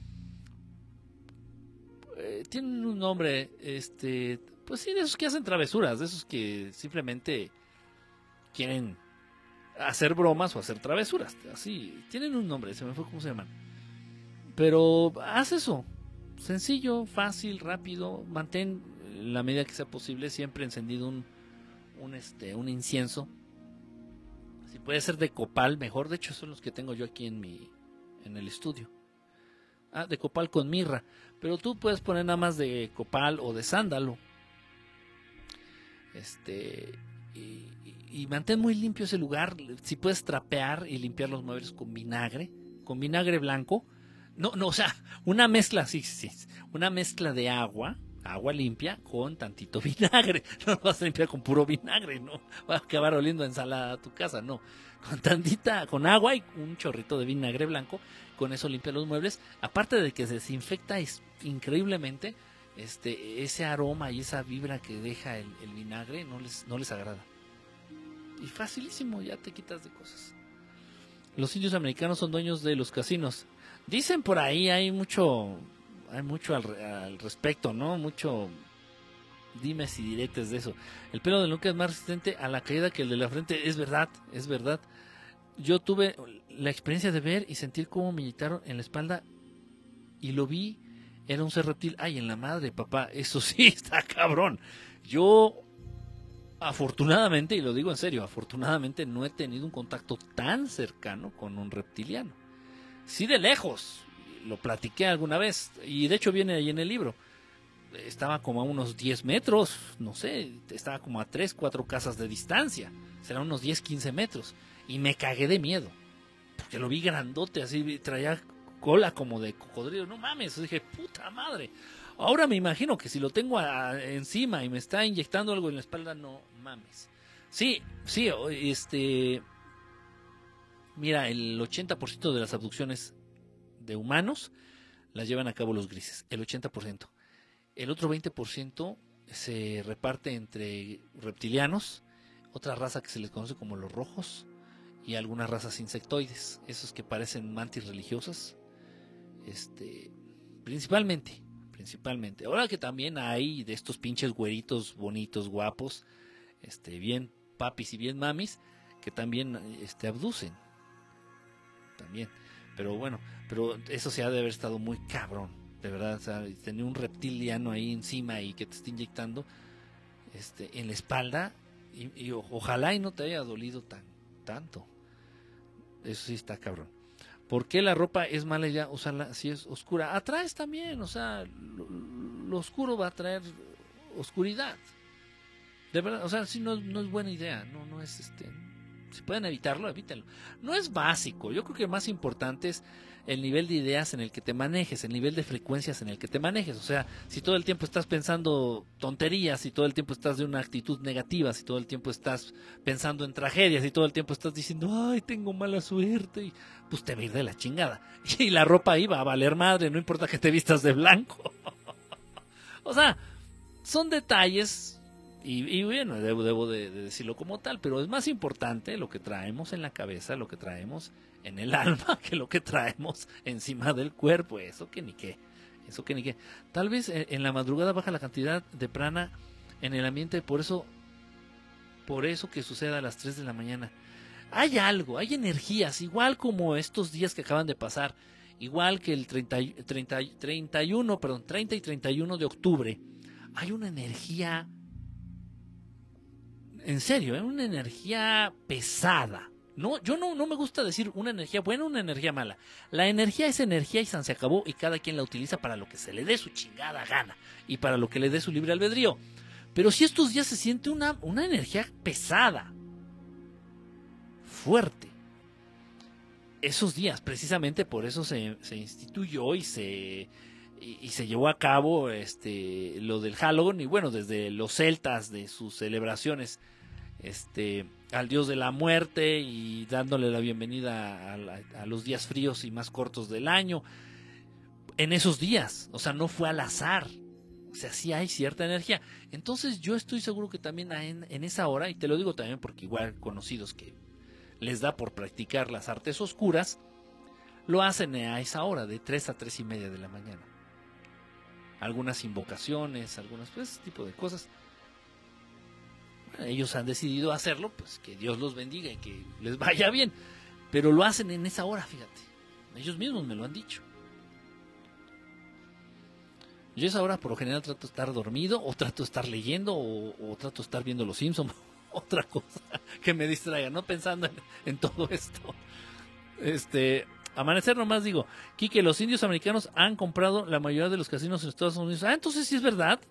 eh, tienen un nombre, este, pues sí, de esos que hacen travesuras, de esos que simplemente quieren hacer bromas o hacer travesuras. Así, tienen un nombre, se me fue cómo se llaman. Pero haz eso. Sencillo, fácil, rápido. Mantén, en la medida que sea posible, siempre encendido un, un, este, un incienso. Si puede ser de copal, mejor. De hecho, son los que tengo yo aquí en mi en el estudio. Ah, de copal con mirra. Pero tú puedes poner nada más de copal o de sándalo. Este y, y, y mantén muy limpio ese lugar. Si puedes trapear y limpiar los muebles con vinagre, con vinagre blanco. No, no, o sea, una mezcla, sí, sí, una mezcla de agua, agua limpia con tantito vinagre. No lo vas a limpiar con puro vinagre, no, va a acabar oliendo a ensalada a tu casa, no. Con tantita, con agua y un chorrito de vinagre blanco, con eso limpia los muebles. Aparte de que se desinfecta es increíblemente, este, ese aroma y esa vibra que deja el, el vinagre no les, no les agrada. Y facilísimo, ya te quitas de cosas. Los indios americanos son dueños de los casinos. Dicen por ahí, hay mucho hay mucho al, al respecto, ¿no? Mucho dimes y diretes de eso. El pelo de Luca es más resistente a la caída que el de la frente. Es verdad, es verdad. Yo tuve la experiencia de ver y sentir cómo me inyectaron en la espalda y lo vi, era un ser reptil. Ay, en la madre, papá, eso sí está cabrón. Yo, afortunadamente, y lo digo en serio, afortunadamente no he tenido un contacto tan cercano con un reptiliano. Sí, de lejos, lo platiqué alguna vez, y de hecho viene ahí en el libro. Estaba como a unos diez metros, no sé, estaba como a tres, cuatro casas de distancia, serán unos diez, quince metros, y me cagué de miedo, porque lo vi grandote, así, traía cola como de cocodrilo, no mames, dije, puta madre. Ahora me imagino que si lo tengo a, encima y me está inyectando algo en la espalda, no mames. Sí, sí, este... Mira, el ochenta por ciento de las abducciones de humanos las llevan a cabo los grises, el ochenta por ciento. El otro veinte por ciento se reparte entre reptilianos, otra raza que se les conoce como los rojos, y algunas razas insectoides, esos que parecen mantis religiosas, este, principalmente, principalmente. Ahora que también hay de estos pinches güeritos bonitos, guapos, este, bien papis y bien mamis, que también este, abducen. También. Pero bueno, pero eso se ha de haber estado muy cabrón, de verdad. O sea, tener un reptiliano ahí encima y que te esté inyectando este, en la espalda, y, y o, ojalá y no te haya dolido tan tanto. Eso sí está cabrón. ¿Por qué la ropa es mala ya usarla si es oscura? Atraes también, o sea, lo, lo oscuro va a traer oscuridad. De verdad, o sea, sí no, no es buena idea, no, no es este. Si pueden evitarlo, evítenlo. No es básico, yo creo que lo más importante es el nivel de ideas en el que te manejes, el nivel de frecuencias en el que te manejes. O sea, si todo el tiempo estás pensando tonterías, si todo el tiempo estás de una actitud negativa, si todo el tiempo estás pensando en tragedias, si todo el tiempo estás diciendo, ay, tengo mala suerte, y pues te va a ir de la chingada. Y la ropa ahí va a valer madre, no importa que te vistas de blanco. O sea, son detalles. Y, y bueno, debo, debo de, de decirlo como tal, pero es más importante lo que traemos en la cabeza, lo que traemos en el alma, que lo que traemos encima del cuerpo. Eso que ni qué, eso que ni qué. Tal vez en, en la madrugada baja la cantidad de prana en el ambiente, por eso, por eso que sucede a las tres de la mañana. Hay algo, hay energías, igual como estos días que acaban de pasar, igual que el treinta, treinta, treinta y uno, perdón, treinta y treinta y uno de octubre. Hay una energía. En serio, es ¿eh? Una energía pesada. No, yo no, no me gusta decir una energía buena o una energía mala. La energía es energía y se acabó, y cada quien la utiliza para lo que se le dé su chingada gana y para lo que le dé su libre albedrío. Pero si estos días se siente una, una energía pesada, fuerte. Esos días, precisamente por eso se, se instituyó y se... Y, y se llevó a cabo este lo del Halloween, y bueno, desde los celtas de sus celebraciones este al dios de la muerte, y dándole la bienvenida a, la, a los días fríos y más cortos del año en esos días. O sea, no fue al azar, o sea, sí hay cierta energía. Entonces yo estoy seguro que también en, en esa hora, y te lo digo también porque igual conocidos que les da por practicar las artes oscuras, lo hacen a esa hora, de tres a tres y media de la mañana. Algunas invocaciones, algunas, pues, ese tipo de cosas. Bueno, ellos han decidido hacerlo, pues que Dios los bendiga y que les vaya bien. Pero lo hacen en esa hora, fíjate. Ellos mismos me lo han dicho. Yo a esa hora por lo general trato de estar dormido, o trato de estar leyendo, o, o trato de estar viendo Los Simpsons. Otra cosa que me distraiga, no pensando en, en todo esto. Este... Amanecer nomás digo, Quique, los indios americanos han comprado la mayoría de los casinos en Estados Unidos. Ah, entonces sí es verdad.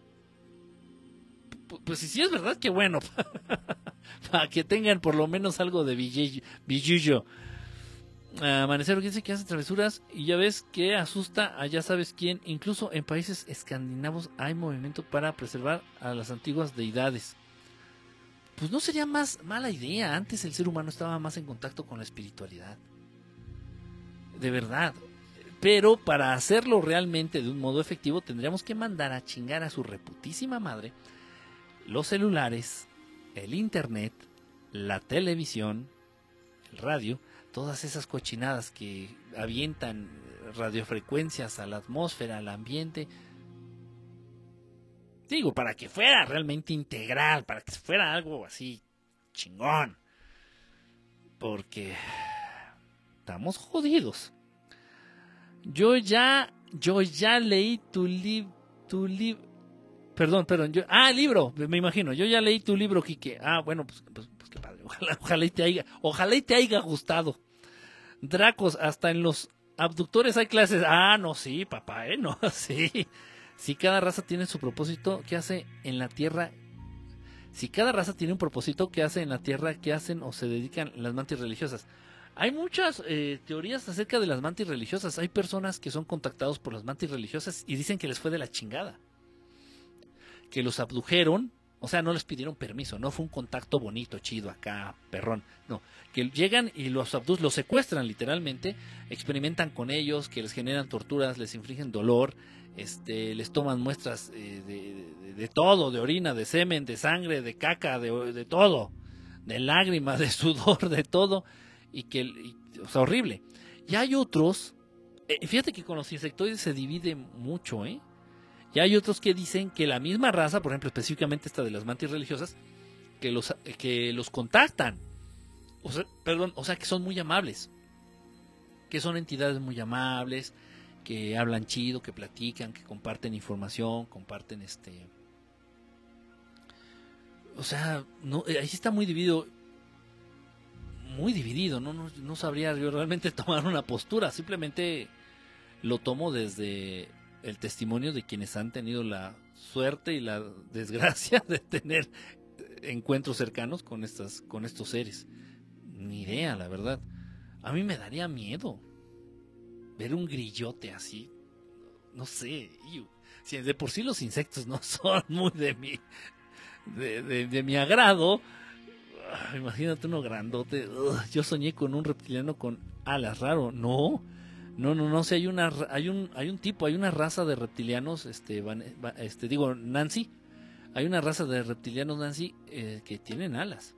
P pues si sí es verdad, qué bueno. Para que tengan por lo menos algo de billullo. Amanecer dice que hacen travesuras y ya ves que asusta a ya sabes quién. Incluso en países escandinavos hay movimiento para preservar a las antiguas deidades. Pues no sería más mala idea. Antes el ser humano estaba más en contacto con la espiritualidad. De verdad, pero para hacerlo realmente de un modo efectivo tendríamos que mandar a chingar a su reputísima madre los celulares, el internet, la televisión, el radio, todas esas cochinadas que avientan radiofrecuencias a la atmósfera, al ambiente. Digo, para que fuera realmente integral, para que fuera algo así chingón, porque estamos jodidos. Yo ya, yo ya leí tu libro, tu libro, perdón, perdón, yo, ah, libro, me imagino, yo ya leí tu libro, Quique. Ah, bueno, pues, pues, pues qué padre, ojalá, ojalá y te haya, ojalá y te haya gustado. Dracos, hasta en los abductores hay clases. Ah, no, sí, papá, eh, no, sí. Si cada raza tiene su propósito, ¿qué hace en la Tierra? Si cada raza tiene un propósito, ¿qué hace en la Tierra? ¿Qué hacen o se dedican las mantis religiosas? Hay muchas eh, teorías acerca de las mantis religiosas. Hay personas que son contactados por las mantis religiosas y dicen que les fue de la chingada. Que los abdujeron, o sea, no les pidieron permiso, no fue un contacto bonito, chido, acá, perrón. No, que llegan y los abdu los secuestran literalmente, experimentan con ellos, que les generan torturas, les infligen dolor, este, les toman muestras eh, de, de, de todo, de orina, de semen, de sangre, de caca, de, de todo, de lágrimas, de sudor, de todo. Y que, y, o sea, horrible. Y hay otros, eh, fíjate que con los insectoides se divide mucho, ¿eh? Y hay otros que dicen que la misma raza, por ejemplo, específicamente esta de las mantis religiosas, que los, que los contactan. O sea, perdón, o sea, que son muy amables. Que son entidades muy amables, que hablan chido, que platican, que comparten información, comparten este... O sea, no, ahí sí está muy dividido, muy dividido, ¿no? No, no sabría yo realmente tomar una postura, simplemente lo tomo desde el testimonio de quienes han tenido la suerte y la desgracia de tener encuentros cercanos con estas, con estos seres. Ni idea, la verdad. A mí me daría miedo ver un grillote así. No sé. Iu. Si de por sí los insectos no son muy de mi, de, de, de mi agrado. Imagínate uno grandote. Ugh, yo soñé con un reptiliano con alas, raro. No, no, no, no. Si hay una, hay un, hay un tipo, hay una raza de reptilianos. Este, van, va, este, digo, Nancy. Hay una raza de reptilianos, Nancy, eh, que tienen alas.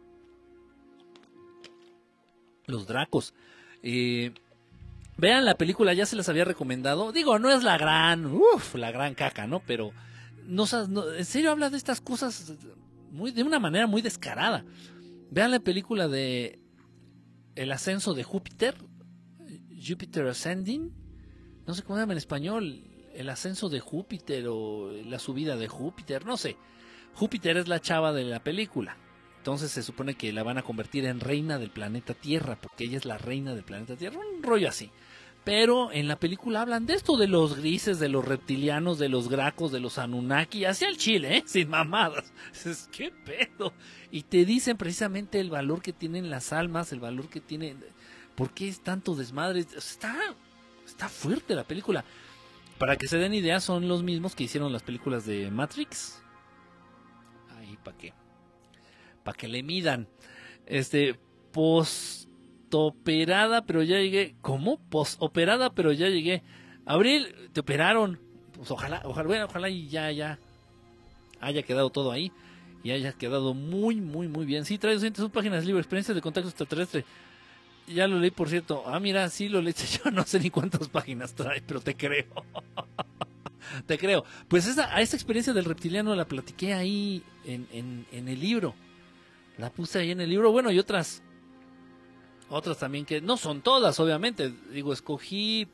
Los dracos. Eh, vean la película, ya se las había recomendado. Digo, no es la gran, uff, la gran caca, ¿no? Pero no, no, en serio habla de estas cosas muy, de una manera muy descarada. Vean la película de El ascenso de Júpiter, Jupiter Ascending, no sé cómo se llama en español, El ascenso de Júpiter o La subida de Júpiter, no sé. Júpiter es la chava de la película. Entonces se supone que la van a convertir en reina del planeta Tierra, porque ella es la reina del planeta Tierra, un rollo así. Pero en la película hablan de esto, de los grises, de los reptilianos, de los gracos, de los Anunnaki, hacia el Chile, ¿eh? Sin mamadas. Dices, ¿qué pedo? Y te dicen precisamente el valor que tienen las almas, el valor que tienen... ¿Por qué es tanto desmadre? Está, está fuerte la película. Para que se den idea, son los mismos que hicieron las películas de Matrix. Ahí, ¿para qué? Para que le midan. Este, postoperada, pero ya llegué. ¿Cómo? Postoperada, pero ya llegué. Abril, te operaron. Pues ojalá, ojalá, bueno, ojalá y ya, ya haya quedado todo ahí. Y haya quedado muy, muy, muy bien. Sí, trae doscientas páginas libres, experiencias de contacto extraterrestre. Ya lo leí, por cierto. Ah, mira, sí lo leí. Yo no sé ni cuántas páginas trae, pero te creo. Te creo. Pues esa, a esa experiencia del reptiliano la platiqué ahí en, en, en el libro. La puse ahí en el libro. Bueno, y otras. Otras también que no son todas, obviamente. Digo, escogí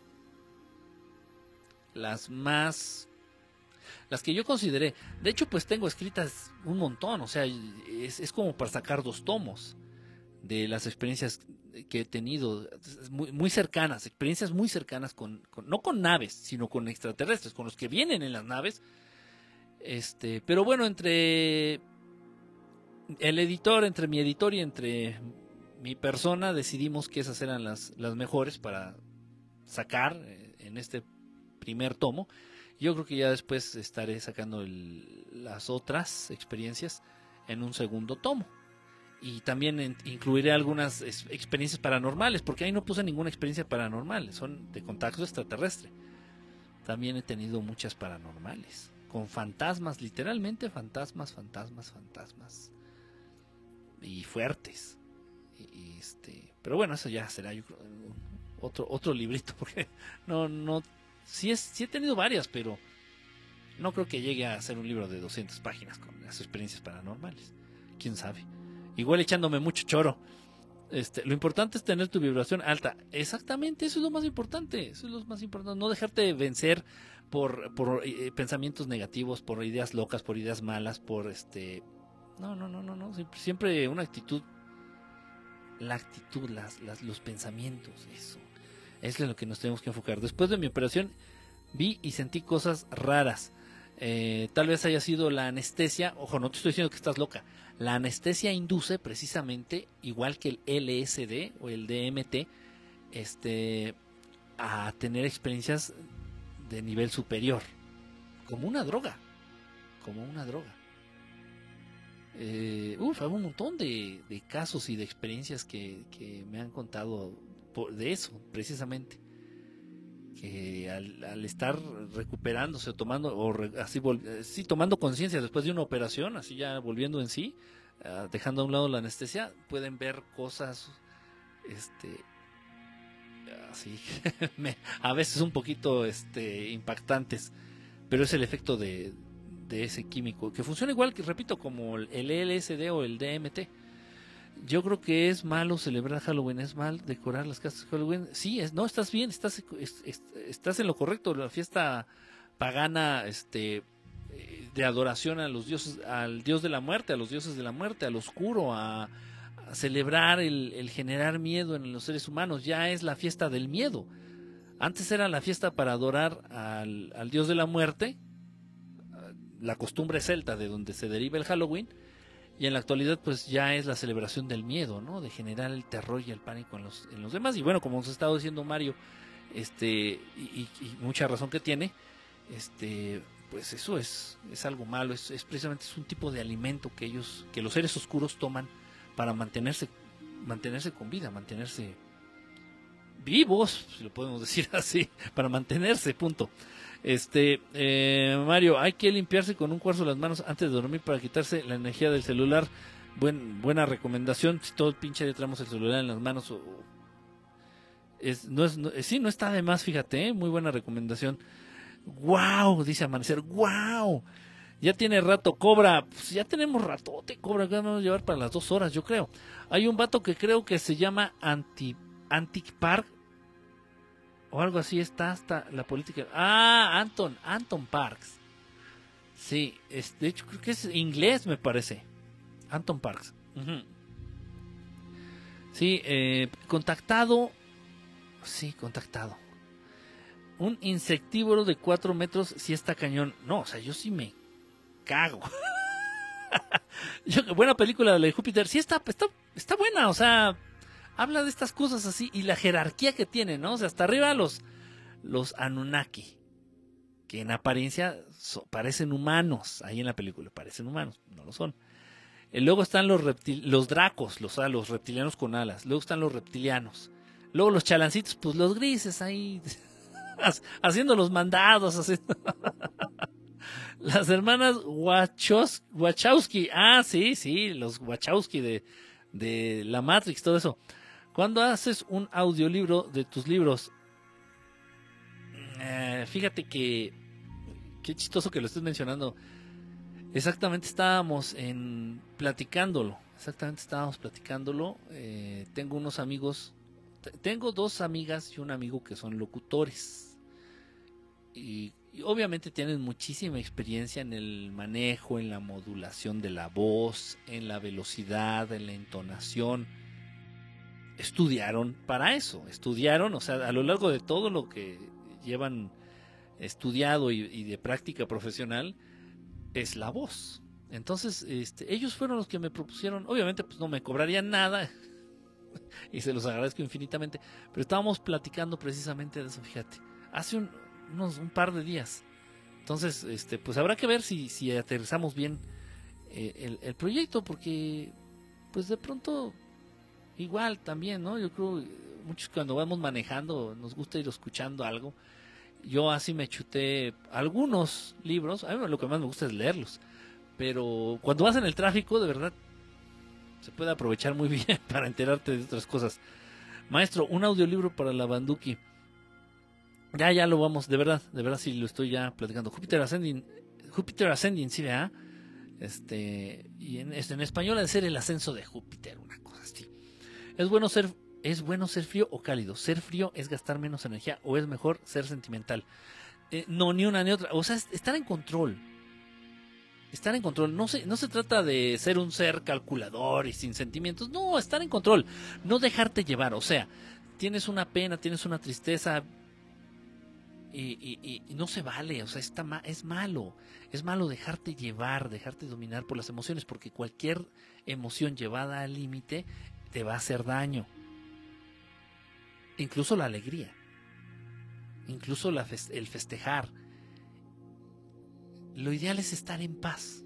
las más... Las que yo consideré. De hecho, pues tengo escritas un montón. O sea, es, es como para sacar dos tomos de las experiencias que he tenido. Muy, muy cercanas. Experiencias muy cercanas con, con... No con naves, sino con extraterrestres. Con los que vienen en las naves. Este, pero bueno, entre... el editor, entre mi editor y entre mi persona, decidimos que esas eran las, las mejores para sacar en este primer tomo. Yo creo que ya después estaré sacando el, las otras experiencias en un segundo tomo. Y también en, incluiré algunas es, experiencias paranormales, porque ahí no puse ninguna experiencia paranormal, son de contacto extraterrestre. También he tenido muchas paranormales, con fantasmas, literalmente fantasmas, fantasmas, fantasmas. Y fuertes. Y este, pero bueno, eso ya será yo creo, otro otro librito, porque no no sí es sí he tenido varias, pero no creo que llegue a ser un libro de doscientas páginas con las experiencias paranormales. Quién sabe. Igual echándome mucho choro. Este, lo importante es tener tu vibración alta. Exactamente, eso es lo más importante. Eso es lo más importante, no dejarte vencer por por eh, pensamientos negativos, por ideas locas, por ideas malas, por este No, no, no, no, no. Siempre, siempre una actitud. La actitud, las, las, los pensamientos, eso. Eso es lo que nos tenemos que enfocar. Después de mi operación, vi y sentí cosas raras. Eh, tal vez haya sido la anestesia. Ojo, no te estoy diciendo que estás loca. La anestesia induce precisamente, igual que el L S D o el D M T, este, a tener experiencias de nivel superior. Como una droga. Como una droga. Eh, uf, hay un montón de, de casos y de experiencias que, que me han contado por, de eso, precisamente. Que al, al estar recuperándose o tomando, o re, así, sí, tomando conciencia después de una operación, así ya volviendo en sí, uh, dejando a un lado la anestesia, pueden ver cosas, este, así, me, a veces un poquito, este, impactantes. pero es el efecto de, de ese químico, que funciona igual que, repito, como el L S D o el D M T. Yo creo que es malo celebrar Halloween, es mal decorar las casas de Halloween. Sí, es, no, estás bien, estás, es, es, estás en lo correcto. La fiesta pagana, este, de adoración a los dioses, al dios de la muerte, a los dioses de la muerte, al oscuro, a, a celebrar el, el generar miedo en los seres humanos, ya es la fiesta del miedo. Antes era la fiesta para adorar al, al dios de la muerte, la costumbre celta de donde se deriva el Halloween. Y en la actualidad pues ya es la celebración del miedo, ¿no? De generar el terror y el pánico en los, en los demás. Y bueno, como nos ha estado diciendo Mario, este, y, y mucha razón que tiene, este, pues eso es, es algo malo, es, es precisamente es un tipo de alimento que ellos, que los seres oscuros toman para mantenerse, mantenerse con vida, mantenerse vivos, si lo podemos decir así, para mantenerse, punto. Este, eh, Mario, hay que limpiarse con un cuarzo las manos antes de dormir para quitarse la energía del celular. Buen, buena recomendación. Si todo el pinche día traemos el celular en las manos, o, es, no es, no, sí, no está de más, fíjate, ¿eh? Muy buena recomendación. Wow, dice Amanecer, wow. Ya tiene rato, Cobra, pues ya tenemos ratote, Cobra, que vamos a llevar para las dos horas, yo creo. Hay un vato que creo que se llama Anti, Antic Park, o algo así, está hasta la política. Ah, Anton, Anton Parks. Sí, es, de hecho creo que es inglés, me parece. Anton Parks. Uh-huh. Sí, eh, contactado. Sí, contactado. Un insectívoro de cuatro metros, sí está cañón. No, o sea, yo sí me cago. yo, buena película de Júpiter. Sí está, está, está buena, o sea... Habla de estas cosas así y la jerarquía que tiene, ¿no? O sea, hasta arriba los, los Anunnaki, que en apariencia so, parecen humanos, ahí en la película parecen humanos, no lo son. Y luego están los reptil, los dracos, los, los reptilianos con alas, luego están los reptilianos, luego los chalancitos, pues los grises ahí, haciendo los mandados, haciendo... Las hermanas Wachos, Wachowski, ah, sí, sí, los Wachowski de, de la Matrix, todo eso. Cuando haces un audiolibro de tus libros, eh, fíjate que qué chistoso que lo estés mencionando. Exactamente estábamos en platicándolo. Exactamente estábamos platicándolo. Eh, tengo unos amigos, t- tengo dos amigas y un amigo que son locutores. Y, y obviamente tienen muchísima experiencia en el manejo, en la modulación de la voz, en la velocidad, en la entonación. Estudiaron para eso, estudiaron, o sea, a lo largo de todo lo que llevan estudiado y, y de práctica profesional es la voz. Entonces, este, ellos fueron los que me propusieron, obviamente pues no me cobrarían nada y se los agradezco infinitamente, pero estábamos platicando precisamente de eso, fíjate, hace un, unos un par de días. Entonces, este, pues habrá que ver si, si aterrizamos bien eh, el, el proyecto, porque pues de pronto igual también, ¿no? Yo creo muchos cuando vamos manejando nos gusta ir escuchando algo. Yo así me chuté algunos libros, a mí lo que más me gusta es leerlos, pero cuando vas en el tráfico, de verdad, se puede aprovechar muy bien para enterarte de otras cosas. Maestro, un audiolibro para la Banduki. Ya, ya lo vamos, de verdad, de verdad sí lo estoy ya platicando. Júpiter Ascending, Júpiter Ascending, sí, ¿verdad? Este, y en, en español ha de ser el ascenso de Júpiter, una cosa así. Es bueno ser, es bueno ser frío o cálido. Ser frío es gastar menos energía o es mejor ser sentimental. Eh, no, ni una ni otra. O sea, estar en control. Estar en control. No se, no se trata de ser un ser calculador y sin sentimientos. No, estar en control. No dejarte llevar. O sea, tienes una pena, tienes una tristeza y, y, y no se vale. O sea, está ma- es malo. Es malo dejarte llevar, dejarte dominar por las emociones, porque cualquier emoción llevada al límite te va a hacer daño. Incluso la alegría, incluso la fest- el festejar. Lo ideal es estar en paz.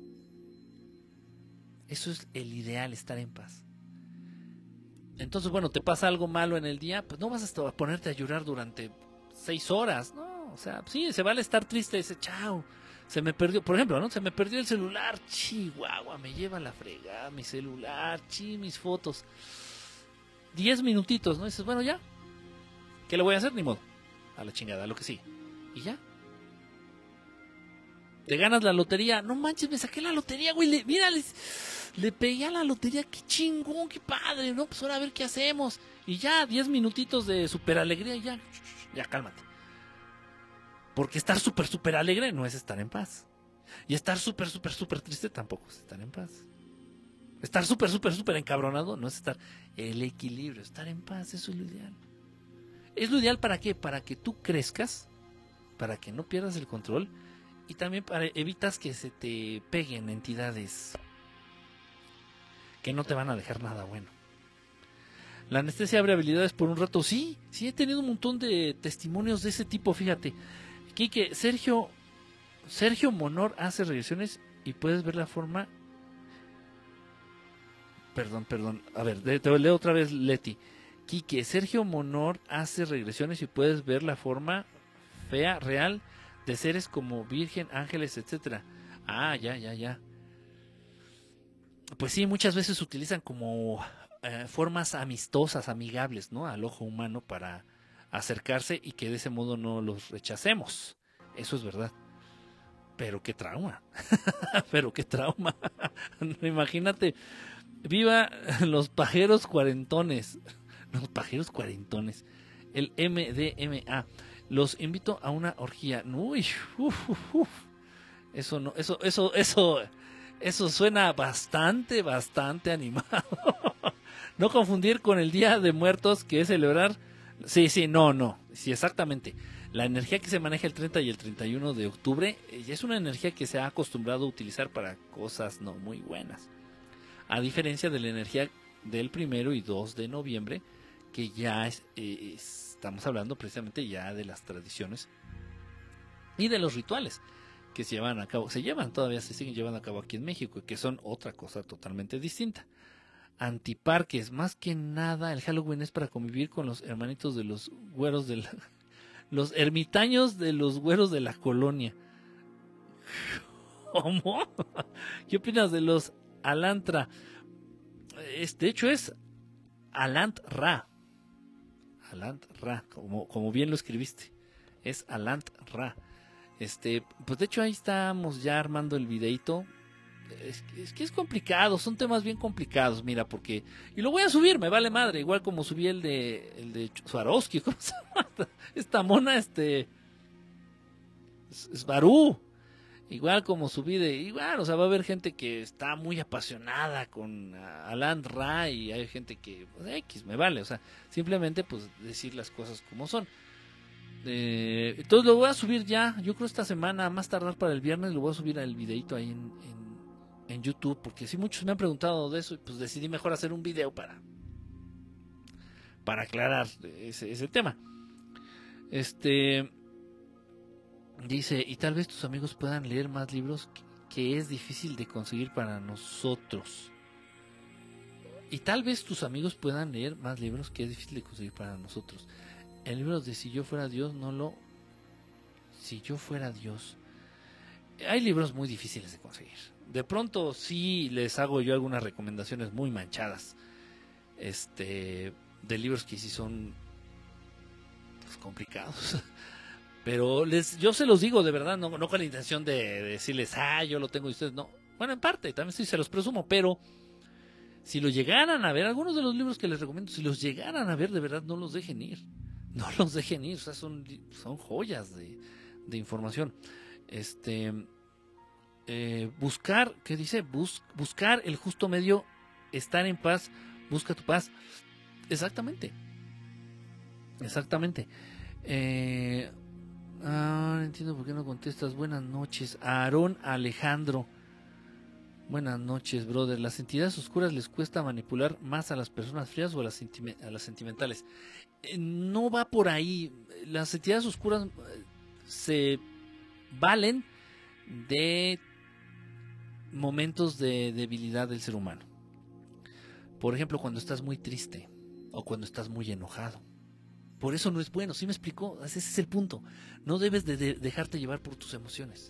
Eso es el ideal, estar en paz. Entonces, bueno, te pasa algo malo en el día, pues no vas a ponerte a llorar durante seis horas, ¿no? O sea, sí, se vale estar triste, dice, chao, se me perdió, por ejemplo, ¿no? Se me perdió el celular, chihuahua, me lleva la fregada, mi celular, chi, mis fotos. Diez minutitos, ¿no? Y dices, bueno, ya, ¿qué le voy a hacer? Ni modo, a la chingada, a lo que sí. Y ya. Te ganas la lotería. No manches, me saqué la lotería, güey. Le, mira, les, le pegué a la lotería. Qué chingón, qué padre. No, pues ahora a ver qué hacemos. Y ya, diez minutitos de super alegría y ya. Ya, cálmate. Porque estar súper, súper alegre no es estar en paz. Y estar súper, súper, súper triste tampoco es estar en paz. Estar súper, súper, súper encabronado no es estar. El equilibrio, estar en paz, eso es lo ideal. ¿Es lo ideal para qué? Para que tú crezcas, para que no pierdas el control y también para evitas que se te peguen entidades que no te van a dejar nada bueno. La anestesia abre habilidades por un rato. Sí, sí he tenido un montón de testimonios de ese tipo, fíjate. Quique, Sergio, Sergio Monor hace regresiones y puedes ver la forma... Perdón, perdón. A ver, te leo otra vez, Leti. Quique, Sergio Monor hace regresiones y puedes ver la forma fea, real, de seres como Virgen, ángeles, etcétera. Ah, ya, ya, ya. Pues sí, muchas veces se utilizan como eh, formas amistosas, amigables, ¿no? Al ojo humano para acercarse y que de ese modo no los rechacemos. Eso es verdad. Pero qué trauma. Pero qué trauma. Imagínate. Viva los pajeros cuarentones. Los pajeros cuarentones. El M D M A. Los invito a una orgía. Uy, uf, uf, uf. Eso no, eso, eso, eso, eso suena bastante, bastante animado. No confundir con el Día de Muertos, que es celebrar. Sí, sí, no, no. Sí, exactamente. La energía que se maneja el treinta y el treinta y uno de octubre es una energía que se ha acostumbrado a utilizar para cosas no muy buenas. A diferencia de la energía del primero y dos de noviembre, que ya es, eh, estamos hablando precisamente ya de las tradiciones y de los rituales que se llevan a cabo, se llevan todavía, se siguen llevando a cabo aquí en México, y que son otra cosa totalmente distinta. Antiparques, más que nada el Halloween es para convivir con los hermanitos de los güeros de la, los ermitaños de los güeros de la colonia. ¿Cómo? ¿Qué opinas de los Alantra? De hecho es Alant-Ra. Alant-Ra, como, como bien lo escribiste. Es Alant-Ra. Este, pues de hecho ahí estamos ya armando el videito. Es, es que es complicado, son temas bien complicados, mira, porque... Y lo voy a subir, me vale madre, igual como subí el de el de Swarovski, ¿cómo se llama? Esta mona, este... Svarú. Igual como subí de... Igual, o sea, va a haber gente que está muy apasionada con Alan Ra y hay gente que... Pues, X, me vale, o sea, simplemente pues decir las cosas como son. Eh, entonces lo voy a subir ya, yo creo esta semana, más tardar para el viernes, lo voy a subir al videito ahí en, en, en YouTube, porque sí muchos me han preguntado de eso y pues decidí mejor hacer un video para para aclarar ese, ese tema. Este dice, y tal vez tus amigos puedan leer más libros que, que es difícil de conseguir para nosotros. Y tal vez tus amigos puedan leer más libros que es difícil de conseguir para nosotros. El libro de Si yo fuera Dios no lo... Si yo fuera Dios... Hay libros muy difíciles de conseguir. De pronto sí les hago yo algunas recomendaciones muy manchadas. Este... De libros que sí son... Pues, complicados. Pero les, yo se los digo de verdad, no, no con la intención de, de decirles, ah, yo lo tengo y ustedes no. Bueno, en parte, también sí se los presumo, pero... Si lo llegaran a ver, algunos de los libros que les recomiendo, si los llegaran a ver, de verdad no los dejen ir. No los dejen ir, o sea, son, son joyas de, de información. Este, eh, buscar, ¿qué dice? Bus, buscar el justo medio, estar en paz, busca tu paz. Exactamente. Exactamente. Eh, ah, no entiendo por qué no contestas. Buenas noches, Aarón Alejandro. Buenas noches, brother. ¿Las entidades oscuras les cuesta manipular más a las personas frías o a las, sentime- a las sentimentales? Eh, no va por ahí. Las entidades oscuras eh, se valen de momentos de debilidad del ser humano. Por ejemplo, cuando estás muy triste o cuando estás muy enojado. Por eso no es bueno, ¿sí me explicó? Ese es el punto. No debes de de dejarte llevar por tus emociones.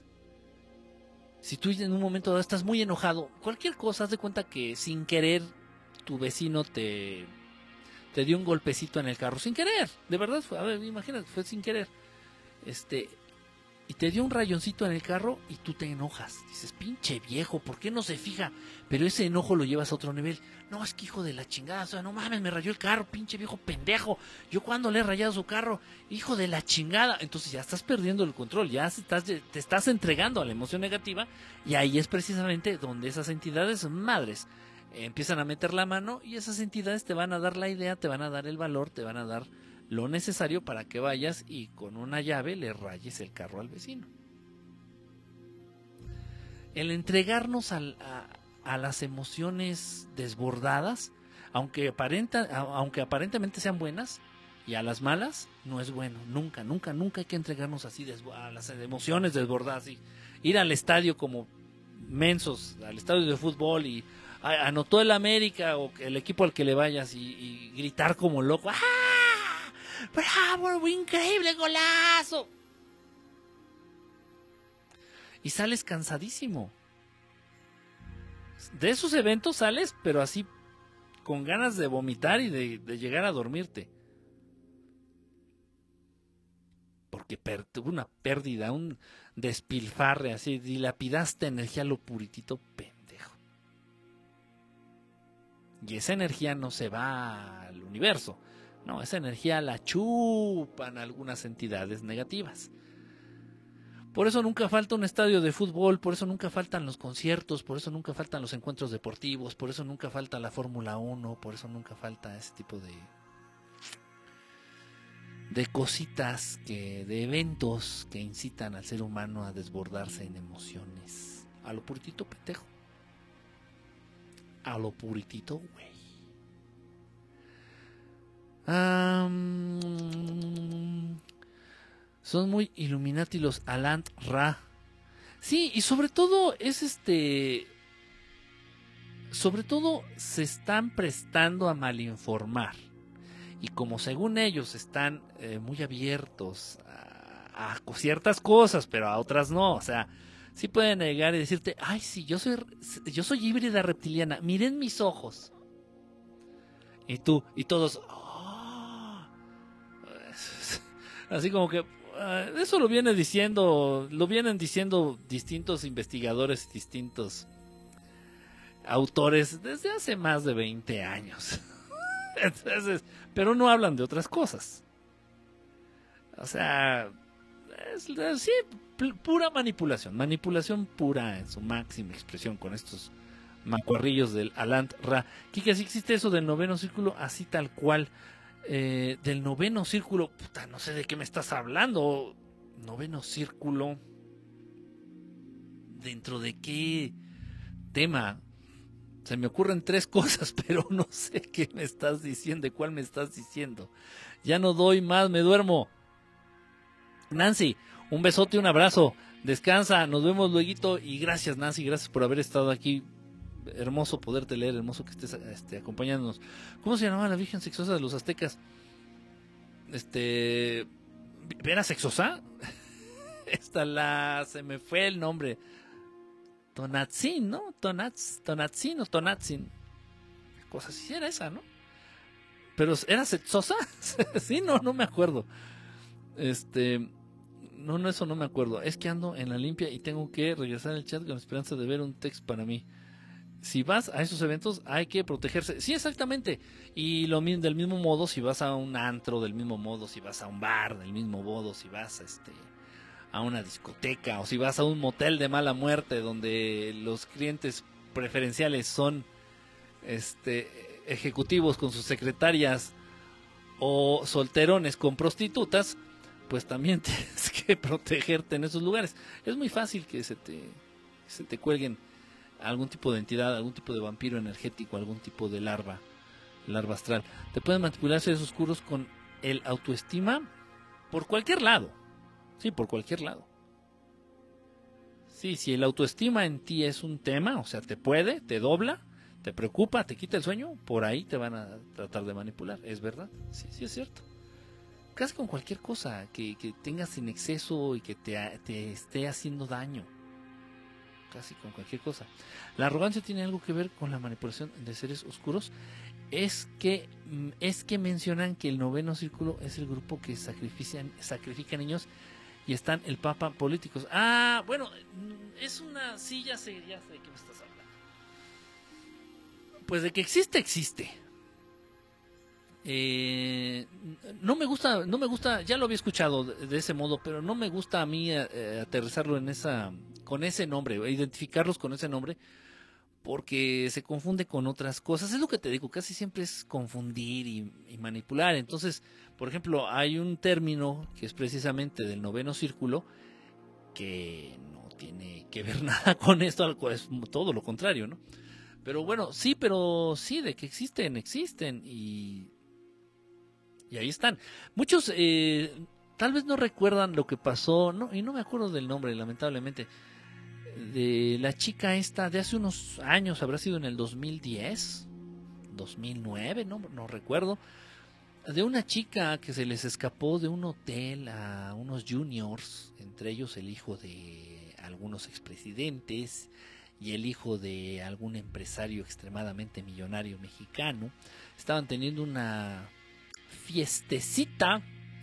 Si tú en un momento dado estás muy enojado, cualquier cosa, haz de cuenta que sin querer tu vecino te, te dio un golpecito en el carro, sin querer, de verdad, fue, a ver, imagínate, fue sin querer. Este, y te dio un rayoncito en el carro y tú te enojas. Dices, pinche viejo, ¿por qué no se fija? Pero ese enojo lo llevas a otro nivel. No, es que hijo de la chingada, o sea, no mames, me rayó el carro, pinche viejo pendejo. Yo cuando le he rayado su carro, hijo de la chingada. Entonces ya estás perdiendo el control, ya estás, te estás entregando a la emoción negativa, y ahí es precisamente donde esas entidades madres eh, empiezan a meter la mano, y esas entidades te van a dar la idea, te van a dar el valor, te van a dar lo necesario para que vayas y con una llave le rayes el carro al vecino. El entregarnos al, a, a las emociones desbordadas, aunque, aparenta, aunque aparentemente sean buenas, y a las malas, no es bueno. Nunca, nunca, nunca hay que entregarnos así a las emociones desbordadas. Y ir al estadio como mensos, al estadio de fútbol, y a, anotó el América o el equipo al que le vayas, y, y gritar como loco. ¡Ah! ¡Bravo! ¡Increíble golazo! Y sales cansadísimo. De esos eventos sales, pero así, con ganas de vomitar y de, de llegar a dormirte. Porque per, tuvo una pérdida, un despilfarre, así, dilapidaste energía a lo puritito pendejo. Y esa energía no se va al universo. No, esa energía la chupan algunas entidades negativas. Por eso nunca falta un estadio de fútbol, por eso nunca faltan los conciertos, por eso nunca faltan los encuentros deportivos, por eso nunca falta la Fórmula uno, por eso nunca falta ese tipo de, de cositas, que, de eventos que incitan al ser humano a desbordarse en emociones. A lo puritito pendejo. A lo puritito, güey. Um, son muy Illuminati los Alant Ra. Sí, y sobre todo es este. Sobre todo se están prestando a malinformar. Y como según ellos están eh, muy abiertos a, a ciertas cosas, pero a otras no. O sea, sí pueden llegar y decirte, ay, sí, yo soy, yo soy híbrida reptiliana. Miren mis ojos. Y tú, y todos. Así como que uh, eso lo viene diciendo, lo vienen diciendo distintos investigadores, distintos autores desde hace más de veinte años. Entonces, pero no hablan de otras cosas. O sea, es, es, sí, pura manipulación, manipulación pura en su máxima expresión con estos macuarrillos del Alant Ra. Kike, ¿sí existe eso del noveno círculo? Así tal cual. Eh, del noveno círculo, puta, no sé de qué me estás hablando. Noveno círculo, ¿dentro de qué tema? Se me ocurren tres cosas, pero no sé qué me estás diciendo, de cuál me estás diciendo. Ya no doy más, me duermo. Nancy, un besote, un abrazo, descansa, nos vemos luego, y gracias Nancy, gracias por haber estado aquí. Hermoso poderte leer, hermoso que estés este, acompañándonos. ¿Cómo se llamaba la Virgen Sexosa de los aztecas? Este, ¿Vera Sexosa? Esta la, se me fue el nombre. Tonatzin, ¿no? Tonatz, Tonatzin o Tonatzin. Cosa así era esa, ¿no? Pero ¿era Sexosa? Sí, no, no me acuerdo. Este, no, no, eso no me acuerdo. Es que ando en la limpia y tengo que regresar al chat con la esperanza de ver un texto para mí. Si vas a esos eventos hay que protegerse. Sí, exactamente. Y lo del mismo modo, si vas a un antro, del mismo modo, si vas a un bar, del mismo modo, si vas a, este, a una discoteca, o si vas a un motel de mala muerte donde los clientes preferenciales son este, ejecutivos con sus secretarias o solterones con prostitutas, pues también tienes que protegerte en esos lugares. Es muy fácil que se te, se te cuelguen algún tipo de entidad, algún tipo de vampiro energético, algún tipo de larva, larva astral. Te pueden manipular seres oscuros con el autoestima por cualquier lado. Sí, por cualquier lado. Sí, si el autoestima en ti es un tema, o sea, te puede, te dobla, te preocupa, te quita el sueño, por ahí te van a tratar de manipular. ¿Es verdad? Sí, sí es cierto. Casi con cualquier cosa que, que tengas en exceso y que te, te esté haciendo daño. Casi con cualquier cosa. La arrogancia tiene algo que ver con la manipulación de seres oscuros. Es que es que mencionan que el noveno círculo es el grupo que sacrifican, sacrifica niños y están el Papa políticos. Ah, bueno, es una... Sí, ya sé, ya sé de qué me estás hablando. Pues de que existe, existe. Eh, no me gusta, no me gusta, ya lo había escuchado de, de ese modo, pero no me gusta a mí eh, aterrizarlo en esa, con ese nombre, identificarlos con ese nombre, porque se confunde con otras cosas. Es lo que te digo, casi siempre es confundir y, y manipular. Entonces, por ejemplo, hay un término que es precisamente del noveno círculo que no tiene que ver nada con esto, es todo lo contrario, ¿no? Pero bueno, sí, pero sí, de que existen, existen y, y ahí están. Muchos eh, tal vez no recuerdan lo que pasó, no, y no me acuerdo del nombre, lamentablemente, de la chica esta de hace unos años, habrá sido en el dos mil diez, dos mil nueve, no, no recuerdo, de una chica que se les escapó de un hotel a unos juniors, entre ellos el hijo de algunos expresidentes y el hijo de algún empresario extremadamente millonario mexicano. Estaban teniendo una fiestecita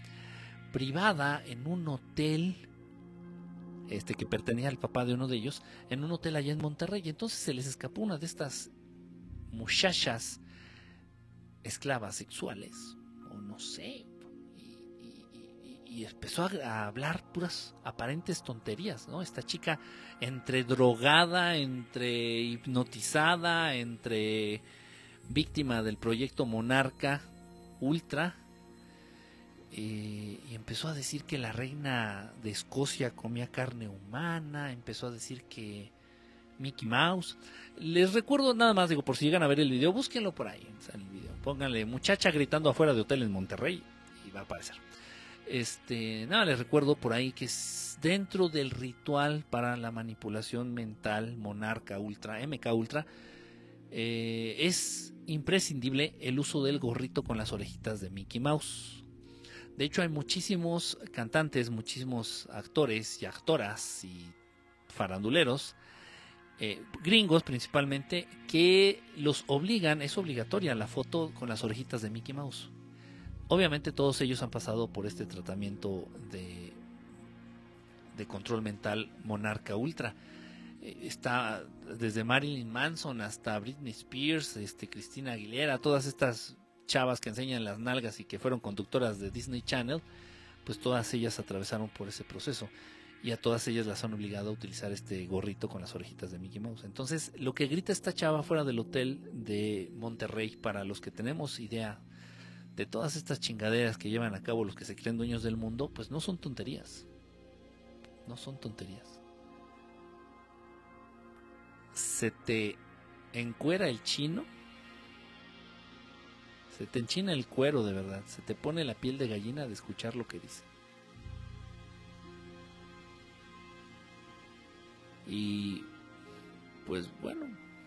privada en un hotel este que pertenecía al papá de uno de ellos, en un hotel allá en Monterrey. Y entonces se les escapó una de estas muchachas esclavas sexuales, o no sé, y, y, y empezó a, a hablar puras aparentes tonterías, ¿no? Esta chica entre drogada, entre hipnotizada, entre víctima del proyecto Monarca Ultra, eh, y empezó a decir que la reina de Escocia comía carne humana, empezó a decir que Mickey Mouse. Les recuerdo nada más, digo, por si llegan a ver el video, búsquenlo por ahí, o sea, el video. Pónganle muchacha gritando afuera de hotel en Monterrey y va a aparecer. Este, nada, les recuerdo por ahí que es dentro del ritual para la manipulación mental Monarca Ultra, M K Ultra, eh, es imprescindible el uso del gorrito con las orejitas de Mickey Mouse. De hecho, hay muchísimos cantantes, muchísimos actores y actoras y faranduleros, eh, gringos principalmente, que los obligan, es obligatoria la foto con las orejitas de Mickey Mouse. Obviamente todos ellos han pasado por este tratamiento de, de control mental Monarca Ultra. Eh, está desde Marilyn Manson hasta Britney Spears, este, Cristina Aguilera, todas estas chavas que enseñan las nalgas y que fueron conductoras de Disney Channel, pues todas ellas atravesaron por ese proceso y a todas ellas las han obligado a utilizar este gorrito con las orejitas de Mickey Mouse. Entonces, lo que grita esta chava fuera del hotel de Monterrey, para los que tenemos idea de todas estas chingaderas que llevan a cabo los que se creen dueños del mundo, pues no son tonterías. No son tonterías. Se te encuera el chino, se te enchina el cuero de verdad, se te pone la piel de gallina de escuchar lo que dice. Y pues bueno,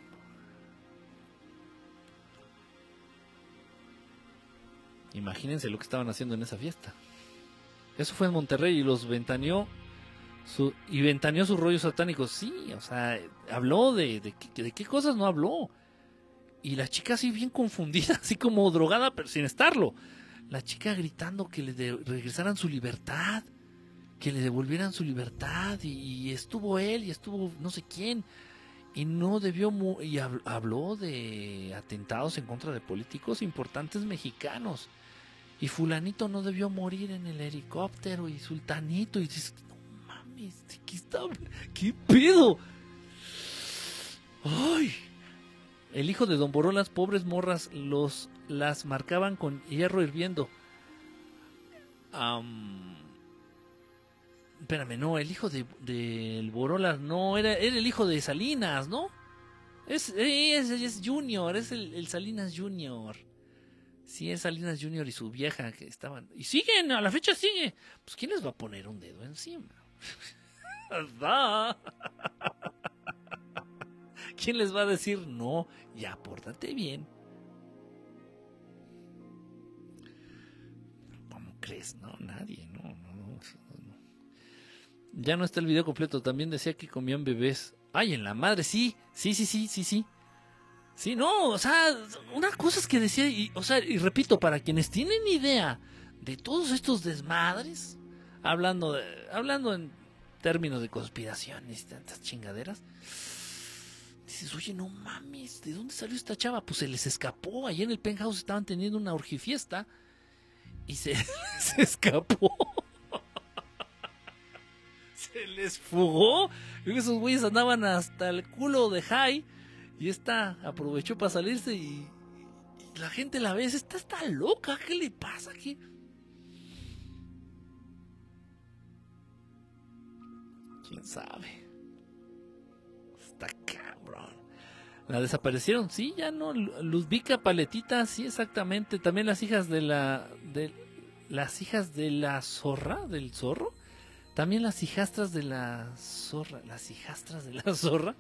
imagínense lo que estaban haciendo en esa fiesta. Eso fue en Monterrey y los ventaneó su, y ventaneó sus rollos satánicos. Sí, o sea, habló de, de, de, de qué cosas no habló. Y la chica así bien confundida, así como drogada, pero sin estarlo. La chica gritando que le de, regresaran su libertad, que le devolvieran su libertad. Y, y estuvo él y estuvo no sé quién. Y no debió, y habló de atentados en contra de políticos importantes mexicanos. Y fulanito no debió morir en el helicóptero y sultanito. Y dices, no mames, ¿qué está? ¿Qué pedo? ¡Ay! El hijo de Don Boró, las pobres morras los las marcaban con hierro hirviendo. Um, espérame, no, el hijo de, de el Borolas no, era, era el hijo de Salinas, ¿no? Es, es, es Junior, es el, el Salinas Junior. Sí, es Salinas Junior y su vieja que estaban. Y siguen, a la fecha sigue. Pues ¿quién les va a poner un dedo encima? Va. ¿Quién les va a decir no? Ya, pórtate bien. ¿Cómo crees? No, nadie, no, no, no, no. Ya no está el video completo. También decía que comían bebés. Ay, en la madre, sí, sí, sí, sí, sí, sí. Sí, no, o sea, una cosa es que decía, y, o sea, y repito, para quienes tienen idea de todos estos desmadres, hablando, de, hablando en términos de conspiraciones y tantas chingaderas. Dices, oye, no mames, ¿de dónde salió esta chava? Pues se les escapó. Allí en el penthouse estaban teniendo una orgifiesta y se les escapó. Se les fugó. Creo que esos güeyes andaban hasta el culo de high y esta aprovechó para salirse y, y la gente la ve. Esta está loca, ¿qué le pasa aquí? ¿Quién sabe? Está cabrón. La desaparecieron, sí, ya no. Luzvica Paletita, sí, exactamente. También las hijas de la, de las hijas de la zorra, del zorro. También las hijastras de la zorra, las hijastras de la zorra.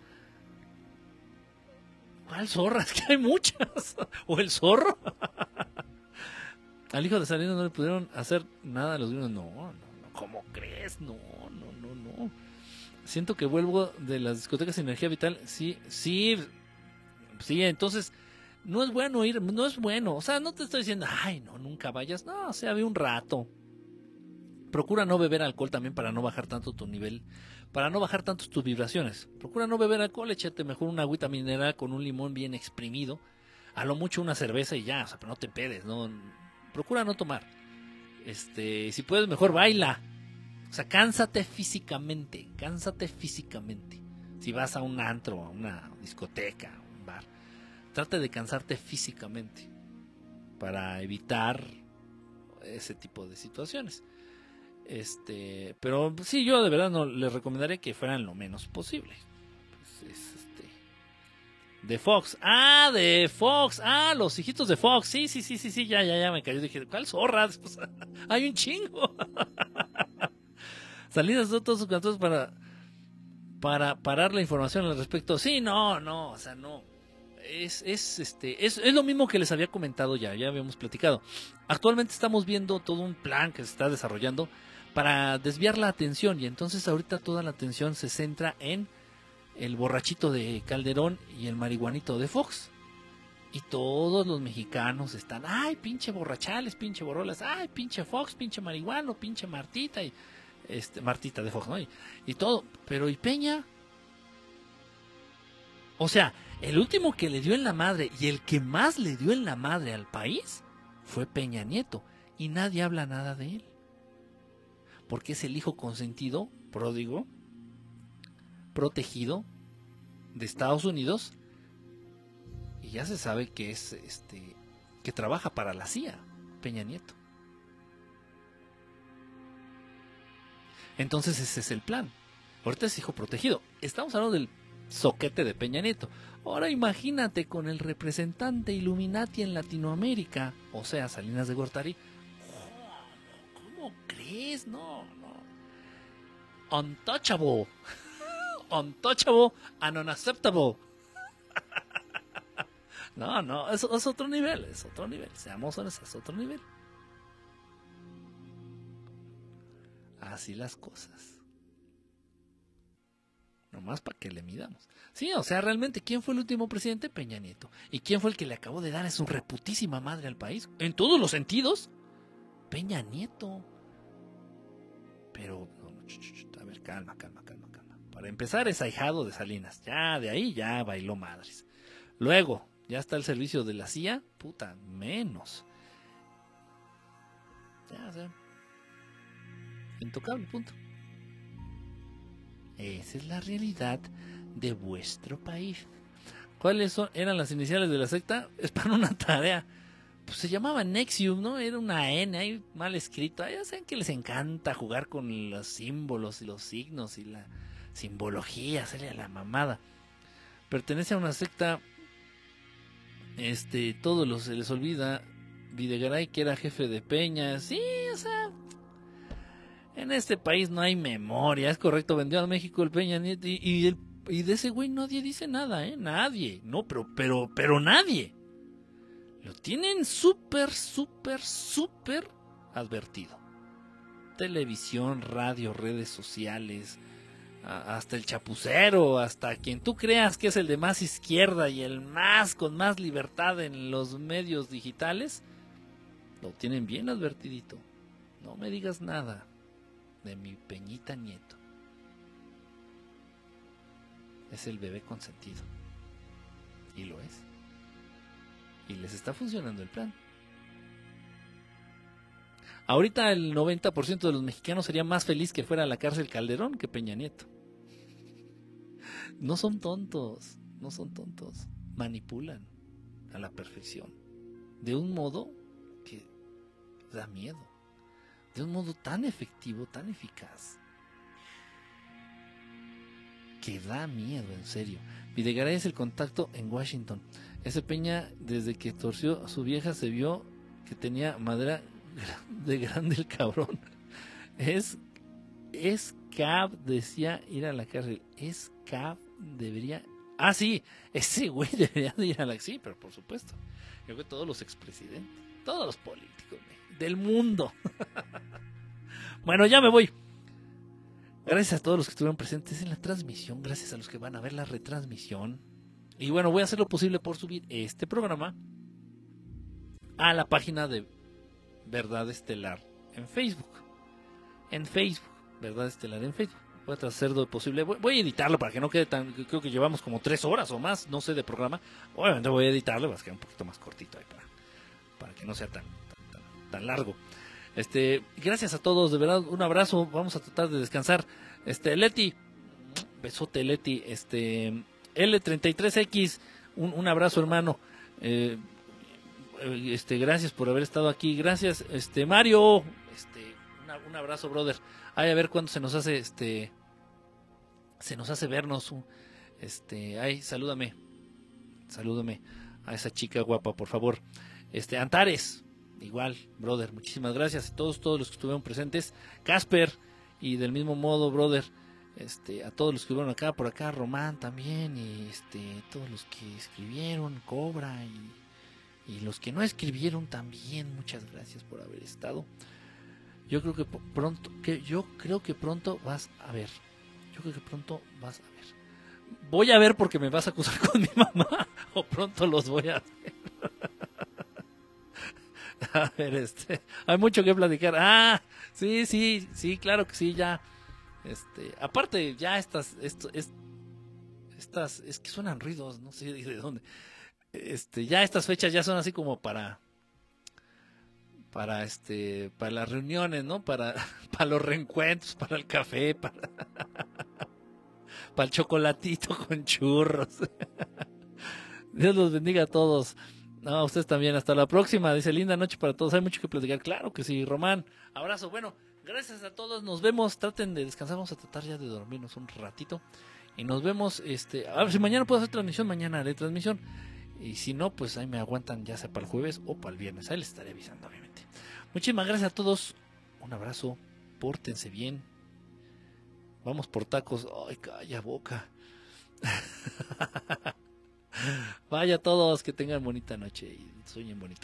¿Cuál zorra? Es que hay muchas. O el zorro. Al hijo de Salinas no le pudieron hacer nada a los niños. No, no, no. ¿Cómo crees? No, no, no, no. Siento que vuelvo de las discotecas de energía vital. Sí, sí, sí, entonces no es bueno ir, no es bueno. O sea, no te estoy diciendo, ay, no, nunca vayas. No, o sea, ve un rato. Procura no beber alcohol también para no bajar tanto tu nivel, para no bajar tanto tus vibraciones. Procura no beber alcohol, échate mejor una agüita mineral con un limón bien exprimido. A lo mucho una cerveza y ya, o sea, pero no te pedes, no. Procura no tomar. Este, si puedes mejor baila. O sea, cánsate físicamente, cánsate físicamente. Si vas a un antro, a una discoteca, a un bar, trata de cansarte físicamente para evitar ese tipo de situaciones. Este, pero sí, yo de verdad no les recomendaría que fueran lo menos posible. Pues es este de Fox. Ah, de Fox. Ah, los hijitos de Fox. Sí, sí, sí, sí, sí, ya, ya, ya me cayó. Dije, ¿cuál zorra? Pues, hay un chingo. Salidas de todos sus cantos para para parar la información al respecto. Sí, no, no, o sea, no. Es, es, este, es, es lo mismo que les había comentado ya, ya habíamos platicado. Actualmente estamos viendo todo un plan que se está desarrollando para desviar la atención y entonces ahorita toda la atención se centra en el borrachito de Calderón y el marihuanito de Fox. Y todos los mexicanos están, ay, pinche borrachales, pinche borrolas, ay, pinche Fox, pinche marihuano, pinche Martita y este Martita de Fox, ¿no? Y, y todo, pero ¿y Peña? O sea, el último que le dio en la madre y el que más le dio en la madre al país fue Peña Nieto y nadie habla nada de él. Porque es el hijo consentido, pródigo, protegido de Estados Unidos y ya se sabe que es este que trabaja para la C I A, Peña Nieto. Entonces ese es el plan. Ahorita es hijo protegido. Estamos hablando del soquete de Peña Nieto. Ahora imagínate con el representante Illuminati en Latinoamérica, o sea, Salinas de Gortari. ¿Cómo, cómo crees? No, no. Untouchable. Untouchable and unacceptable. No, no, eso es otro nivel, es otro nivel. Seamos honestos, es otro nivel. Así las cosas. Nomás para que le midamos. Sí, o sea, realmente, ¿quién fue el último presidente? Peña Nieto. ¿Y quién fue el que le acabó de dar a su reputísima madre al país? En todos los sentidos. Peña Nieto. Pero, a ver, calma, calma, calma, calma. Para empezar, es ahijado de Salinas. Ya, de ahí ya bailó madres. Luego, ya está el servicio de la C I A. Puta, menos. Ya, o sea. Intocable, punto. Esa es la realidad de vuestro país. ¿Cuáles son, eran las iniciales de la secta? Es para una tarea. Pues se llamaba Nexium, ¿no? Era una N ahí mal escrito. Ya saben que les encanta jugar con los símbolos y los signos y la simbología, hacerle a la mamada. Pertenece a una secta. Este, todos los se les olvida. Videgaray, que era jefe de Peña. Sí, o sea. En este país no hay memoria, es correcto, vendió a México el Peña Nieto y, y, el, y de ese güey nadie dice nada, ¿eh? Nadie, no, pero, pero, pero nadie. Lo tienen súper, súper, súper advertido. Televisión, radio, redes sociales, a, hasta el chapucero, hasta quien tú creas que es el de más izquierda y el más, con más libertad en los medios digitales, lo tienen bien advertidito. No me digas nada. de mi Peñita Nieto. Es el bebé consentido. Y lo es. Y les está funcionando el plan. Ahorita el noventa por ciento de los mexicanos sería más feliz que fuera a la cárcel Calderón que Peña Nieto. No son tontos, no son tontos. Manipulan a la perfección. De un modo que da miedo. De un modo tan efectivo, tan eficaz, que da miedo, en serio. Videgaray es el contacto en Washington. Ese Peña, desde que torció a su vieja, se vio que tenía madera de grande el cabrón. Es, es Cab, decía ir a la cárcel. Es Cab, debería... Ah, sí, ese güey debería de ir a la... Sí, pero por supuesto. Yo creo que todos los expresidentes, todos los políticos del mundo. Bueno, ya me voy. Gracias a todos los que estuvieron presentes en la transmisión. Gracias a los que van a ver la retransmisión. Y bueno, voy a hacer lo posible por subir este programa a la página de Verdad Estelar en Facebook. En Facebook, Verdad Estelar en Facebook. Voy a tratar de hacer lo posible. Voy, voy a editarlo para que no quede tan... Creo que llevamos como tres horas o más, no sé, de programa. Obviamente voy a editarlo, va a quedar un poquito más cortito ahí para, para que no sea tan, tan, tan, tan largo. Este, gracias a todos, de verdad, un abrazo. Vamos a tratar de descansar. Este, Leti, besote Leti, este, L treinta y tres X, un, un abrazo, hermano. Eh, este, gracias por haber estado aquí. Gracias, este, Mario, este, una, un abrazo, brother. Ay, a ver cuándo se nos hace, este, se nos hace vernos. Este, ay, salúdame, salúdame a esa chica guapa, por favor. Este, Antares. Igual, brother, muchísimas gracias a todos, todos los que estuvieron presentes. Casper, y del mismo modo, brother, este, a todos los que estuvieron acá, por acá, Román también, y este, todos los que escribieron, Cobra, y, y los que no escribieron también, muchas gracias por haber estado. Yo creo que pronto, que yo creo que pronto vas a ver, yo creo que pronto vas a ver. Voy a ver porque me vas a acusar con mi mamá, o pronto los voy a ver. A ver, este, hay mucho que platicar. Ah, sí, sí, sí, claro que sí, ya. Este, aparte, ya estas, esto, es, estas, es que suenan ruidos, no sé de dónde. Este, ya estas fechas ya son así como para, para este, para las reuniones, ¿no? Para, para los reencuentros, para el café, para, para el chocolatito con churros. Dios los bendiga a todos. No, a ustedes también. Hasta la próxima. Dice, linda noche para todos. Hay mucho que platicar. Claro que sí, Román. Abrazo. Bueno, gracias a todos. Nos vemos. Traten de descansar. Vamos a tratar ya de dormirnos un ratito. Y nos vemos. este A ver si mañana puedo hacer transmisión. Mañana haré transmisión. Y si no, pues ahí me aguantan ya sea para el jueves o para el viernes. Ahí les estaré avisando, obviamente. Muchísimas gracias a todos. Un abrazo. Pórtense bien. Vamos por tacos. Ay, calla boca. Vaya todos, que tengan bonita noche y sueñen bonito.